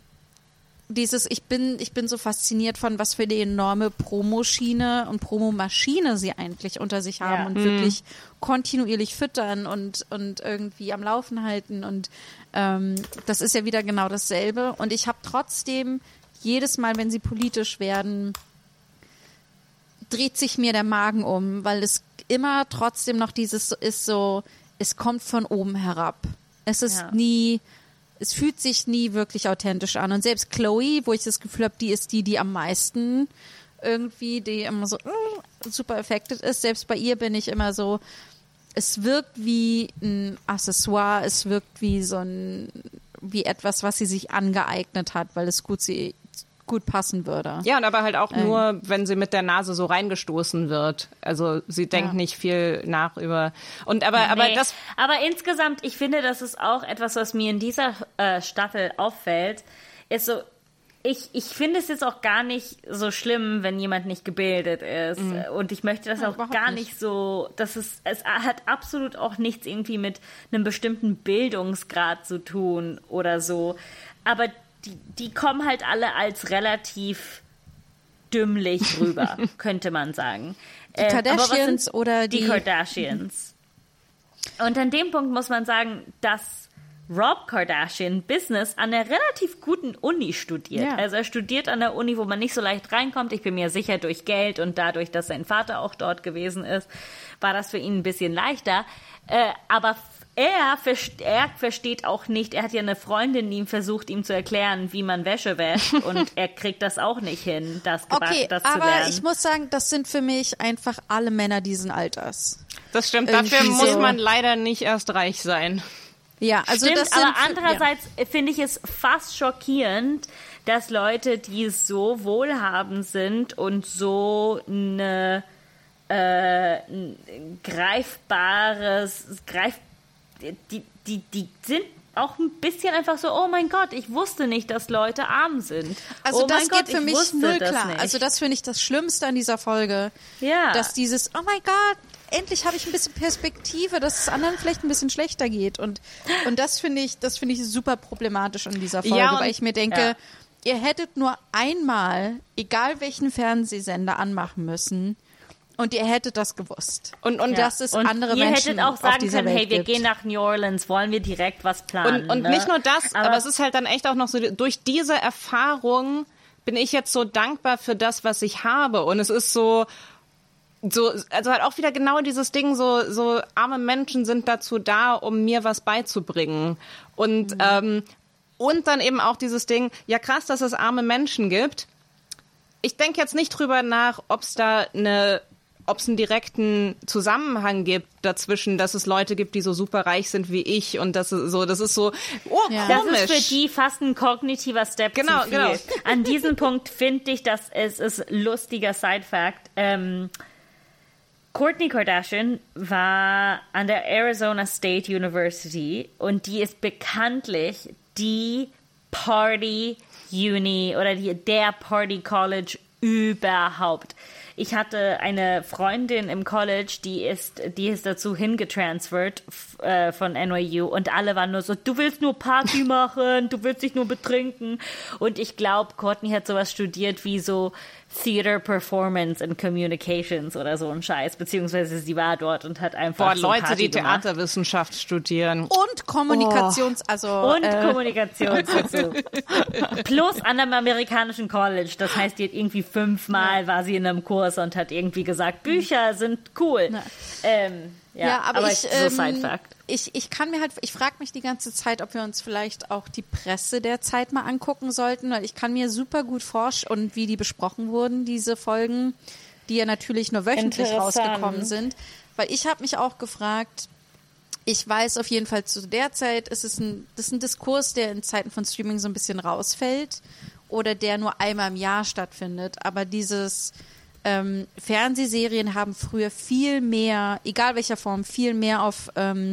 ich bin so fasziniert von, was für eine enorme Promoschiene und Promomaschine sie eigentlich unter sich haben und wirklich kontinuierlich füttern und irgendwie am Laufen halten und das ist ja wieder genau dasselbe und ich habe trotzdem jedes Mal, wenn sie politisch werden, dreht sich mir der Magen um, weil es immer trotzdem noch dieses ist so, es kommt von oben herab. Es ist es fühlt sich nie wirklich authentisch an. Und selbst Chloe, wo ich das Gefühl habe, die ist die am meisten irgendwie, die immer so super affected ist. Selbst bei ihr bin ich immer so, es wirkt wie ein Accessoire, es wirkt wie wie etwas, was sie sich angeeignet hat, weil es gut passen würde. Ja, und aber halt auch nur, wenn sie mit der Nase so reingestoßen wird. Also sie denkt nicht viel nach über... Aber insgesamt, ich finde, das ist auch etwas, was mir in dieser Staffel auffällt, ist so, ich finde es jetzt auch gar nicht so schlimm, wenn jemand nicht gebildet ist. Und ich möchte das auch gar nicht so, es hat absolut auch nichts irgendwie mit einem bestimmten Bildungsgrad zu tun oder so. Aber die kommen halt alle als relativ dümmlich rüber, könnte man sagen. Die Kardashians oder die Kardashians. Und an dem Punkt muss man sagen, dass Rob Kardashian Business an einer relativ guten Uni studiert. Ja. Also er studiert an der Uni, wo man nicht so leicht reinkommt. Ich bin mir sicher, durch Geld und dadurch, dass sein Vater auch dort gewesen ist, war das für ihn ein bisschen leichter. Aber er versteht auch nicht, er hat ja eine Freundin, die ihm versucht, ihm zu erklären, wie man Wäsche wäscht und er kriegt das auch nicht hin, das zu lernen. Aber ich muss sagen, das sind für mich einfach alle Männer diesen Alters. Das stimmt, Irgendwie dafür muss so. man leider nicht erst reich sein. Ja, also stimmt, das sind, aber andererseits finde ich es fast schockierend, dass Leute, die so wohlhabend sind und so eine die sind auch ein bisschen einfach so, oh mein Gott, ich wusste nicht, dass Leute arm sind. Also oh das mein geht Gott, für mich wusste null das klar. nicht. Also das finde ich das Schlimmste an dieser Folge. Ja. Dass dieses, oh mein Gott, endlich habe ich ein bisschen Perspektive, dass es anderen vielleicht ein bisschen schlechter geht. Und das finde ich super problematisch an dieser Folge, Ja, weil ich mir denke, ihr hättet nur einmal, egal welchen Fernsehsender, anmachen müssen. Und ihr hättet das gewusst. Und dass es und andere ihr Menschen hättet auch auf sagen dieser können, Welt hey, wir gibt. gehen nach New Orleans, wollen wir direkt was planen. Und ne? nicht nur das, aber es ist halt dann echt auch noch so, durch diese Erfahrung bin ich jetzt so dankbar für das, was ich habe. Und es ist so, also halt auch wieder genau dieses Ding, so arme Menschen sind dazu da, um mir was beizubringen. Und dann eben auch dieses Ding, ja krass, dass es arme Menschen gibt. Ich denke jetzt nicht drüber nach, ob es einen direkten Zusammenhang gibt dazwischen, dass es Leute gibt, die so super reich sind wie ich und das ist so, Ja. komisch. Das ist für die fast ein kognitiver Step Genau, zu viel. genau. An diesem Punkt finde ich, dass es ist lustiger Side-Fact. Kourtney Kardashian war an der Arizona State University und die ist bekanntlich die Party-Uni oder der Party-College überhaupt. Ich hatte eine Freundin im College, die ist dazu hingetransfert von NYU und alle waren nur so, du willst nur Party machen, du willst dich nur betrinken. Und ich glaube, Kourtney hat sowas studiert wie so Theater Performance and Communications oder so ein Scheiß, beziehungsweise sie war dort und hat einfach so Leute, Party die gemacht. Theaterwissenschaft studieren. Und Kommunikations... Und Kommunikation dazu. Plus an einem amerikanischen College. Das heißt, die hat irgendwie 5-mal war sie in einem Kurs und hat irgendwie gesagt, Bücher sind cool. Aber so Side-Fact. Ich frage mich die ganze Zeit, ob wir uns vielleicht auch die Presse der Zeit mal angucken sollten, weil ich kann mir super gut vorstellen, und wie die besprochen wurden, diese Folgen, die ja natürlich nur wöchentlich rausgekommen sind, weil ich habe mich auch gefragt, ich weiß auf jeden Fall zu der Zeit, das ist ein Diskurs, der in Zeiten von Streaming so ein bisschen rausfällt oder der nur einmal im Jahr stattfindet, aber dieses Fernsehserien haben früher viel mehr, egal welcher Form, viel mehr auf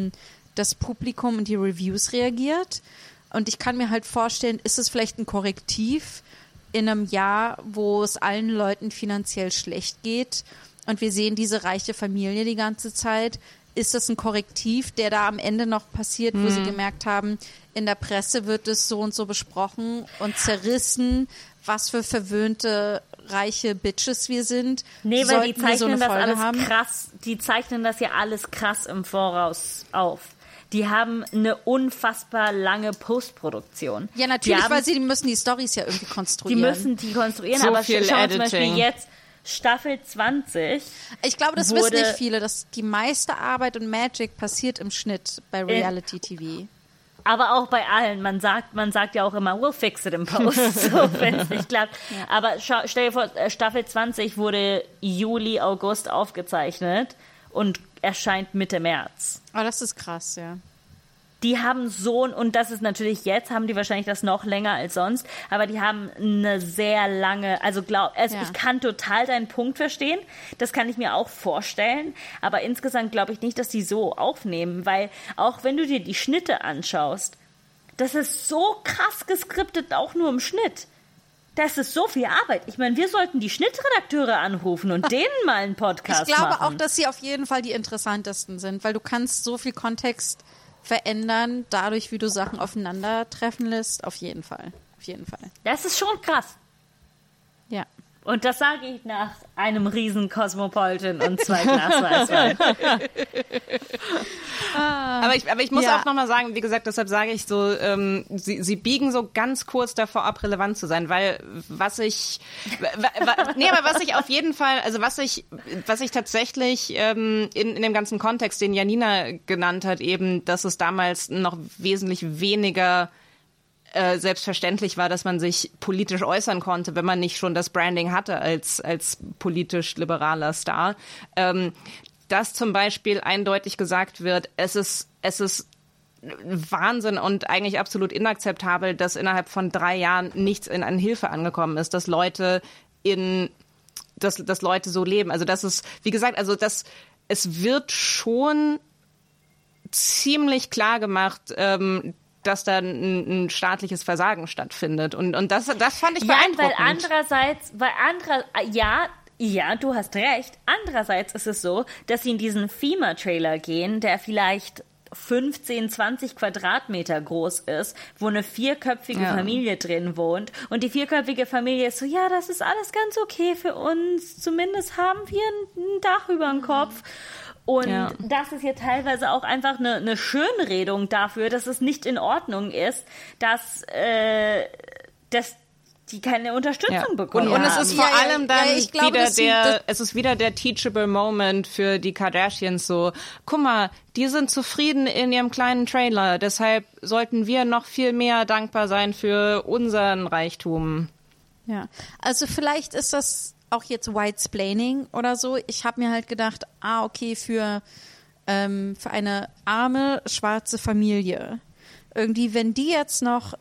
das Publikum und die Reviews reagiert. Und ich kann mir halt vorstellen, ist es vielleicht ein Korrektiv in einem Jahr, wo es allen Leuten finanziell schlecht geht und wir sehen diese reiche Familie die ganze Zeit. Ist das ein Korrektiv, der da am Ende noch passiert, wo sie gemerkt haben, in der Presse wird es so und so besprochen und zerrissen, was für verwöhnte reiche Bitches wir sind. Nee, weil die zeichnen so eine das Folge alles haben? krass, die zeichnen das ja alles krass im Voraus auf. Die haben eine unfassbar lange Postproduktion. Ja, natürlich, weil die müssen die Storys ja irgendwie konstruieren. Die müssen die konstruieren, So aber viel schau mal zum Beispiel Editing. jetzt Staffel 20 Ich glaube, das wissen nicht viele, dass die meiste Arbeit und Magic passiert im Schnitt bei Reality TV. Aber auch bei allen. Man sagt ja auch immer, we'll fix it in post, so, wenn es nicht klappt. Ja. Aber stell dir vor, Staffel 20 wurde Juli, August aufgezeichnet und erscheint Mitte März. Oh, das ist krass, ja. Die haben und das ist natürlich jetzt, haben die wahrscheinlich das noch länger als sonst, aber die haben eine sehr lange, ich kann total deinen Punkt verstehen, das kann ich mir auch vorstellen, aber insgesamt glaube ich nicht, dass die so aufnehmen, weil auch wenn du dir die Schnitte anschaust, das ist so krass geskriptet, auch nur im Schnitt. Das ist so viel Arbeit. Ich meine, wir sollten die Schnittredakteure anrufen und denen mal einen Podcast machen. Ich glaube auch, dass sie auf jeden Fall die interessantesten sind, weil du kannst so viel Kontext verändern, dadurch, wie du Sachen aufeinandertreffen lässt. Auf jeden Fall. Auf jeden Fall. Das ist schon krass. Ja. Und das sage ich nach einem riesen Cosmopolitan und 2 Glas Weißwein. Aber ich muss auch nochmal sagen, wie gesagt, deshalb sage ich so, sie biegen so ganz kurz davor ab, relevant zu sein, weil was ich auf jeden Fall, also was ich tatsächlich in dem ganzen Kontext, den Janina genannt hat, eben, dass es damals noch wesentlich weniger selbstverständlich war, dass man sich politisch äußern konnte, wenn man nicht schon das Branding hatte als politisch liberaler Star. Dass zum Beispiel eindeutig gesagt wird, es ist Wahnsinn und eigentlich absolut inakzeptabel, dass innerhalb von 3 Jahren nichts an Hilfe angekommen ist, dass Leute so leben. Also das ist, wie gesagt, es wird schon ziemlich klar gemacht, dass da ein staatliches Versagen stattfindet. Und das fand ich beeindruckend. Ja, du hast recht. Andererseits ist es so, dass sie in diesen FEMA-Trailer gehen, der vielleicht 15, 20 Quadratmeter groß ist, wo eine 4-köpfige Familie drin wohnt. Und die 4-köpfige Familie ist so, ja, das ist alles ganz okay für uns. Zumindest haben wir ein Dach über dem Kopf. Und das ist hier teilweise auch einfach eine Schönredung dafür, dass es nicht in Ordnung ist, dass die keine Unterstützung bekommen. Und es ist vor allem dann es ist wieder der teachable Moment für die Kardashians so, guck mal, die sind zufrieden in ihrem kleinen Trailer, deshalb sollten wir noch viel mehr dankbar sein für unseren Reichtum. Ja, also vielleicht ist das auch jetzt Whitesplaining oder so. Ich habe mir halt gedacht, okay, für eine arme, schwarze Familie, irgendwie, wenn die jetzt noch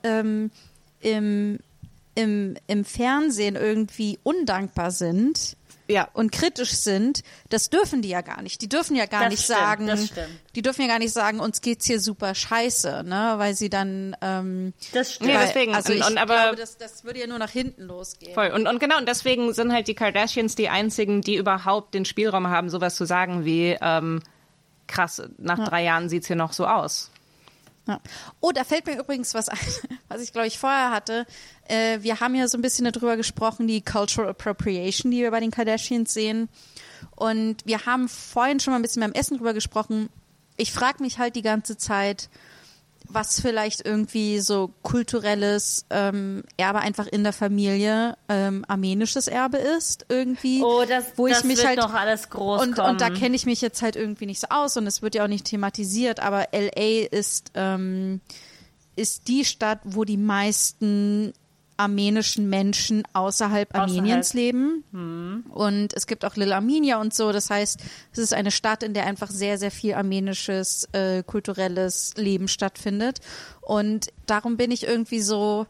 im Fernsehen irgendwie undankbar sind und kritisch sind, das dürfen die ja gar nicht. Die dürfen ja gar nicht sagen, die dürfen ja gar nicht sagen, uns geht's hier super scheiße, ne, weil sie dann das stimmt. Deswegen, also ich aber glaube, das würde ja nur nach hinten losgehen. Voll. Und genau, und deswegen sind halt die Kardashians die einzigen, die überhaupt den Spielraum haben, sowas zu sagen wie krass, nach 3 Jahren sieht's hier noch so aus. Ja. Oh, da fällt mir übrigens was ein, was ich, glaube ich, vorher hatte. Wir haben ja so ein bisschen darüber gesprochen, die Cultural Appropriation, die wir bei den Kardashians sehen. Und wir haben vorhin schon mal ein bisschen beim Essen drüber gesprochen. Ich frage mich halt die ganze Zeit, was vielleicht irgendwie so kulturelles Erbe einfach in der Familie, armenisches Erbe ist irgendwie. Oh, das mich wird halt noch alles groß kommen. Und da kenne ich mich jetzt halt irgendwie nicht so aus und es wird ja auch nicht thematisiert, aber LA ist die Stadt, wo die meisten armenischen Menschen außerhalb Armeniens leben. Und es gibt auch Little Armenia und so. Das heißt, es ist eine Stadt, in der einfach sehr, sehr viel armenisches, kulturelles Leben stattfindet. Und darum bin ich irgendwie so,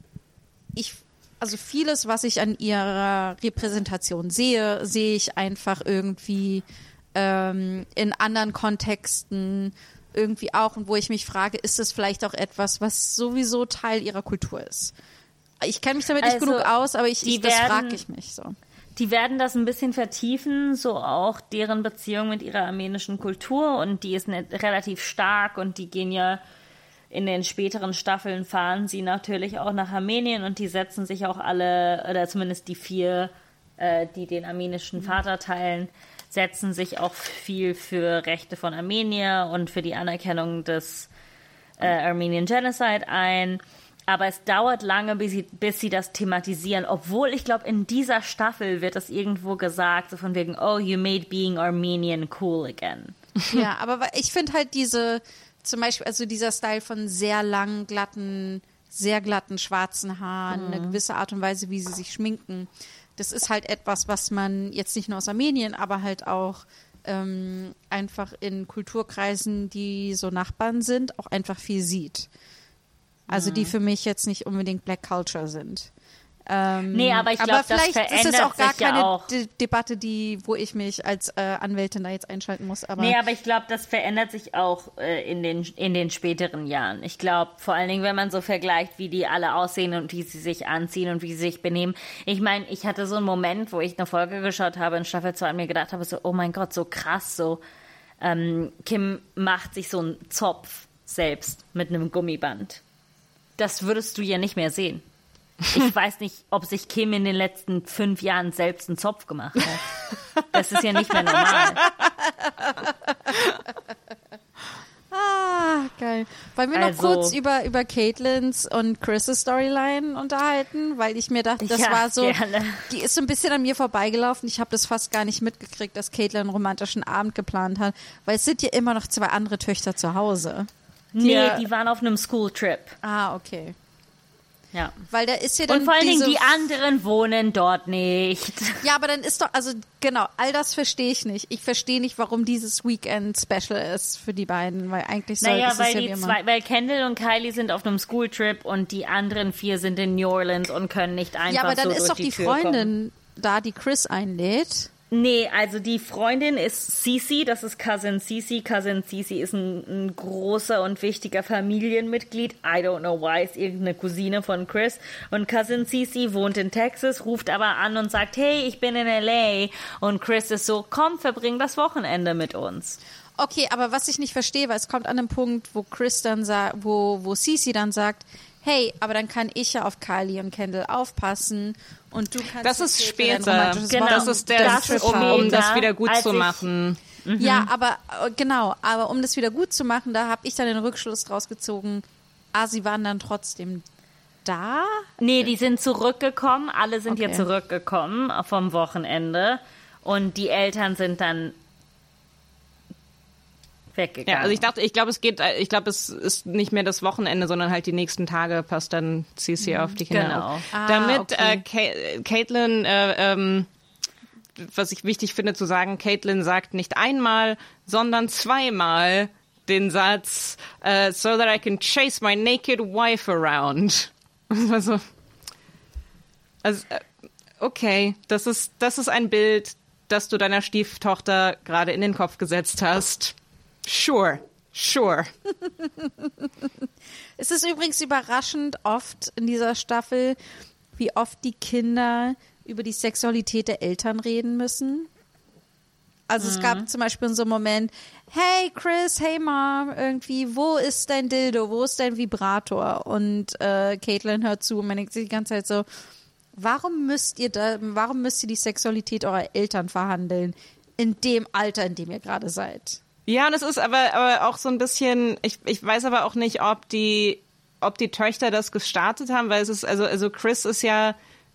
also vieles, was ich an ihrer Repräsentation sehe ich einfach irgendwie in anderen Kontexten irgendwie auch. Und wo ich mich frage, ist es vielleicht auch etwas, was sowieso Teil ihrer Kultur ist? Ich kenne mich damit nicht genug aus, aber das frage ich mich so. Die werden das ein bisschen vertiefen, so auch deren Beziehung mit ihrer armenischen Kultur, und die ist relativ stark, und die gehen ja in den späteren Staffeln, fahren sie natürlich auch nach Armenien, und die setzen sich auch alle, oder zumindest die 4, die den armenischen Vater teilen, setzen sich auch viel für Rechte von Armenier und für die Anerkennung des Armenian Genocide ein. Aber es dauert lange, bis sie das thematisieren. Obwohl, ich glaube, in dieser Staffel wird das irgendwo gesagt, so von wegen, oh, you made being Armenian cool again. Ja, aber ich finde halt zum Beispiel, also dieser Style von sehr langen, sehr glatten schwarzen Haaren, eine gewisse Art und Weise, wie sie sich schminken, das ist halt etwas, was man jetzt nicht nur aus Armenien, aber halt auch einfach in Kulturkreisen, die so Nachbarn sind, auch einfach viel sieht. Also die für mich jetzt nicht unbedingt Black Culture sind. Nee, aber ich glaube, das verändert sich ja auch. Vielleicht ist es auch gar keine Debatte, wo ich mich als Anwältin da jetzt einschalten muss. Aber nee, aber ich glaube, das verändert sich auch in den späteren Jahren. Ich glaube, vor allen Dingen, wenn man so vergleicht, wie die alle aussehen und wie sie sich anziehen und wie sie sich benehmen. Ich meine, ich hatte so einen Moment, wo ich eine Folge geschaut habe in Staffel 2 und mir gedacht habe, so, oh mein Gott, so krass, so Kim macht sich so einen Zopf selbst mit einem Gummiband. Das würdest du ja nicht mehr sehen. Ich weiß nicht, ob sich Kim in den letzten 5 Jahren selbst einen Zopf gemacht hat. Das ist ja nicht mehr normal. Geil. Wollen wir noch kurz über Caitlins und Chris' Storyline unterhalten? Weil ich mir dachte, das war so, gerne. Die ist so ein bisschen an mir vorbeigelaufen. Ich habe das fast gar nicht mitgekriegt, dass Caitlin einen romantischen Abend geplant hat. Weil es sind ja immer noch 2 andere Töchter zu Hause. Nee, die waren auf einem School-Trip. Okay. Ja. Weil da ist ja dann und vor allen Dingen die anderen wohnen dort nicht. Ja, aber dann ist doch, also genau, all das verstehe ich nicht. Ich verstehe nicht, warum dieses Weekend special ist für die beiden, weil eigentlich soll es ja wie immer. Weil Kendall und Kylie sind auf einem School-Trip und die anderen 4 sind in New Orleans und können nicht einfach so durch die Tür kommen. Ja, aber dann ist doch die Freundin da, die Chris einlädt. Nee, also die Freundin ist Cece, das ist Cousin Cece. Cousin Cece ist ein großer und wichtiger Familienmitglied. I don't know why, ist irgendeine Cousine von Chris. Und Cousin Cece wohnt in Texas, ruft aber an und sagt, hey, ich bin in L.A. Und Chris ist so, komm, verbring das Wochenende mit uns. Okay, aber was ich nicht verstehe, weil es kommt an einem Punkt, wo Chris dann sagt, wo Cece dann sagt, hey, aber dann kann ich ja auf Kylie und Kendall aufpassen und du kannst... Das ist später. Genau. Das ist um das wieder gut zu machen. Ja, aber genau, aber um das wieder gut zu machen, da habe ich dann den Rückschluss draus gezogen, sie waren dann trotzdem da? Nee, die sind zurückgekommen, alle sind Okay. ja zurückgekommen vom Wochenende und die Eltern sind dann weggegangen. Ja, also ich glaube, es ist nicht mehr das Wochenende, sondern halt die nächsten Tage passt dann Cece auf die Kinder Genau. auf. Ah, Damit okay. Caitlin, was ich wichtig finde zu sagen, Caitlin sagt nicht einmal, sondern zweimal den Satz, so that I can chase my naked wife around. Also, okay, das ist ein Bild, das du deiner Stieftochter gerade in den Kopf gesetzt hast. Sure. Es ist übrigens überraschend oft in dieser Staffel, wie oft die Kinder über die Sexualität der Eltern reden müssen. Also es gab zum Beispiel so einen Moment, hey Chris, hey Mom, irgendwie, wo ist dein Dildo, wo ist dein Vibrator? Und Caitlin hört zu und man denkt sich die ganze Zeit so, warum müsst ihr die Sexualität eurer Eltern verhandeln in dem Alter, in dem ihr gerade seid? Ja, und es ist aber auch so ein bisschen, ich weiß aber auch nicht, ob die Töchter das gestartet haben, weil es ist, also Chris ist ja,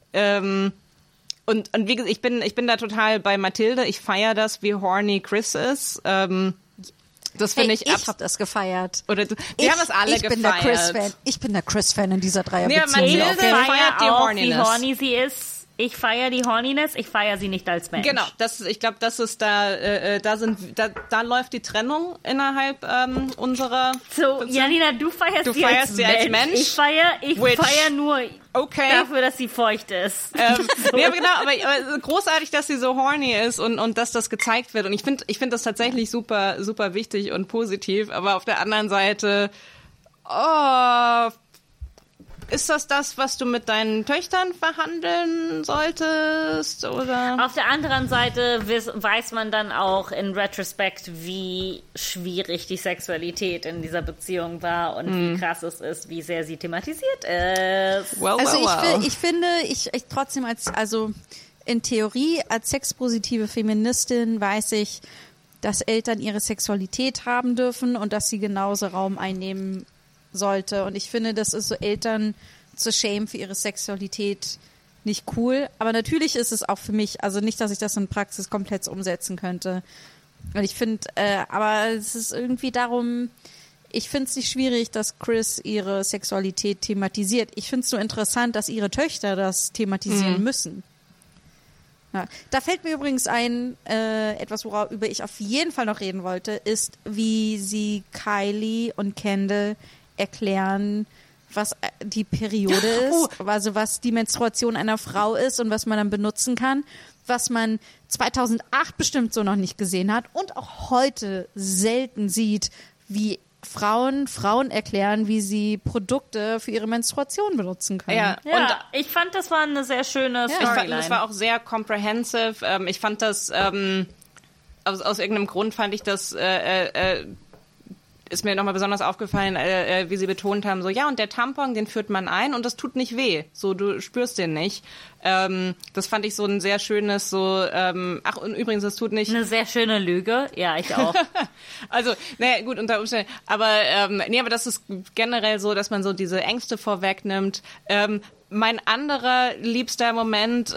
und wie gesagt, ich bin da total bei Mathilde, ich feiere das, wie horny Chris ist, das finde ich habe das gefeiert. Oder wir haben das alle gefeiert. Ich bin der Chris-Fan in dieser Nee, Dreierbeziehung. Mathilde Okay. feiert die auch, Horniness. wie horny sie ist. Ich feiere die Horniness, ich feiere sie nicht als Mensch. Genau, ich glaube, das ist da läuft die Trennung innerhalb unserer. So, Janina, du feierst sie als Mensch. Ich feiere nur dafür, dass sie feucht ist. Nee, aber genau, aber großartig, dass sie so horny ist und dass das gezeigt wird. Und ich finde das tatsächlich super, super wichtig und positiv. Aber auf der anderen Seite, ist das, was du mit deinen Töchtern verhandeln solltest, oder? Auf der anderen Seite weiß man dann auch in Retrospect, wie schwierig die Sexualität in dieser Beziehung war und wie krass es ist, wie sehr sie thematisiert ist. Ich finde, trotzdem also in Theorie als sexpositive Feministin weiß ich, dass Eltern ihre Sexualität haben dürfen und dass sie genauso Raum einnehmen sollte. Und ich finde, das ist so Eltern zu shamen für ihre Sexualität nicht cool. Aber natürlich ist es auch für mich, also nicht, dass ich das in Praxis komplett umsetzen könnte. Und ich finde, aber es ist irgendwie darum, ich finde es nicht schwierig, dass Chris ihre Sexualität thematisiert. Ich finde es nur interessant, dass ihre Töchter das thematisieren müssen. Ja. Da fällt mir übrigens ein, etwas, worüber ich auf jeden Fall noch reden wollte, ist, wie sie Kylie und Kendall erklären, was die Periode ist, also was die Menstruation einer Frau ist und was man dann benutzen kann, was man 2008 bestimmt so noch nicht gesehen hat und auch heute selten sieht, wie Frauen erklären, wie sie Produkte für ihre Menstruation benutzen können. Ja, Ja, und ich fand, das war eine sehr schöne Storyline. das war auch sehr comprehensive. Ich fand das, aus irgendeinem Grund fand ich das, ist mir nochmal besonders aufgefallen, wie sie betont haben, so, ja, und der Tampon, den führt man ein und das tut nicht weh. So, du spürst den nicht. Das fand ich so ein sehr schönes, so, ach, und übrigens, das tut nicht. Eine sehr schöne Lüge. Ja, ich auch. Also, naja, gut, unter Umständen. Aber, aber das ist generell so, dass man so diese Ängste vorwegnimmt. Mein anderer liebster Moment,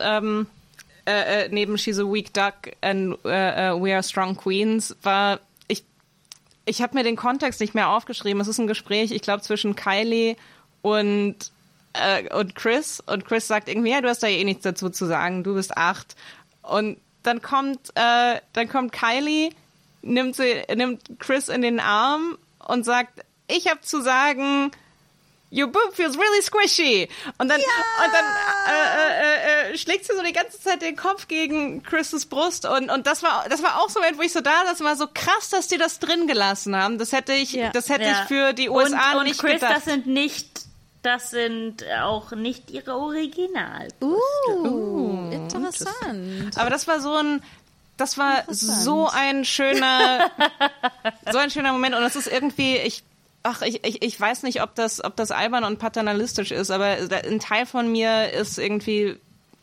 neben She's a Weak Duck and We Are Strong Queens war, ich habe mir den Kontext nicht mehr aufgeschrieben. Es ist ein Gespräch, ich glaube, zwischen Kylie und Chris. Und Chris sagt irgendwie, ja, du hast da eh nichts dazu zu sagen, du bist 8. Und dann kommt Kylie, nimmt Chris in den Arm und sagt, ich habe zu sagen, your boob feels really squishy. Und dann schlägt sie so die ganze Zeit den Kopf gegen Chris' Brust und das war auch so ein Moment, wo ich so das war so krass, dass die das drin gelassen haben. Das hätte ich für die USA nicht Chris, gedacht. Das sind auch nicht ihre Original. Interessant. Aber das war so ein schöner Moment und das ist irgendwie, ich weiß nicht, ob das albern und paternalistisch ist, aber ein Teil von mir ist irgendwie,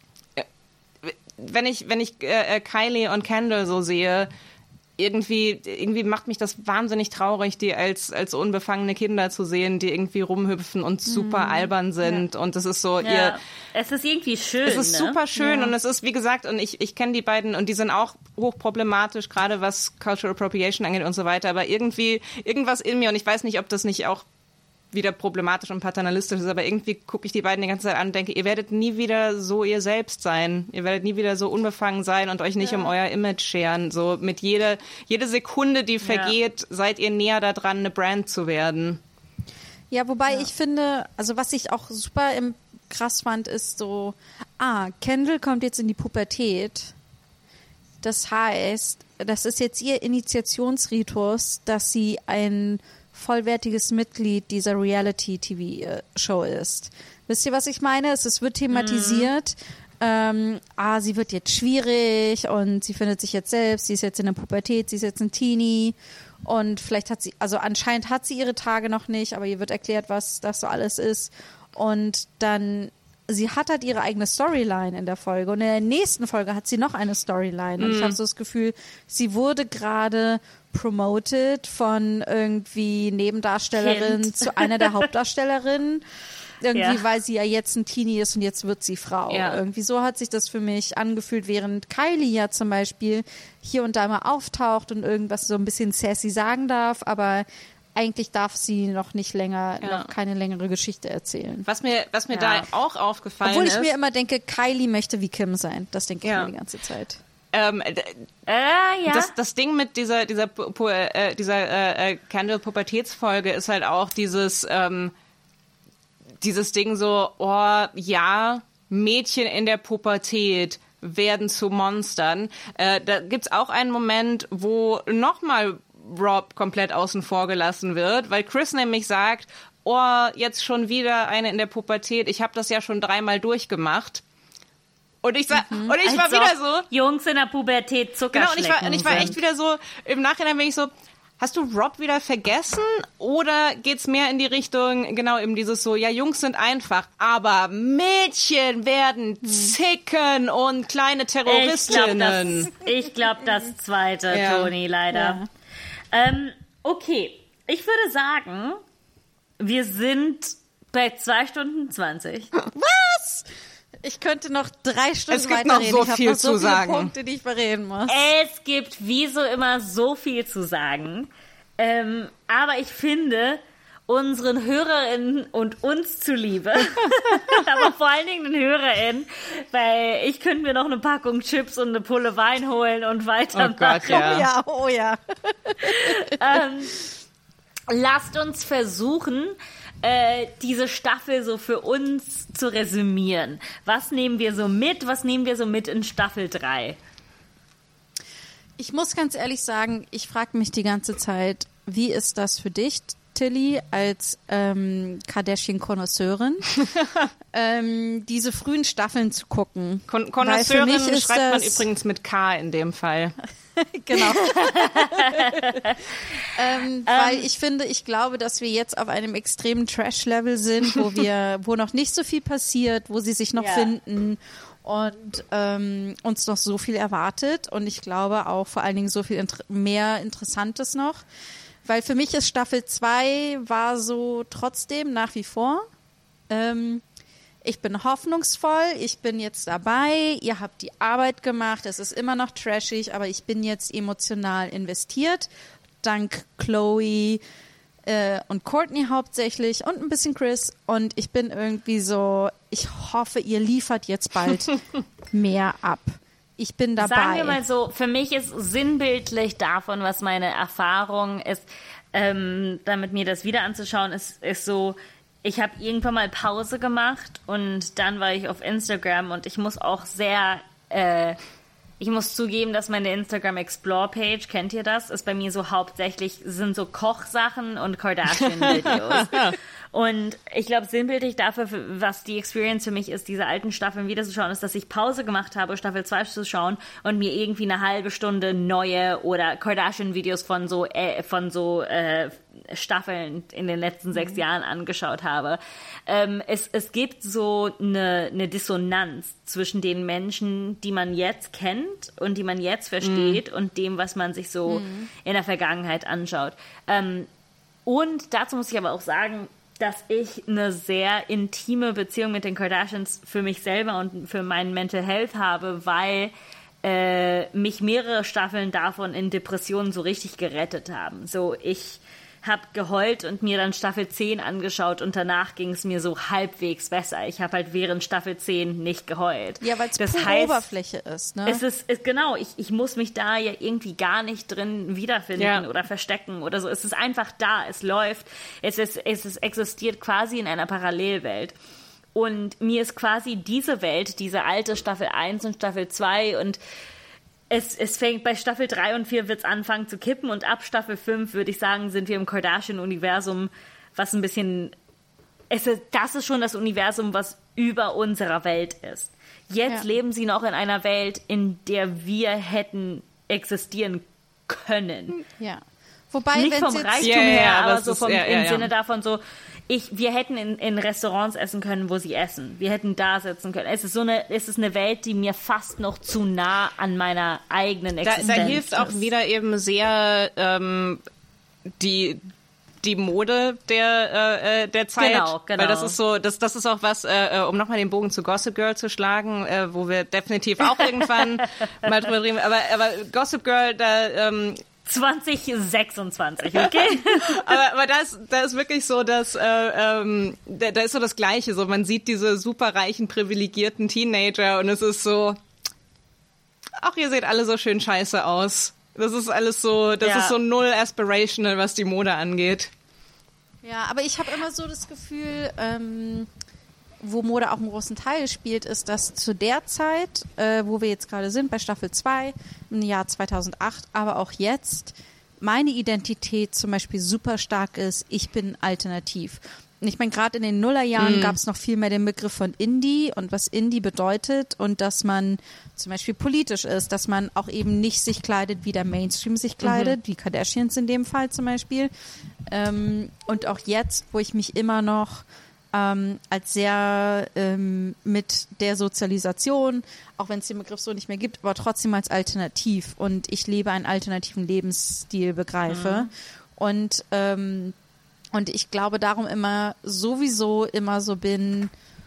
wenn ich Kylie und Kendall so sehe, irgendwie macht mich das wahnsinnig traurig, die als unbefangene Kinder zu sehen, die irgendwie rumhüpfen und super albern sind. Und das ist so es ist irgendwie schön. Es ist super schön und es ist, wie gesagt, und ich kenne die beiden und die sind auch hochproblematisch, gerade was Cultural Appropriation angeht und so weiter, aber irgendwas in mir, und ich weiß nicht, ob das nicht auch wieder problematisch und paternalistisch ist, aber irgendwie gucke ich die beiden die ganze Zeit an und denke, ihr werdet nie wieder so ihr selbst sein. Ihr werdet nie wieder so unbefangen sein und euch nicht um euer Image scheren. So mit jede Sekunde, die vergeht, seid ihr näher daran, eine Brand zu werden. Ja, wobei ich finde, also was ich auch super krass fand, ist so, Kendall kommt jetzt in die Pubertät. Das heißt, das ist jetzt ihr Initiationsritus, dass sie ein vollwertiges Mitglied dieser Reality-TV-Show ist. Wisst ihr, was ich meine? Es wird thematisiert, sie wird jetzt schwierig und sie findet sich jetzt selbst, sie ist jetzt in der Pubertät, sie ist jetzt ein Teenie und vielleicht hat sie, also anscheinend hat sie ihre Tage noch nicht, aber ihr wird erklärt, was das so alles ist und dann sie hat halt ihre eigene Storyline in der Folge und in der nächsten Folge hat sie noch eine Storyline und ich habe so das Gefühl, sie wurde gerade promoted von irgendwie Nebendarstellerin zu einer der Hauptdarstellerinnen. Irgendwie, weil sie ja jetzt ein Teenie ist und jetzt wird sie Frau. Ja. Irgendwie so hat sich das für mich angefühlt, während Kylie ja zum Beispiel hier und da mal auftaucht und irgendwas so ein bisschen sassy sagen darf, aber eigentlich darf sie noch nicht länger, noch keine längere Geschichte erzählen. Was mir da auch aufgefallen ist. Obwohl ich mir immer denke, Kylie möchte wie Kim sein. Das denke ich mir die ganze Zeit. Das Ding mit dieser Kendall-Pubertätsfolge ist halt auch dieses Ding so, Mädchen in der Pubertät werden zu Monstern. Da gibt's auch einen Moment, wo nochmal Rob komplett außen vor gelassen wird, weil Chris nämlich sagt, jetzt schon wieder eine in der Pubertät, ich habe das ja schon 3-mal durchgemacht. Und ich war wieder so... Jungs in der Pubertät Zuckerschlecken. Genau, und ich war echt wieder so, im Nachhinein bin ich so, hast du Rob wieder vergessen? Oder geht's mehr in die Richtung, genau, eben dieses so, Jungs sind einfach, aber Mädchen werden zicken und kleine Terroristinnen. Ich glaube das Zweite, Toni, leider. Ja. Okay, ich würde sagen, wir sind bei 2 Stunden 20. Was? Ich könnte noch 3 Stunden weiterreden. Es gibt noch so viel zu sagen. Punkte, die ich bereden muss. Es gibt wie so immer so viel zu sagen. Aber ich finde, unseren HörerInnen und uns zuliebe, aber vor allen Dingen den HörerInnen, weil ich könnte mir noch eine Packung Chips und eine Pulle Wein holen und weitermachen. Oh Gott, ja. Oh ja. Lasst uns versuchen, diese Staffel so für uns zu resümieren. Was nehmen wir so mit? Was nehmen wir so mit in Staffel 3? Ich muss ganz ehrlich sagen, ich frage mich die ganze Zeit, wie ist das für dich, Tilly, als Kardashian-Konnoisseurin, diese frühen Staffeln zu gucken? Konnoisseurin schreibt man übrigens mit K in dem Fall. Genau. Weil ich glaube, dass wir jetzt auf einem extremen Trash-Level sind, wo noch nicht so viel passiert, wo sie sich noch finden und uns noch so viel erwartet und ich glaube auch vor allen Dingen so viel mehr Interessantes noch. Weil für mich ist Staffel 2 war so trotzdem nach wie vor. Ich bin hoffnungsvoll, ich bin jetzt dabei, ihr habt die Arbeit gemacht, es ist immer noch trashig, aber ich bin jetzt emotional investiert, dank Chloe und Courtney hauptsächlich und ein bisschen Chris und ich bin irgendwie so, ich hoffe, ihr liefert jetzt bald mehr ab. Ich bin dabei. Sagen wir mal so, für mich ist sinnbildlich davon, was meine Erfahrung ist, damit mir das wieder anzuschauen, ist so, ich habe irgendwann mal Pause gemacht und dann war ich auf Instagram und ich muss auch ich muss zugeben, dass meine Instagram Explore-Page, kennt ihr das, ist bei mir so hauptsächlich, sind so Kochsachen und Kardashian-Videos. Und ich glaube, sinnbildlich dafür, was die Experience für mich ist, diese alten Staffeln wiederzuschauen, ist, dass ich Pause gemacht habe, Staffel 2 zu schauen und mir irgendwie eine halbe Stunde neue oder Kardashian-Videos von so Staffeln in den letzten 6 Jahren angeschaut habe. Es gibt so eine Dissonanz zwischen den Menschen, die man jetzt kennt und die man jetzt versteht und dem, was man sich so in der Vergangenheit anschaut. Und dazu muss ich aber auch sagen, dass ich eine sehr intime Beziehung mit den Kardashians für mich selber und für meinen Mental Health habe, weil mich mehrere Staffeln davon in Depressionen so richtig gerettet haben. So, ich habe geheult und mir dann Staffel 10 angeschaut und danach ging es mir so halbwegs besser. Ich habe halt während Staffel 10 nicht geheult. Ja, weil es pure Oberfläche ist, ne? Genau, ich muss mich da ja irgendwie gar nicht drin wiederfinden oder verstecken oder so. Es ist einfach da, es läuft, es existiert quasi in einer Parallelwelt. Und mir ist quasi diese Welt, diese alte Staffel 1 und Staffel 2 und es fängt bei Staffel 3 und 4 wird's anfangen zu kippen und ab Staffel 5 würde ich sagen, sind wir im Kardashian-Universum, was ein bisschen, das ist schon das Universum, was über unserer Welt ist. Jetzt leben sie noch in einer Welt, in der wir hätten existieren können. Ja. Wobei, nicht vom Reichtum her, aber so im Sinne davon so, wir hätten in Restaurants essen können, wo sie essen. Wir hätten da sitzen können. Es ist eine Welt, die mir fast noch zu nah an meiner eigenen Existenz da hilft auch wieder eben sehr die Mode der Zeit. Genau. Weil das ist so, das ist auch was, um nochmal den Bogen zu Gossip Girl zu schlagen, wo wir definitiv auch irgendwann mal drüber reden. Aber Gossip Girl, da 2026, okay? aber da ist wirklich so, dass da ist so das Gleiche. So, man sieht diese superreichen, privilegierten Teenager und es ist so, ach, ihr seht alle so schön scheiße aus. Das ist alles so, das ist so null aspirational, was die Mode angeht. Ja, aber ich habe immer so das Gefühl, wo Mode auch einen großen Teil spielt, ist, dass zu der Zeit, wo wir jetzt gerade sind, bei Staffel 2, im Jahr 2008, aber auch jetzt, meine Identität zum Beispiel super stark ist, ich bin alternativ. Und ich meine, gerade in den Nullerjahren gab es noch viel mehr den Begriff von Indie und was Indie bedeutet und dass man zum Beispiel politisch ist, dass man auch eben nicht sich kleidet, wie der Mainstream sich kleidet, wie Kardashians in dem Fall zum Beispiel. Und auch jetzt, wo ich mich immer noch als sehr mit der Sozialisation, auch wenn es den Begriff so nicht mehr gibt, aber trotzdem als alternativ und ich lebe einen alternativen Lebensstil begreife. Und ich glaube darum sowieso immer so bin,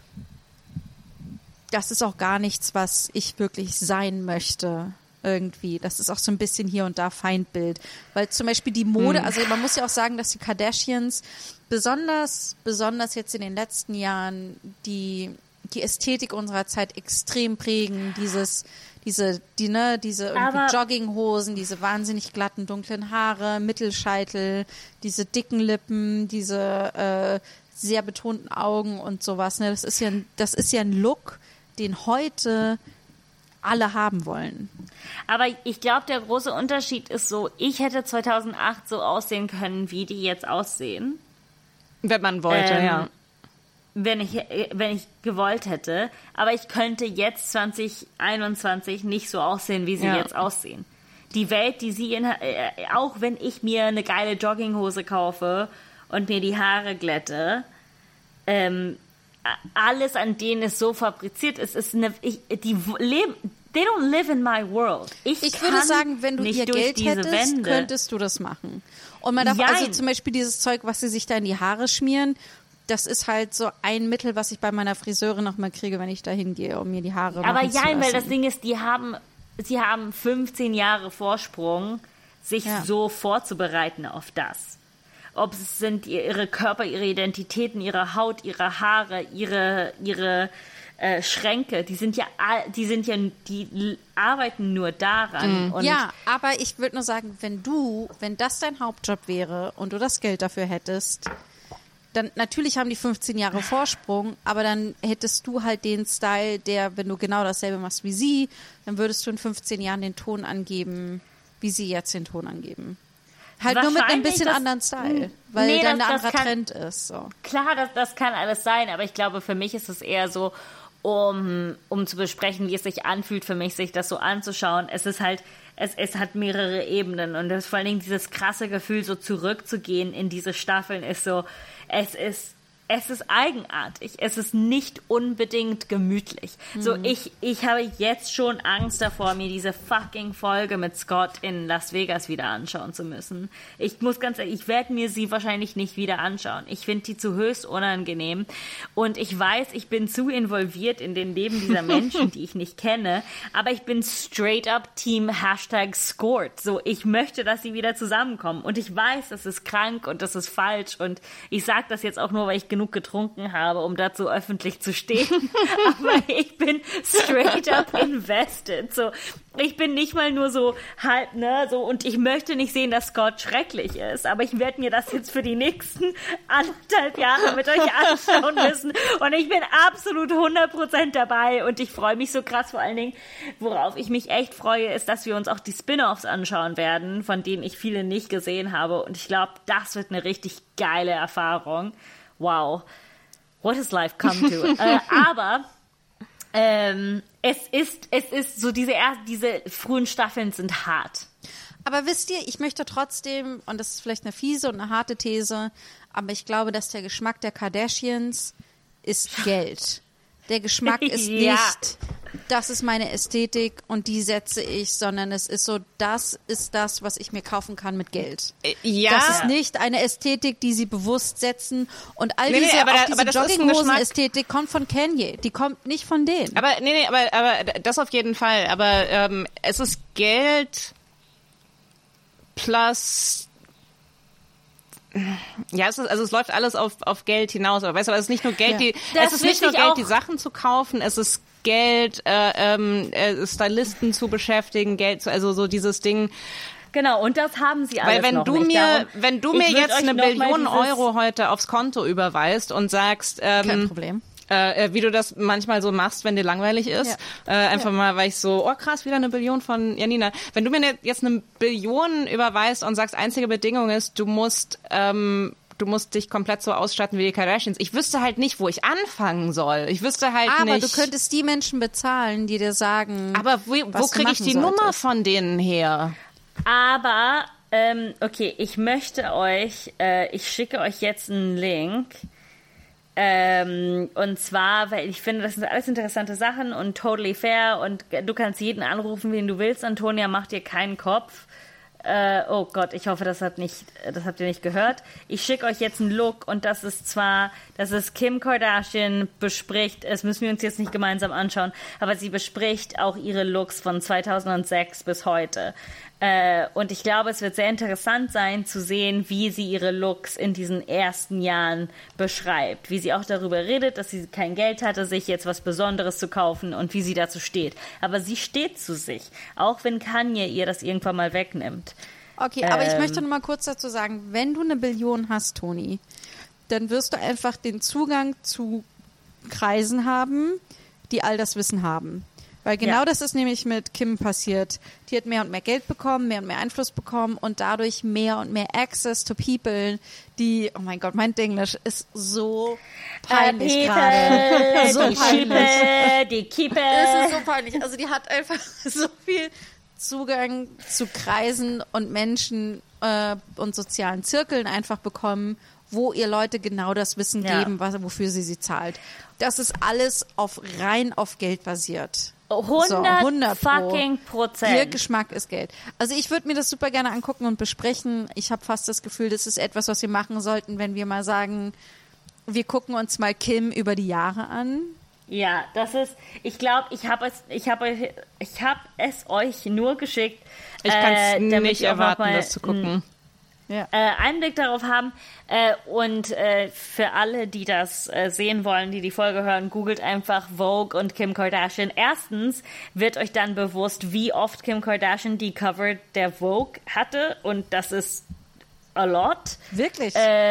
das ist auch gar nichts, was ich wirklich sein möchte. Irgendwie. Das ist auch so ein bisschen hier und da Feindbild. Weil zum Beispiel die Mode, also man muss ja auch sagen, dass die Kardashians besonders jetzt in den letzten Jahren die Ästhetik unserer Zeit extrem prägen. Diese irgendwie Jogginghosen, diese wahnsinnig glatten, dunklen Haare, Mittelscheitel, diese dicken Lippen, diese sehr betonten Augen und sowas. Ne? Das ist ja ein Look, den heute alle haben wollen. Aber ich glaube, der große Unterschied ist so, ich hätte 2008 so aussehen können, wie die jetzt aussehen. Wenn man wollte, ja. Wenn ich gewollt hätte. Aber ich könnte jetzt 2021 nicht so aussehen, wie sie jetzt aussehen. Die Welt, die sie auch wenn ich mir eine geile Jogginghose kaufe und mir die Haare glätte, alles an denen ist so fabriziert. They don't live in my world. Ich würde sagen, wenn du ihr Geld hättest, könntest du das machen. Und man darf also zum Beispiel dieses Zeug, was sie sich da in die Haare schmieren, das ist halt so ein Mittel, was ich bei meiner Friseurin noch mal kriege, wenn ich da hingehe, um mir die Haare machen zu lassen. Weil das Ding ist, sie haben 15 Jahre Vorsprung, sich so vorzubereiten auf das. Ob es sind ihre Körper, ihre Identitäten, ihre Haut, ihre Haare, ihre Schränke, die arbeiten nur daran. Und ja, aber ich würde nur sagen, wenn das dein Hauptjob wäre und du das Geld dafür hättest, dann natürlich haben die 15 Jahre Vorsprung, aber dann hättest du halt den Style, der, wenn du genau dasselbe machst wie sie, dann würdest du in 15 Jahren den Ton angeben, wie sie jetzt den Ton angeben. Halt nur mit einem bisschen anderen Style, weil dann ein anderer Trend ist. So. Klar, das kann alles sein, aber ich glaube, für mich ist es eher so, um zu besprechen, wie es sich anfühlt für mich, sich das so anzuschauen. Es ist halt, es hat mehrere Ebenen und das, vor allen Dingen dieses krasse Gefühl, so zurückzugehen in diese Staffeln, ist so, es ist eigenartig. Es ist nicht unbedingt gemütlich. So, ich habe jetzt schon Angst davor, mir diese fucking Folge mit Scott in Las Vegas wieder anschauen zu müssen. Ich muss ganz ehrlich, ich werde mir sie wahrscheinlich nicht wieder anschauen. Ich finde die zu höchst unangenehm. Und ich weiß, ich bin zu involviert in den Leben dieser Menschen, die ich nicht kenne. Aber ich bin straight up Team #scored. So, ich möchte, dass sie wieder zusammenkommen. Und ich weiß, das ist krank und das ist falsch. Und ich sage das jetzt auch nur, weil ich genug getrunken habe, um dazu öffentlich zu stehen. Aber ich bin straight up invested. So, ich bin nicht mal nur so halb, ne, so, und ich möchte nicht sehen, dass Scott schrecklich ist, aber ich werde mir das jetzt für die nächsten 1,5 Jahre mit euch anschauen müssen. Und ich bin absolut 100% dabei und ich freue mich so krass. Vor allen Dingen, worauf ich mich echt freue, ist, dass wir uns auch die Spin-Offs anschauen werden, von denen ich viele nicht gesehen habe. Und ich glaube, das wird eine richtig geile Erfahrung. Wow, what has life come to? Aber es ist so, diese frühen Staffeln sind hart. Aber wisst ihr, ich möchte trotzdem, und das ist vielleicht eine fiese und eine harte These, aber ich glaube, dass der Geschmack der Kardashians ist Geld. Der Geschmack ist nicht, das ist meine Ästhetik und die setze ich, sondern es ist so, das ist das, was ich mir kaufen kann mit Geld. Ja. Das ist nicht eine Ästhetik, die sie bewusst setzen und all diese diese Jogginghosen-Ästhetik kommt von Kanye, die kommt nicht von denen. Aber aber das auf jeden Fall. Aber es ist Geld plus. Ja, es läuft alles auf Geld hinaus, aber weißt du, es ist nicht nur Geld, es ist nicht nur Geld, die Sachen zu kaufen, es ist Geld, Stylisten zu beschäftigen, Geld, also so dieses Ding. Genau, und das haben sie alles. Weil wenn du mir jetzt eine Billion Euro heute aufs Konto überweist und sagst, kein Problem. Wie du das manchmal so machst, wenn dir langweilig ist. Ja. Einfach mal, weil ich so, oh krass, wieder eine Billion von Janina. Wenn du mir jetzt eine Billion überweist und sagst, einzige Bedingung ist, du musst dich komplett so ausstatten wie die Kardashians. Ich wüsste halt nicht, wo ich anfangen soll. Ich wüsste halt nicht. Aber du könntest die Menschen bezahlen, die dir sagen, aber wo kriege ich die Nummer von denen her? Aber, okay, ich schicke euch jetzt einen Link. Und zwar, weil ich finde, das sind alles interessante Sachen und totally fair und du kannst jeden anrufen, wen du willst. Antonia, mach dir keinen Kopf. Oh Gott, ich hoffe, das habt ihr nicht gehört. Ich schicke euch jetzt einen Look und das ist Kim Kardashian bespricht, das müssen wir uns jetzt nicht gemeinsam anschauen, aber sie bespricht auch ihre Looks von 2006 bis heute. Und ich glaube, es wird sehr interessant sein zu sehen, wie sie ihre Looks in diesen ersten Jahren beschreibt. Wie sie auch darüber redet, dass sie kein Geld hatte, sich jetzt was Besonderes zu kaufen und wie sie dazu steht. Aber sie steht zu sich, auch wenn Kanye ihr das irgendwann mal wegnimmt. Okay, aber ich möchte noch mal kurz dazu sagen, wenn du eine Billion hast, Toni, dann wirst du einfach den Zugang zu Kreisen haben, die all das Wissen haben. Weil genau das ist nämlich mit Kim passiert. Die hat mehr und mehr Geld bekommen, mehr und mehr Einfluss bekommen und dadurch mehr und mehr Access to people, die, oh mein Gott, mein Englisch ist so peinlich gerade. So peinlich. Die Keeper. Es ist so peinlich. Also die hat einfach so viel Zugang zu Kreisen und Menschen und sozialen Zirkeln einfach bekommen, wo ihr Leute genau das Wissen geben, wofür sie zahlt. Das ist alles rein auf Geld basiert. 100 fucking %. Ihr Geschmack ist Geld. Also ich würde mir das super gerne angucken und besprechen. Ich habe fast das Gefühl, das ist etwas, was wir machen sollten, wenn wir mal sagen, wir gucken uns mal Kim über die Jahre an. Ja, das ist, ich glaube, ich habe es euch nur geschickt. Ich kann es nicht erwarten, das zu gucken. Einblick darauf haben und für alle, die das sehen wollen, die Folge hören, googelt einfach Vogue und Kim Kardashian. Erstens wird euch dann bewusst, wie oft Kim Kardashian die Cover der Vogue hatte und das ist a lot. Wirklich?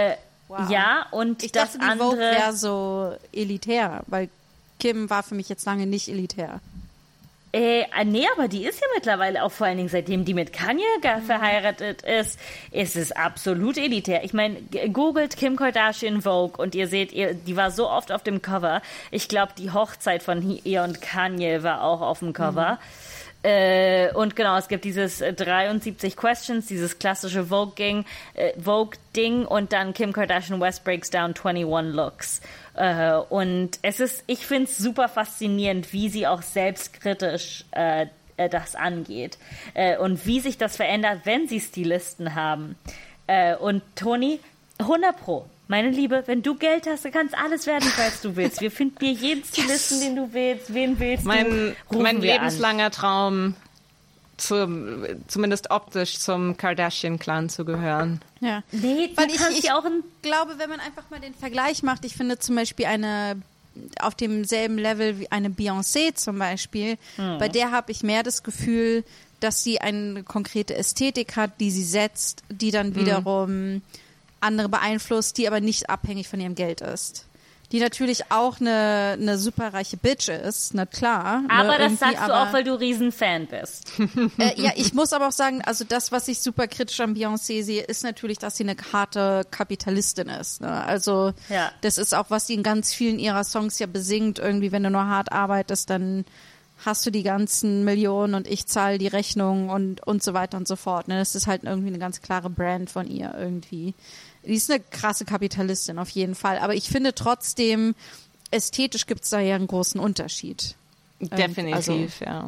Wow. Ja, und Ich das dachte, die Vogue andere... wäre so elitär, weil Kim war für mich jetzt lange nicht elitär. Nee, aber die ist ja mittlerweile auch vor allen Dingen, seitdem die mit Kanye verheiratet ist es absolut elitär. Ich meine, googelt Kim Kardashian Vogue und ihr seht, die war so oft auf dem Cover. Ich glaube, die Hochzeit von ihr und Kanye war auch auf dem Cover. Und genau, es gibt dieses 73 Questions, dieses klassische Vogue-Ding und dann Kim Kardashian West breaks down 21 Looks. Und ich finde es super faszinierend, wie sie auch selbstkritisch das angeht und wie sich das verändert, wenn sie Stilisten haben. Und Toni, 100%. Meine Liebe, wenn du Geld hast, dann kannst alles werden, falls du willst. Wir finden dir jeden Stilisten, den du willst. Wen willst du? Mein lebenslanger Traum, zumindest optisch zum Kardashian-Clan zu gehören. Ja. Nee, weil ich glaube, wenn man einfach mal den Vergleich macht, ich finde zum Beispiel auf demselben Level wie eine Beyoncé zum Beispiel, bei der habe ich mehr das Gefühl, dass sie eine konkrete Ästhetik hat, die sie setzt, die dann wiederum andere beeinflusst, die aber nicht abhängig von ihrem Geld ist. Die natürlich auch eine super reiche Bitch ist, na klar. Aber das sagst du auch, weil du Riesenfan bist. Ja, ich muss aber auch sagen, also das, was ich super kritisch an Beyoncé sehe, ist natürlich, dass sie eine harte Kapitalistin ist. Ne? Also das ist auch, was sie in ganz vielen ihrer Songs ja besingt. Irgendwie, wenn du nur hart arbeitest, dann hast du die ganzen Millionen und ich zahle die Rechnung und so weiter und so fort. Ne? Das ist halt irgendwie eine ganz klare Brand von ihr irgendwie. Die ist eine krasse Kapitalistin auf jeden Fall. Aber ich finde trotzdem, ästhetisch gibt es da ja einen großen Unterschied. Definitiv, ja.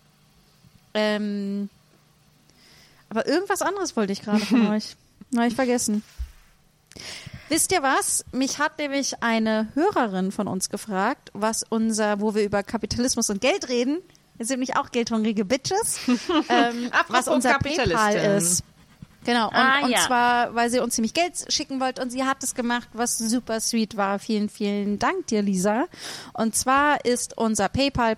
Aber irgendwas anderes wollte ich gerade von euch. Na, ich vergessen. Wisst ihr was? Mich hat nämlich eine Hörerin von uns gefragt, wo wir über Kapitalismus und Geld reden. Wir sind nämlich auch geldhungrige Bitches. Was unser PayPal ist. Genau, und zwar, weil sie uns ziemlich Geld schicken wollte und sie hat es gemacht, was super sweet war. Vielen, vielen Dank dir, Lisa. Und zwar ist unser PayPal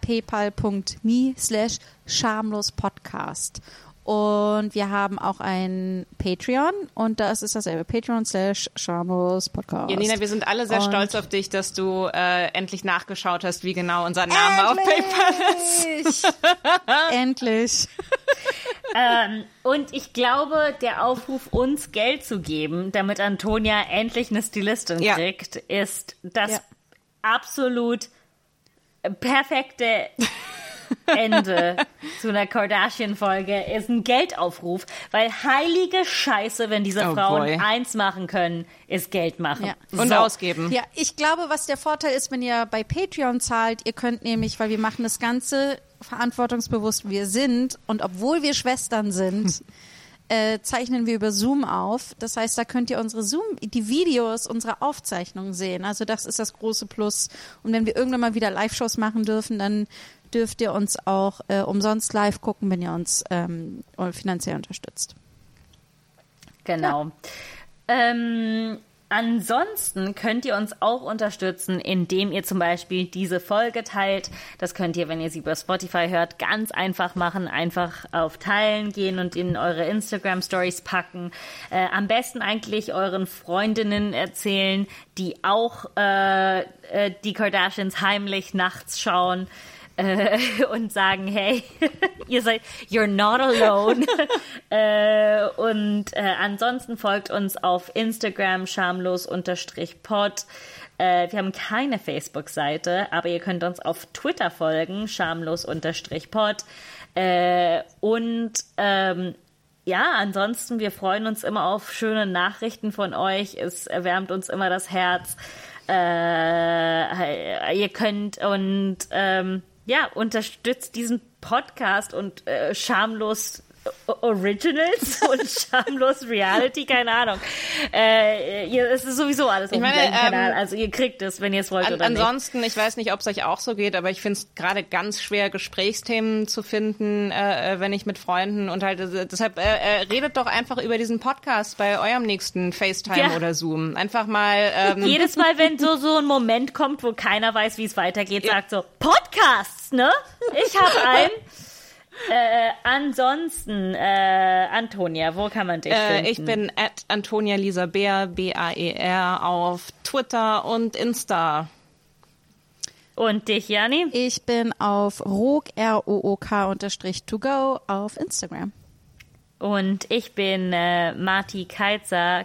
paypal.me/schamlospodcast. Und wir haben auch ein Patreon und da ist es dasselbe. Patreon/schamlospodcast. Ja, Nina, wir sind alle sehr stolz auf dich, dass du endlich nachgeschaut hast, wie genau unser Name auf PayPal ist. Endlich. Und ich glaube, der Aufruf, uns Geld zu geben, damit Antonia endlich eine Stilistin kriegt, ist das absolut perfekte Ende zu einer Kardashian-Folge, ist ein Geldaufruf, weil heilige Scheiße, wenn diese Frauen eins machen können, ist Geld machen. Ja. Und ausgeben. Ja, ich glaube, was der Vorteil ist, wenn ihr bei Patreon zahlt, ihr könnt nämlich, weil wir machen das Ganze verantwortungsbewusst, wie wir sind, und obwohl wir Schwestern sind, zeichnen wir über Zoom auf. Das heißt, da könnt ihr die Videos, unsere Aufzeichnungen sehen. Also das ist das große Plus. Und wenn wir irgendwann mal wieder Live-Shows machen dürfen, dann dürft ihr uns auch umsonst live gucken, wenn ihr uns finanziell unterstützt. Genau. Ja. Ansonsten könnt ihr uns auch unterstützen, indem ihr zum Beispiel diese Folge teilt. Das könnt ihr, wenn ihr sie über Spotify hört, ganz einfach machen. Einfach auf Teilen gehen und in eure Instagram-Stories packen. Am besten eigentlich euren Freundinnen erzählen, die auch die Kardashians heimlich nachts schauen. Und sagen, hey, you're not alone. Ansonsten folgt uns auf Instagram schamlos_pod. Wir haben keine Facebook-Seite, aber ihr könnt uns auf Twitter folgen, schamlos_pod. Ansonsten, wir freuen uns immer auf schöne Nachrichten von euch. Es erwärmt uns immer das Herz. Ihr könnt unterstützt diesen Podcast und schamlos Originals und schamlos Reality, keine Ahnung. Es ist sowieso alles auf dem gleichen Kanal, also ihr kriegt es, wenn ihr es wollt oder nicht. Ansonsten, ich weiß nicht, ob es euch auch so geht, aber ich finde es gerade ganz schwer, Gesprächsthemen zu finden, wenn ich mit Freunden unterhalte. Deshalb redet doch einfach über diesen Podcast bei eurem nächsten FaceTime oder Zoom. Einfach mal... Jedes Mal, wenn so ein Moment kommt, wo keiner weiß, wie es weitergeht, sagt so, Podcasts, ne? Ich habe einen... Ansonsten, Antonia, wo kann man dich finden? Ich bin @AntoniaLisaBeer, BAER auf Twitter und Insta. Und dich, Jani? Ich bin auf rook_to_go auf Instagram. Und ich bin Marti Keizer,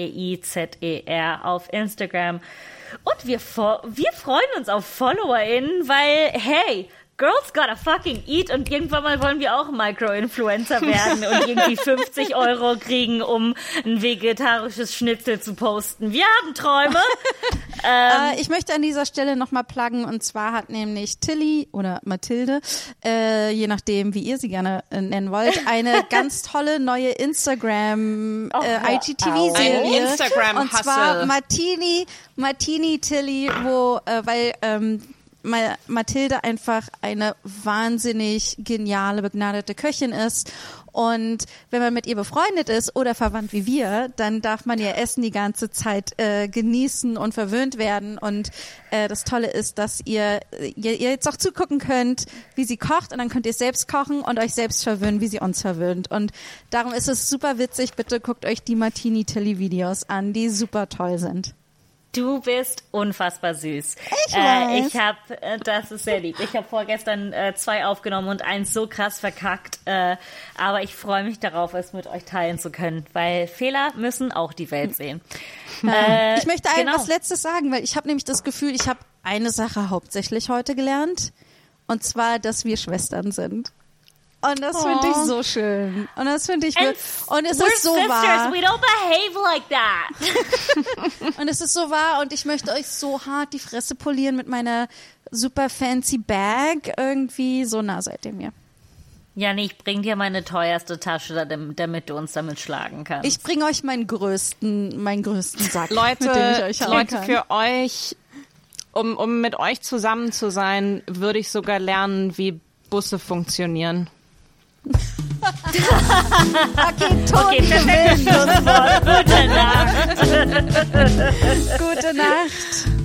KEIZER auf Instagram. Und wir freuen uns auf FollowerInnen, weil, hey, Girls gotta fucking eat und irgendwann mal wollen wir auch Micro-Influencer werden und irgendwie 50 € kriegen, um ein vegetarisches Schnitzel zu posten. Wir haben Träume. Ich möchte an dieser Stelle nochmal pluggen, und zwar hat nämlich Tilly oder Mathilde, je nachdem, wie ihr sie gerne nennen wollt, eine ganz tolle neue Instagram IGTV-Serie. Und zwar Martini Tilly, weil Mathilde einfach eine wahnsinnig geniale, begnadete Köchin ist. Und wenn man mit ihr befreundet ist oder verwandt wie wir, dann darf man ihr Essen die ganze Zeit genießen und verwöhnt werden. Und das Tolle ist, dass ihr jetzt auch zugucken könnt, wie sie kocht. Und dann könnt ihr selbst kochen und euch selbst verwöhnen, wie sie uns verwöhnt. Und darum ist es super witzig. Bitte guckt euch die Martini Tilly Videos an, die super toll sind. Du bist unfassbar süß. Ich weiß. Das ist sehr lieb. Ich habe vorgestern 2 aufgenommen und 1 so krass verkackt. Aber ich freue mich darauf, es mit euch teilen zu können, weil Fehler müssen auch die Welt sehen. Ich möchte was Letztes sagen, weil ich habe nämlich das Gefühl, ich habe eine Sache hauptsächlich heute gelernt. Und zwar, dass wir Schwestern sind. Und das finde ich so schön. Und das finde ich und es ist so wahr. We don't behave like that. Und es ist so wahr und ich möchte euch so hart die Fresse polieren mit meiner super fancy Bag. Irgendwie so nah seid ihr mir. Jani, ich bring dir meine teuerste Tasche, damit du uns damit schlagen kannst. Ich bringe euch meinen größten Sack, Leute, mit dem ich euch hauen kann. Für euch, um mit euch zusammen zu sein, würde ich sogar lernen, wie Busse funktionieren. Okay, perfekt. Gute Nacht. Gute Nacht.